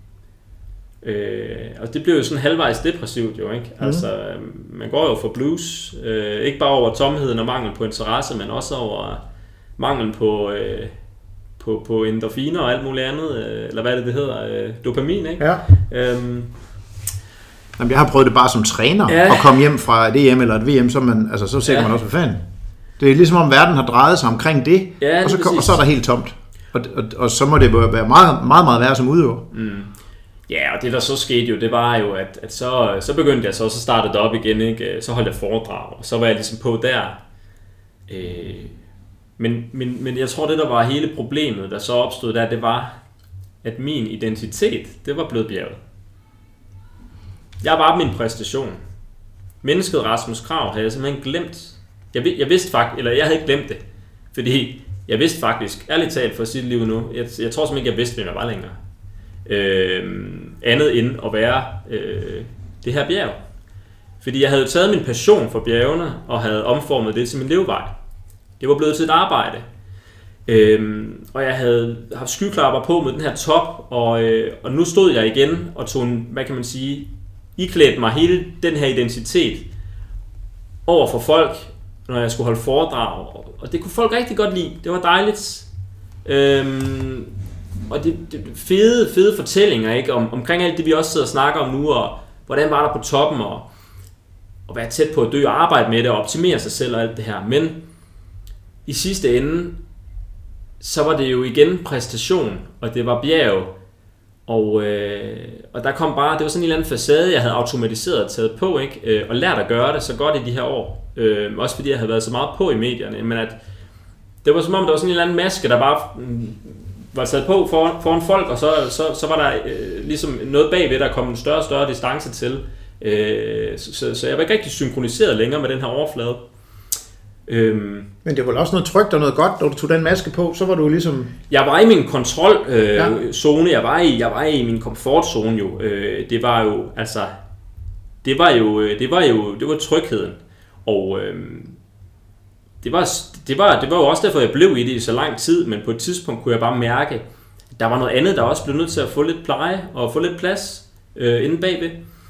Og det blev jo sådan halvvejs depressivt jo, ikke? Altså, man går jo for blues, ikke bare over tomheden og mangel på interesse, men også over mangel på endorfiner og alt muligt andet, eller hvad det hedder, dopamin, ikke? Ja. Jamen, jeg har prøvet det bare som træner, at komme hjem fra et EM eller et VM, så ser man også, hvad fanden. Det er ligesom om verden har drejet sig omkring det, og så er der helt tomt. Og så må det være meget, meget, meget værre som udøver. Ja, og det der så skete jo, det var jo, at så begyndte jeg så startede det op igen, ikke? Så holdt jeg foredrag, og så var jeg ligesom på der. Men jeg tror, det der var hele problemet, der så opstod der, det var, at min identitet, det var blevet bjerget. Jeg var min præstation. Mennesket Rasmus Krag havde jeg simpelthen glemt. Jeg vidste faktisk, eller jeg havde ikke glemt det, fordi jeg vidste faktisk, ærligt talt for sit liv nu, jeg tror simpelthen ikke, jeg vidste, hvem jeg var længere. Andet end at være det her bjerg. Fordi jeg havde taget min passion for bjergene, og havde omformet det til min levevej. Det var blevet til et arbejde. Og jeg havde haft skyklapper på med den her top, og nu stod jeg igen og tog en, hvad kan man sige, iklædte mig hele den her identitet over for folk, når jeg skulle holde foredrag. Og det kunne folk rigtig godt lide. Det var dejligt. Og det fede fortællinger, ikke? Omkring alt det, vi også sidder og snakker om nu, og hvordan var der på toppen, og være tæt på at dø og arbejde med det, og optimere sig selv og alt det her. Men i sidste ende, så var det jo igen præstation, og det var bjerg, og der kom bare, det var sådan en eller anden facade, jeg havde automatiseret og taget på, ikke? Og lært at gøre det så godt i de her år. Også fordi jeg havde været så meget på i medierne, men at det var som om, der var sådan en eller anden maske, der bare var taget på foran folk, og så var der ligesom noget bagved, der kom en større og større distance til. Så jeg var ikke rigtig synkroniseret længere med den her overflade. Men det var også noget trygt og noget godt, da du tog den maske på, så var du ligesom... Jeg var i min kontrolzone, jeg var i min komfortzone jo. Det var trygheden. Og det var jo også derfor, jeg blev i det i så lang tid, men på et tidspunkt kunne jeg bare mærke, at der var noget andet, der også blev nødt til at få lidt pleje og få lidt plads inde bagved.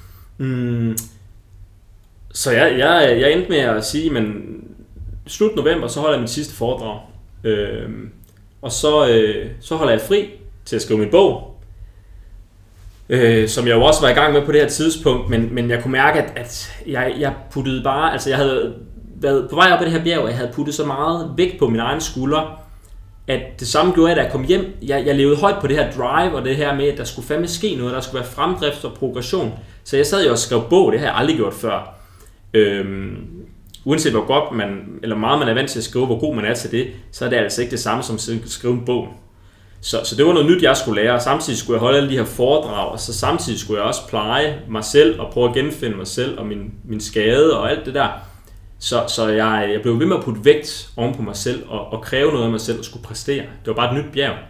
Så jeg endte med at sige, men slut november, så holder jeg mit sidste foredrag. Og så holder jeg fri til at skrive min bog. Som jeg jo også var i gang med på det her tidspunkt, men jeg kunne mærke, at jeg puttede bare, altså jeg havde været på vej op ad det her bjerg, og jeg havde puttet så meget vægt på mine egne skuldre, at det samme gjorde jeg, da jeg kom hjem. Jeg levede højt på det her drive, og det her med, at der skulle fandme ske noget, der skulle være fremdrift og progression. Så jeg sad jo og skrev bog, det har jeg aldrig gjort før. Uanset hvor godt eller meget man er vant til at skrive, hvor god man er til det, så er det altså ikke det samme som at skrive en bog. Så det var noget nyt, jeg skulle lære, og samtidig skulle jeg holde alle de her foredrag, og så samtidig skulle jeg også pleje mig selv, og prøve at genfinde mig selv, og min skade, og alt det der. Så jeg blev ved med at putte vægt oven på mig selv, og kræve noget af mig selv, og skulle præstere. Det var bare et nyt bjerg.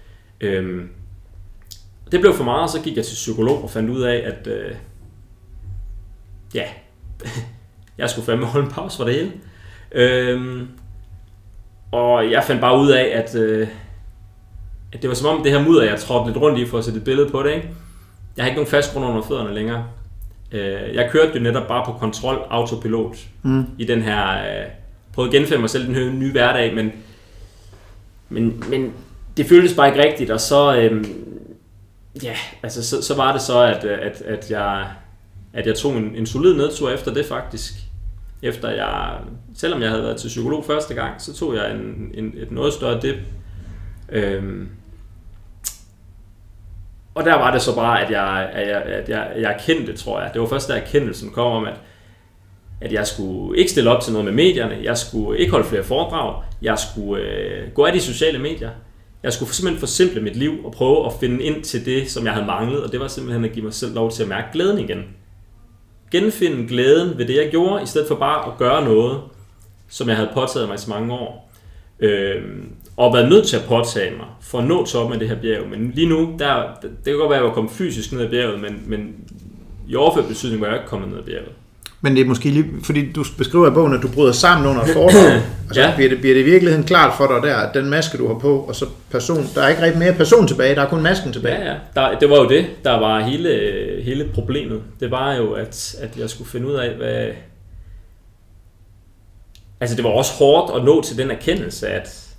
Det blev for meget, og så gik jeg til psykolog, og fandt ud af, at jeg skulle fandme holde en pause for det hele. Og jeg fandt bare ud af, at det var som om det her mudder, jeg trådte lidt rundt i for at sætte et billede på det, ikke? Jeg har ikke nogen fast grund under fødderne længere. Jeg kørte jo netop bare på kontrol, autopilot i den her, prøvede at genfinde mig selv den her nye hverdag, men det føltes bare ikke rigtigt, og så, så var det så, at jeg tog en solid nedtur efter det faktisk. Selvom jeg havde været til psykolog første gang, så tog jeg et noget større dip. Og der var det så bare, at jeg erkendte, tror jeg. Det var først, da erkendelsen kom om, at jeg skulle ikke stille op til noget med medierne. Jeg skulle ikke holde flere foredrag. Jeg skulle gå af de sociale medier. Jeg skulle simpelthen forsimple mit liv og prøve at finde ind til det, som jeg havde manglet. Og det var simpelthen at give mig selv lov til at mærke glæden igen. Genfinde glæden ved det, jeg gjorde, i stedet for bare at gøre noget, som jeg havde påtaget mig i så mange år. Og været nødt til at påtage mig for at nå toppen af det her bjerg. Men lige nu, det kan godt være, at jeg var kommet fysisk ned ad bjerget, men i overført betydning var jeg ikke kommet ned ad bjerget. Men det er måske lige, fordi du beskriver i bogen, at du bryder sammen under et foredrag. Altså, ja. Bliver det i virkeligheden klart for dig der, at den maske, du har på, og så person, der er ikke rigtig mere person tilbage, der er kun masken tilbage. Ja. Det var jo det, der var hele problemet. Det var jo, at jeg skulle finde ud af, hvad... Altså, det var også hårdt at nå til den erkendelse,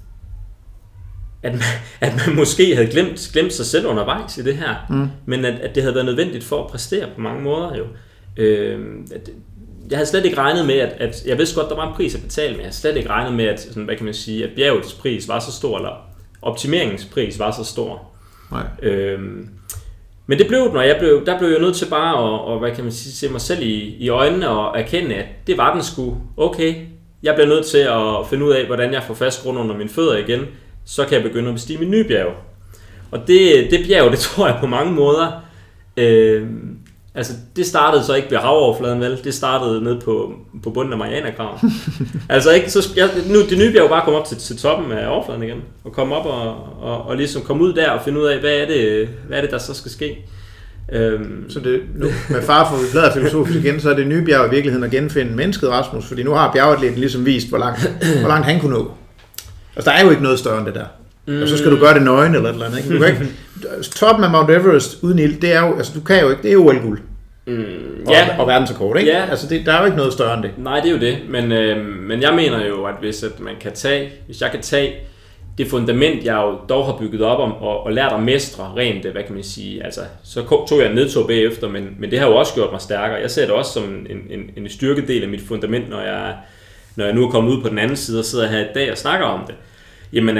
at man måske havde glemt sig selv undervejs i det her, men at det havde været nødvendigt for at præstere på mange måder jo. Jeg havde slet ikke regnet med, at jeg vidste godt, der var en pris at betale, men jeg havde slet ikke regnet med, at, sådan, hvad kan man sige, at bjergets pris var så stor, eller optimeringens pris var så stor. Nej. Men det blev den, og der blev jeg nødt til bare at hvad kan man sige, se mig selv i øjnene og erkende, at det var den sgu okay. jeg bliver nødt til at finde ud af, hvordan jeg får fast grund under mine fødder igen, så kan jeg begynde at bestige mit nye bjerg. Og det bjerg, det tror jeg på mange måder, altså det startede så ikke ved havoverfladen, vel? Det startede ned på bunden af Marianergraven. Altså ikke, nu det nye bjerg bare komme op til toppen af overfladen igen, og komme op og ligesom komme ud der og finde ud af, hvad er det der så skal ske. Så det, nu, med far for vi blader filosofisk igen, så er det nye bjerg i virkeligheden at genfinde mennesket, Rasmus, fordi nu har bjergatleten ligesom vist, hvor langt han kunne nå. Altså der er jo ikke noget større end det der. Og så skal du gøre det nøgen eller et eller andet, ikke? Du kan ikke, toppen af Mount Everest uden ild, det er jo, altså du kan jo ikke, det er jo OL-guld. Og verdensrekord, ikke? Ja. Altså der er jo ikke noget større end det. Nej, det er jo det, men jeg mener jo, at hvis jeg kan tage det fundament, jeg jo dog har bygget op om og lært at mestre rent, hvad kan man sige, altså så tog jeg en nedtur bagefter, men det har jo også gjort mig stærkere. Jeg ser det også som en styrkedel af mit fundament, når jeg nu er kommet ud på den anden side og sidder her i dag og snakker om det. Jamen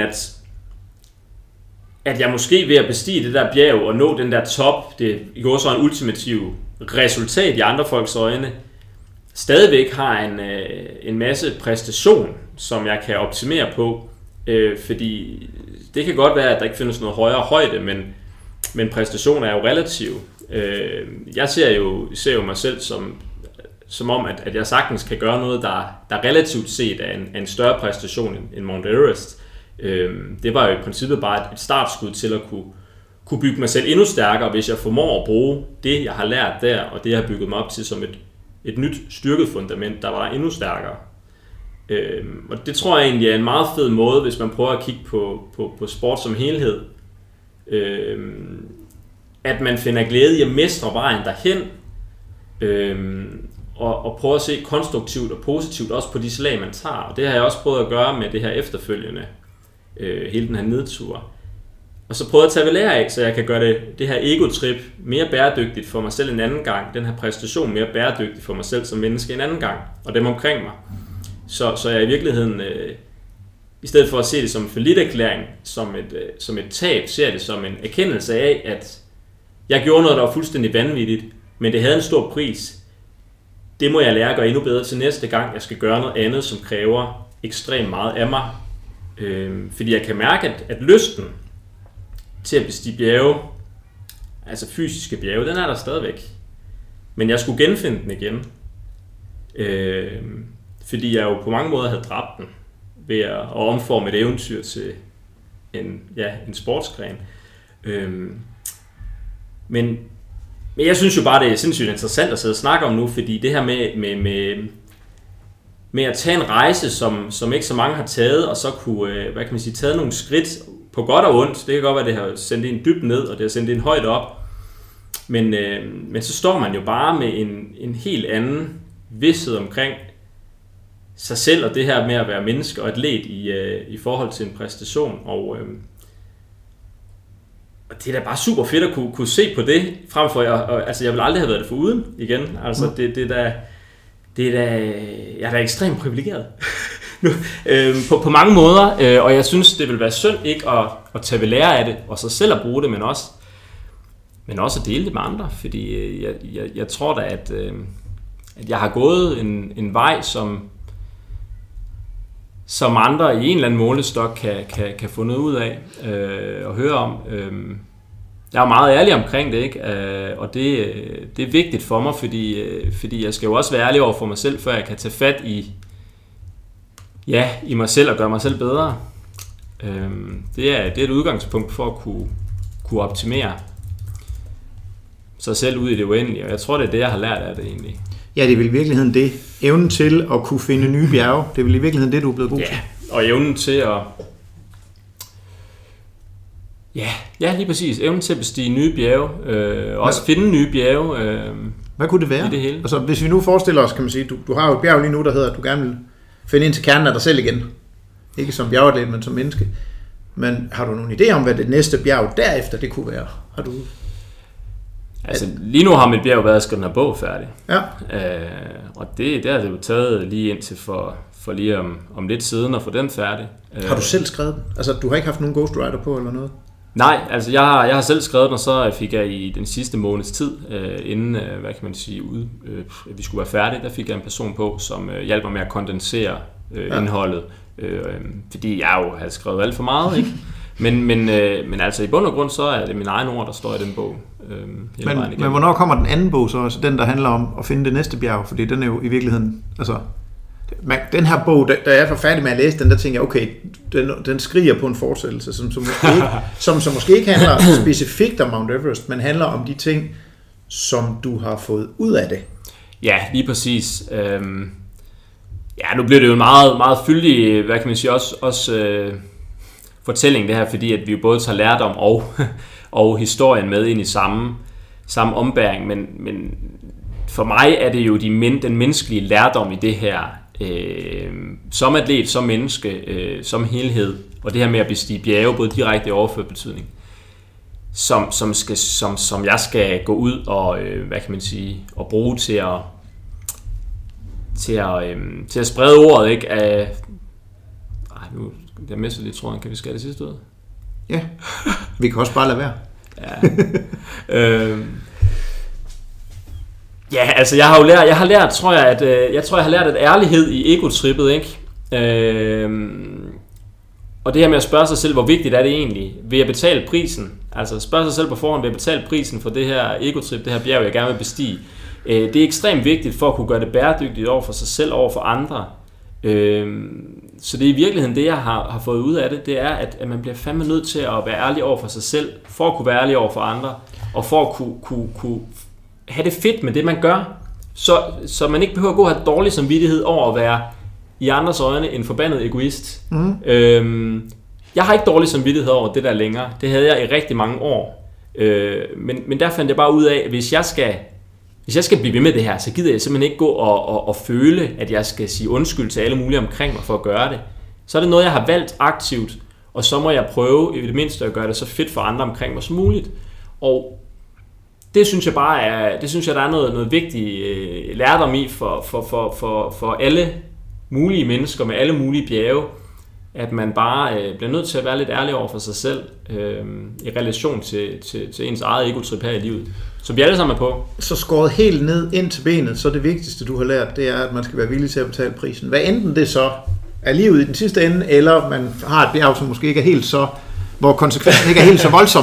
at jeg måske ved at bestige det der bjerg og nå den der top, det går så en ultimativ resultat i andre folks øjne, stadigvæk har en masse præstation, som jeg kan optimere på, fordi det kan godt være, at der ikke findes noget højere højde, men præstation er jo relativ. Jeg ser jo mig selv som om, at jeg sagtens kan gøre noget, der relativt set er en større præstation end Mount Everest. Det var jo i princippet bare et startskud til at kunne bygge mig selv endnu stærkere, hvis jeg formår at bruge det, jeg har lært der, og det, jeg har bygget mig op til som et nyt styrket fundament, der var endnu stærkere. Og det tror jeg egentlig er en meget fed måde, hvis man prøver at kigge på sport som helhed. At man finder glæde i at mestre vejen derhen, og prøve at se konstruktivt og positivt også på de slag, man tager. Og det har jeg også prøvet at gøre med det her efterfølgende, hele den her nedtur. Og så prøve at tage ved lære af, så jeg kan gøre det her ego-trip mere bæredygtigt for mig selv en anden gang, den her præstation mere bæredygtig for mig selv som menneske en anden gang, og dem omkring mig. Så jeg i virkeligheden, i stedet for at se det som en falliterklæring, som et tab, ser det som en erkendelse af, at jeg gjorde noget, der var fuldstændig vanvittigt, men det havde en stor pris. Det må jeg lære at gøre endnu bedre til næste gang, jeg skal gøre noget andet, som kræver ekstremt meget af mig. Fordi jeg kan mærke, at lysten til at bestige bjerge, altså fysiske bjerge, den er der stadigvæk. Men jeg skulle genfinde den igen. Fordi jeg jo på mange måder havde dræbt den ved at omforme et eventyr til en sportsgren. Men jeg synes jo bare, det er sindssygt interessant at sidde og snakke om nu, fordi det her med at tage en rejse, som ikke så mange har taget, og så kunne, hvad kan man sige, taget nogle skridt på godt og ondt. Det kan godt være, det har sendt en dybt ned, og det har sendt en højt op. Men så står man jo bare med en helt anden vidsthed omkring sig selv, og det her med at være menneske og atlet i forhold til en præstation. Og det er da bare super fedt at kunne se på det, frem for, altså jeg vil aldrig have været det foruden igen. Altså det er da, jeg er da ekstremt privilegeret på mange måder, og jeg synes, det vil være synd ikke at tage ved lære af det, og så selv at bruge det, men også at dele det med andre, fordi jeg tror da, at jeg har gået en vej, som andre i en eller anden målestok kan få noget ud af og høre om. Jeg er meget ærlig omkring det, ikke? Og det er vigtigt for mig, fordi jeg skal jo også være ærlig over for mig selv, før jeg kan tage fat i mig selv og gøre mig selv bedre. Det er et udgangspunkt for at kunne optimere sig selv ud i det uendelige, og jeg tror, det er det, jeg har lært af det egentlig. Ja, det er vel i virkeligheden det. Evnen til at kunne finde nye bjerge, det er vel i virkeligheden det, du er blevet god til. Ja, og evnen til at... Ja, lige præcis. Evnen til at bestige nye bjerge. Også finde nye bjerge. Hvad kunne det være? I det hele. Altså, hvis vi nu forestiller os, kan man sige, du har jo et bjerg lige nu, der hedder, at du gerne vil finde ind til kernen af dig selv igen. Ikke som bjergatlet, men som menneske. Men har du nogen idé om, hvad det næste bjerg derefter det kunne være? Har du... Altså lige nu har mit bjerg været, at skal den have bog færdig. Ja. Og det har det jo taget lige indtil for lige om lidt siden at få den færdig. Har du selv skrevet den? Altså du har ikke haft nogen ghostwriter på eller noget? Nej, altså jeg har selv skrevet den, og så fik jeg i den sidste måneds tid, inden hvad kan man sige, vi skulle være færdige, der fik jeg en person på, som hjalp mig med at kondensere indholdet. Fordi jeg jo har skrevet alt for meget, ikke? Men altså i bund og grund, så er det min egen ord, der står i den bog. Men hvornår kommer den anden bog så? Altså den, der handler om at finde det næste bjerg? Fordi den er jo i virkeligheden... Altså, den her bog, da jeg var færdig med at læse den, der tænkte jeg, okay, den skriger på en fortsættelse, som måske ikke handler specifikt om Mount Everest, men handler om de ting, som du har fået ud af det. Ja, lige præcis. Nu bliver det jo en meget, meget fyldig, hvad kan man sige, også fortælling det her, fordi at vi jo både tager lærdom og historien med ind i samme ombæring, men for mig er det jo den menneskelige lærdom i det her, som atlet, som menneske, som helhed, og det her med at bestige bjerge, både direkte og overført betydning, som jeg skal gå ud og, hvad kan man sige, og bruge til at sprede ordet, ikke? Nu jeg mistet lidt tråden. Kan vi skære det sidste ud? Ja, vi kan også bare lade være. Ja. Altså jeg har lært, tror jeg, at ærlighed i egotrippet, ikke? Og det her med at spørge sig selv, hvor vigtigt er det egentlig? Vil jeg betale prisen? Altså spørge sig selv på forhånd, vil jeg betale prisen for det her egotrip, det her bjerg, jeg gerne vil bestige? Det er ekstremt vigtigt for at kunne gøre det bæredygtigt over for sig selv, over for andre. Så det er i virkeligheden det, jeg har fået ud af det, det er, at man bliver fandme nødt til at være ærlig over for sig selv, for at kunne være ærlig over for andre, og for at kunne have det fedt med det, man gør, så man ikke behøver at gå og have dårlig samvittighed over at være i andres øjne en forbandet egoist. Jeg har ikke dårlig samvittighed over det der længere. Det havde jeg i rigtig mange år. Men der fandt jeg bare ud af, at hvis jeg skal blive ved med det her, så gider jeg simpelthen ikke gå og føle, at jeg skal sige undskyld til alle mulige omkring mig for at gøre det. Så er det noget, jeg har valgt aktivt, og så må jeg prøve i det mindste at gøre det så fedt for andre omkring mig som muligt. Og det synes jeg der er noget vigtigt lærdom i for alle mulige mennesker med alle mulige bjerge, at man bare bliver nødt til at være lidt ærlig over for sig selv i relation til ens eget egotrip her i livet. Så vi alle sammen er på. Så skåret helt ned ind til benet, så det vigtigste, du har lært, det er, at man skal være villig til at betale prisen. Hvad enten det så er livet i den sidste ende, eller man har et bjerg, som måske ikke er helt så, hvor konsekvensen ikke er helt så voldsom.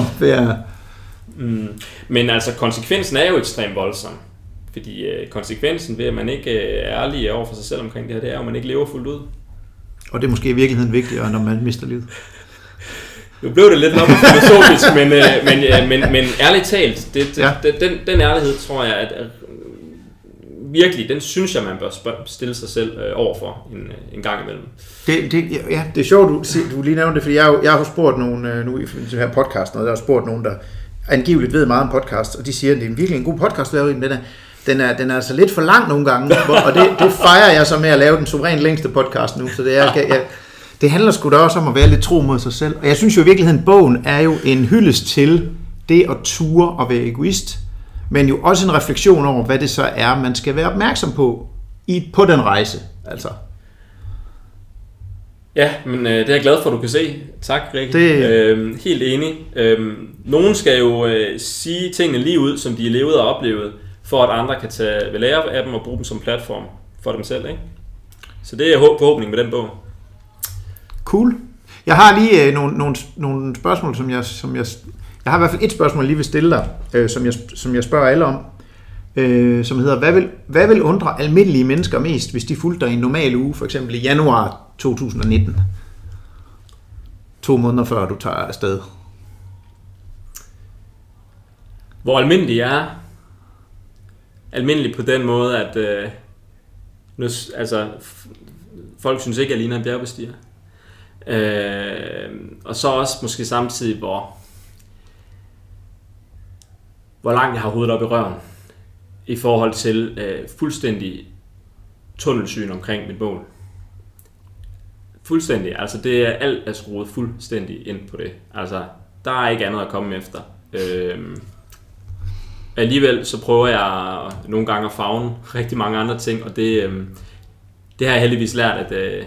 Men altså, konsekvensen er jo ekstremt voldsom. Fordi konsekvensen ved, at man ikke er ærlig over for sig selv omkring det her, det er, at man ikke lever fuldt ud. Og det er måske i virkeligheden vigtigere, når man mister livet. Nu blev det lidt nok filosofisk, men ærligt talt, den ærlighed, tror jeg, at virkelig, den synes jeg, man bør stille sig selv overfor en gang imellem. Det er sjovt, du lige nævnte det, fordi jeg har spurgt nogen, nu i det her podcast, der har spurgt nogen, der angiveligt ved meget om podcast, og de siger, at det er virkelig en god podcast, der er den er altså lidt for lang nogle gange, og det fejrer jeg så med at lave den suverænt længste podcast nu, så det handler sgu da også om at være lidt tro mod sig selv. Og jeg synes jo i virkeligheden, bogen er jo en hyldest til det at ture og være egoist, men jo også en refleksion over, hvad det så er, man skal være opmærksom på den rejse. Altså. Ja, men det er jeg glad for, at du kan se. Tak, Rikke. Helt enig. Nogen skal jo sige tingene lige ud, som de er levet og oplevet, for at andre kan tage ved lære af dem og bruge dem som platform for dem selv, ikke? Så det er forhåbning med den bog. Cool. Jeg har lige nogle spørgsmål, som jeg har i hvert fald et spørgsmål, jeg lige vil stille dig, som jeg spørger alle om, som hedder, hvad vil undre almindelige mennesker mest, hvis de fulgte dig i en normal uge, for eksempel i januar 2019? 2 måneder før du tager afsted. Hvor almindelig jeg er? Almindelig på den måde, at folk synes ikke, at jeg ligner en bjergbestiger. Og så også måske samtidig, hvor langt jeg har hovedet op i røven i forhold til fuldstændig tunnelsyn omkring mit mål. Fuldstændig, altså det er alt er skruet fuldstændig ind på det. Altså der er ikke andet at komme efter. Alligevel så prøver jeg nogle gange at favne rigtig mange andre ting, og det har jeg heldigvis lært,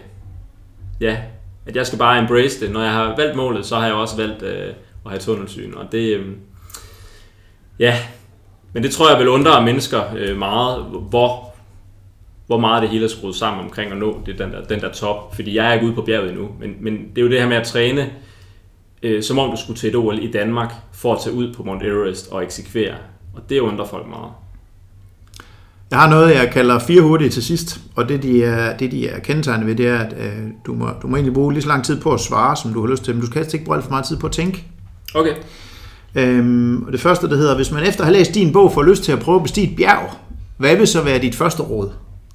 at jeg skal bare embrace det. Når jeg har valgt målet, så har jeg også valgt at have tunnelsyn, og det, men det tror jeg vil undre mennesker meget, hvor meget det hele er skruet sammen omkring at nå den der top. Fordi jeg er ikke ude på bjerget endnu, men det er jo det her med at træne, som om du skulle til et OL i Danmark, for at tage ud på Mount Everest og eksekvere. Og det undrer folk meget. Jeg har noget, jeg kalder 4 hurtige til sidst, og det de er kendetegnet ved, det er, at du må egentlig bruge lige så lang tid på at svare, som du har lyst til, men du skal helst ikke bruge alt for meget tid på at tænke. Okay. Og det første, der hedder, hvis man efter at have læst din bog får lyst til at prøve at bestige et bjerg, hvad vil så være dit første råd?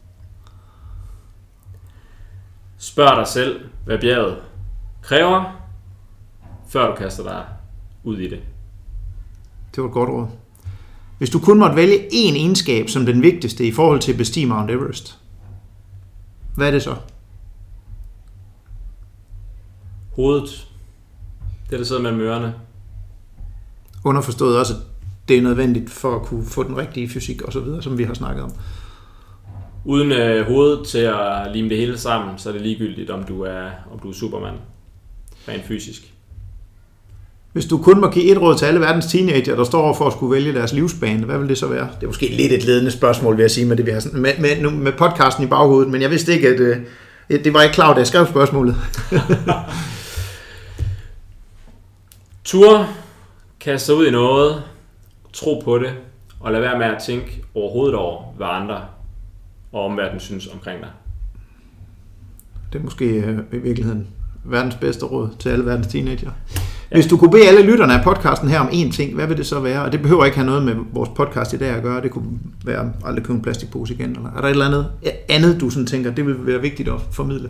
Spørg dig selv, hvad bjerget kræver, før du kaster dig ud i det. Det var et godt råd. Hvis du kun måtte vælge én egenskab som den vigtigste i forhold til at bestige Mount Everest, hvad er det så? Hovedet. Det, der sidder mellem ørerne. Underforstået også, at det er nødvendigt for at kunne få den rigtige fysik og så videre, som vi har snakket om. Uden hovedet til at lime det hele sammen, så er det ligegyldigt, om du er Superman. Rent fysisk. Hvis du kun må give et råd til alle verdens teenager, der står over for at skulle vælge deres livsbane, hvad vil det så være? Det er måske lidt et ledende spørgsmål, vil jeg sige, med det vi har med podcasten i baghovedet, men jeg vidste ikke, at det var ikke klart, da jeg skrev spørgsmålet. Tur, kaste sig ud i noget, tro på det, og lad være med at tænke overhovedet over, hvad andre og omverdenen synes omkring dig. Det er måske i virkeligheden verdens bedste råd til alle verdens teenager. Hvis du kunne bede alle lytterne af podcasten her om én ting, hvad vil det så være? Og det behøver ikke have noget med vores podcast i dag at gøre. Det kunne være aldrig købe en plastikpose igen. Eller er der et eller andet du sådan tænker, det vil være vigtigt at formidle?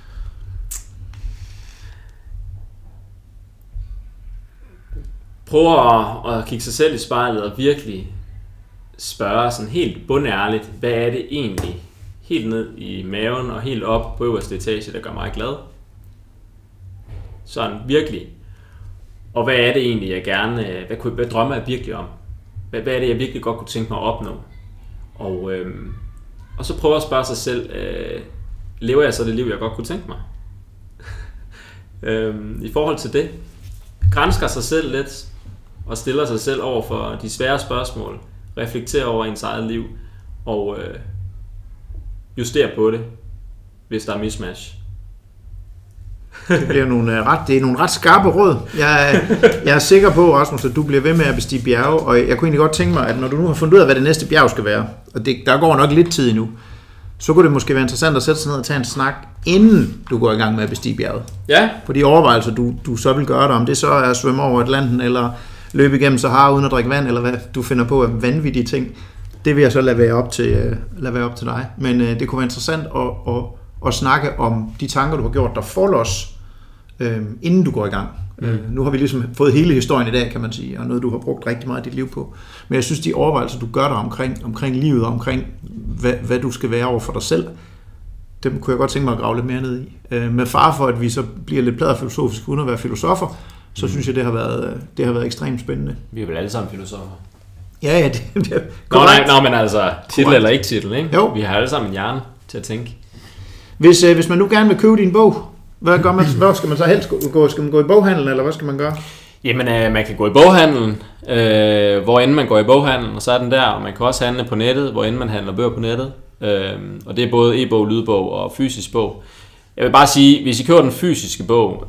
Prøv at kigge sig selv i spejlet og virkelig spørge sådan helt bundærligt, hvad er det egentlig helt ned i maven og helt op på øverste etage, der gør mig glad? Sådan virkelig. Og hvad er det egentlig, jeg gerne... Hvad drømmer jeg virkelig om? Hvad er det, jeg virkelig godt kunne tænke mig at opnå? Og så prøve at spørge sig selv, lever jeg så det liv, jeg godt kunne tænke mig? I forhold til det, gransker sig selv lidt, og stiller sig selv over for de svære spørgsmål, reflekterer over ens eget liv, og justerer på det, hvis der er mismatch. Det bliver nogle ret skarpe råd. Jeg er sikker på, Rasmus, at du bliver ved med at bestige bjerge, og jeg kunne egentlig godt tænke mig, at når du nu har fundet ud af, hvad det næste bjerg skal være, og der går nok lidt tid endnu, så kunne det måske være interessant at sætte sig ned og tage en snak, inden du går i gang med at bestige bjerget. Ja. For de overvejelser, du så vil gøre dig, om det så er at svømme over Atlanten, eller løbe igennem Sahara uden at drikke vand, eller hvad du finder på af vanvittige ting, det vil jeg så lade være op til dig. Men det kunne være interessant at snakke om de tanker, du har gjort dig forlods, inden du går i gang. Nu har vi ligesom fået hele historien i dag, kan man sige, og noget, du har brugt rigtig meget af dit liv på. Men jeg synes, de overvejelser, du gør dig omkring livet, og omkring, hvad du skal være over for dig selv, dem kunne jeg godt tænke mig at grave lidt mere ned i. Med far for, at vi så bliver lidt pladerfilosofiske, uden at være filosofer, så synes jeg, det har været ekstremt spændende. Vi er vel alle sammen filosofer. Ja, det Nå, men altså, titel eller ikke titel, ikke? Jo. Vi har alle sammen en hjerne til at tænke. Hvis man nu gerne vil købe din bog, hvad gør man? Hvor skal man så helst gå? Skal man gå i boghandlen, eller hvad skal man gøre? Jamen, man kan gå i boghandlen, hvor end man går i boghandlen, og så er den der, og man kan også handle på nettet, hvor end man handler bøger på nettet. Og det er både e-bog, lydbog og fysisk bog. Jeg vil bare sige, hvis I køber den fysiske bog,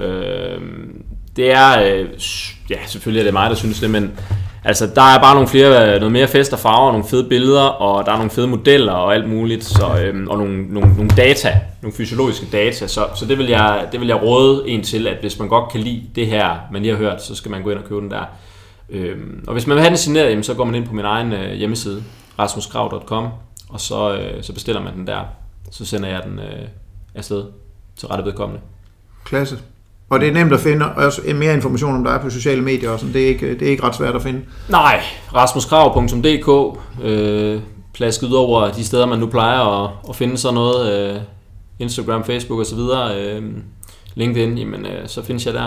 det er, ja, selvfølgelig er det mig, der synes det, men altså, der er bare noget mere fest og farver, nogle fede billeder, og der er nogle fede modeller og alt muligt, så, og nogle data, nogle fysiologiske data, så det vil jeg råde en til, at hvis man godt kan lide det her, man lige har hørt, så skal man gå ind og købe den der. Og hvis man vil have den signeret, så går man ind på min egen hjemmeside, rasmusgrav.com, og så bestiller man den der, så sender jeg den afsted til rette vedkommende. Klasse. Og det er nemt at finde, og også mere information om dig på sociale medier, og sådan. Det er ikke ret svært at finde. Nej, rasmusgrav.dk, plasket ud over de steder, man nu plejer at finde sådan noget, Instagram, Facebook osv., LinkedIn, jamen så findes jeg der.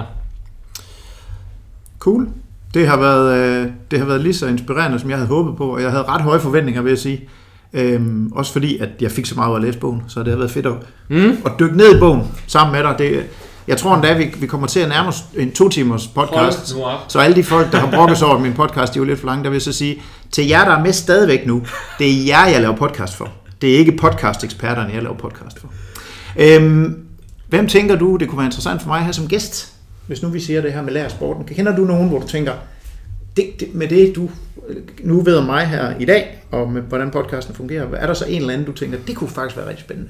Cool. Det har været lige så inspirerende, som jeg havde håbet på, og jeg havde ret høje forventninger, vil jeg sige. Også fordi, at jeg fik så meget at læse bogen, så det har været fedt at dykke ned i bogen sammen med dig. Jeg tror endda, vi kommer til at nærme os en 2 timers podcast, så alle de folk, der har brokket sig over min podcast, de er jo lidt for lange, der vil så sige, til jer, der er med stadigvæk nu, det er jer, jeg laver podcast for. Det er ikke podcast-eksperterne, jeg laver podcast for. Hvem tænker du, det kunne være interessant for mig at have som gæst, hvis nu vi siger det her med Lær Sporten? Kender du nogen, hvor du tænker, med det du nu ved om mig her i dag, og med hvordan podcasten fungerer, er der så en eller anden, du tænker, det kunne faktisk være rigtig spændende?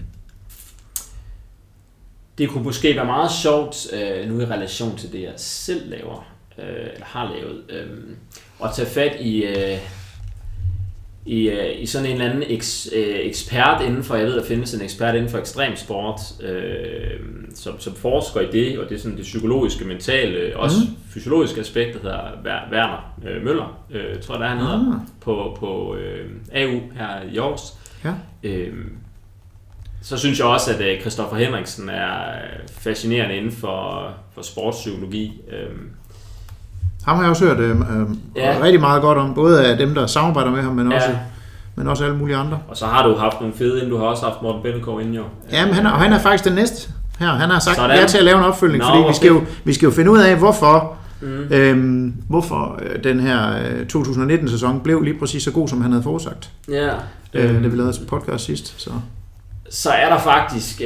Det kunne måske være meget sjovt, nu i relation til det, jeg selv laver, eller har lavet, at tage fat i sådan en eller anden ekspert inden for, jeg ved, der findes en ekspert inden for ekstremsport, som forsker i det, og det er sådan det psykologiske, mentale, også fysiologiske aspekt, der hedder Werner Møller, tror jeg, der han hedder, på AU her i Aarhus. Ja. Så synes jeg også, at Christoffer Henriksen er fascinerende inden for sportspsykologi. Ham har jeg også hørt rigtig meget godt om, både af dem, der samarbejder med ham, men også alle mulige andre. Og så har du haft nogle fede inden, du har også haft Morten Bennekov inden jo. Ja, men han er faktisk den næste her. Han har sagt ja til at lave en opfølgning, fordi vi skal jo finde ud af, hvorfor den her 2019-sæson blev lige præcis så god, som han havde forudsagt. Ja. Da vi lavede podcast sidst. Så er der faktisk...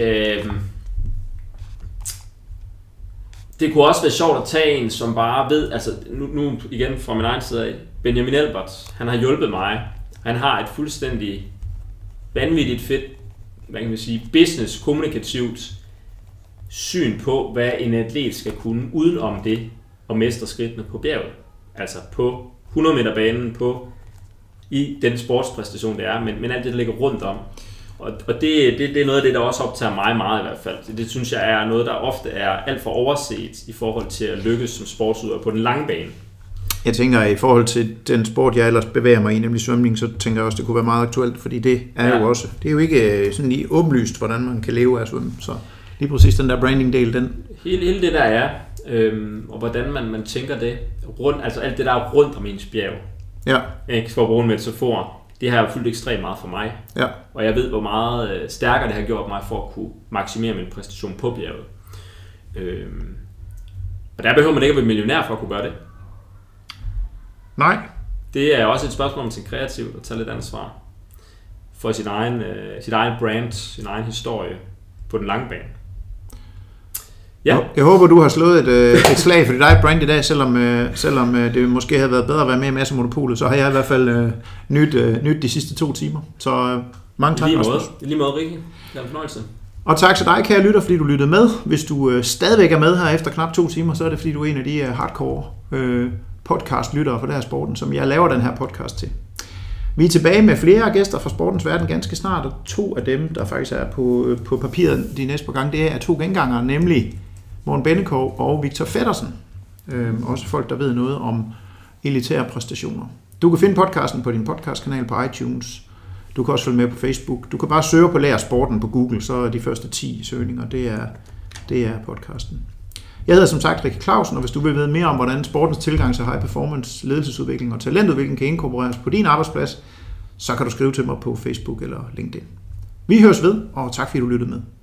Det kunne også være sjovt at tage en, som bare ved, altså nu igen fra min egen side af, Benjamin Albert, han har hjulpet mig. Han har et fuldstændig vanvittigt fedt, hvad kan man sige, business-kommunikativt syn på, hvad en atlet skal kunne udenom det og mestre skridtene på bjerget. Altså på 100 meter banen, i den sportspræstation det er, men alt det, der ligger rundt om. Og det er noget af det, der også optager mig meget i hvert fald. Det synes jeg er noget, der ofte er alt for overset i forhold til at lykkes som sportsudøver på den lange bane. Jeg tænker, i forhold til den sport, jeg ellers bevæger mig i, nemlig svømning, så tænker jeg også, det kunne være meget aktuelt, fordi det er jo også, det er jo ikke sådan lige åbenlyst, hvordan man kan leve af at svømme. Så lige præcis den der branding-del, den... Hele det der er, og hvordan man tænker det, altså alt det der er rundt om ens bjerg. Ja. Ikke for at bruge en metafor. Det har jo fyldt ekstremt meget for mig, og jeg ved, hvor meget stærkere det har gjort mig for at kunne maksimere min præstation på bjerget. Og der behøver man ikke at være millionær for at kunne gøre det. Nej. Det er også et spørgsmål om sin kreativt at tage lidt ansvar for sit egen brand, sin egen historie på den lange bane. Ja. Jeg håber, du har slået et slag for dit eget brand i dag, selvom det måske havde været bedre at være med i Massemonopolet, så har jeg i hvert fald nyt de sidste 2 timer. Så mange tak, Rasmus. Lige måde, Rikke. Det er en fornøjelse. Og tak til dig, kære lytter, fordi du lyttede med. Hvis du stadigvæk er med her efter knap 2 timer, så er det fordi, du er en af de hardcore podcast-lyttere for det her sporten, som jeg laver den her podcast til. Vi er tilbage med flere gæster fra sportens verden ganske snart, og 2 af dem, der faktisk er på papiret de næste par gange, det er 2 gengangere, nemlig Morten Bennekov og Victor Feddersen. Også folk, der ved noget om elitære præstationer. Du kan finde podcasten på din podcastkanal på iTunes. Du kan også følge med på Facebook. Du kan bare søge på Lær Sporten på Google, så er de første 10 søgninger, det er podcasten. Jeg hedder som sagt Rikke Clausen, og hvis du vil vide mere om, hvordan sportens tilgang til high performance, ledelsesudvikling og talentudvikling kan inkorporeres på din arbejdsplads, så kan du skrive til mig på Facebook eller LinkedIn. Vi høres ved, og tak fordi du lyttede med.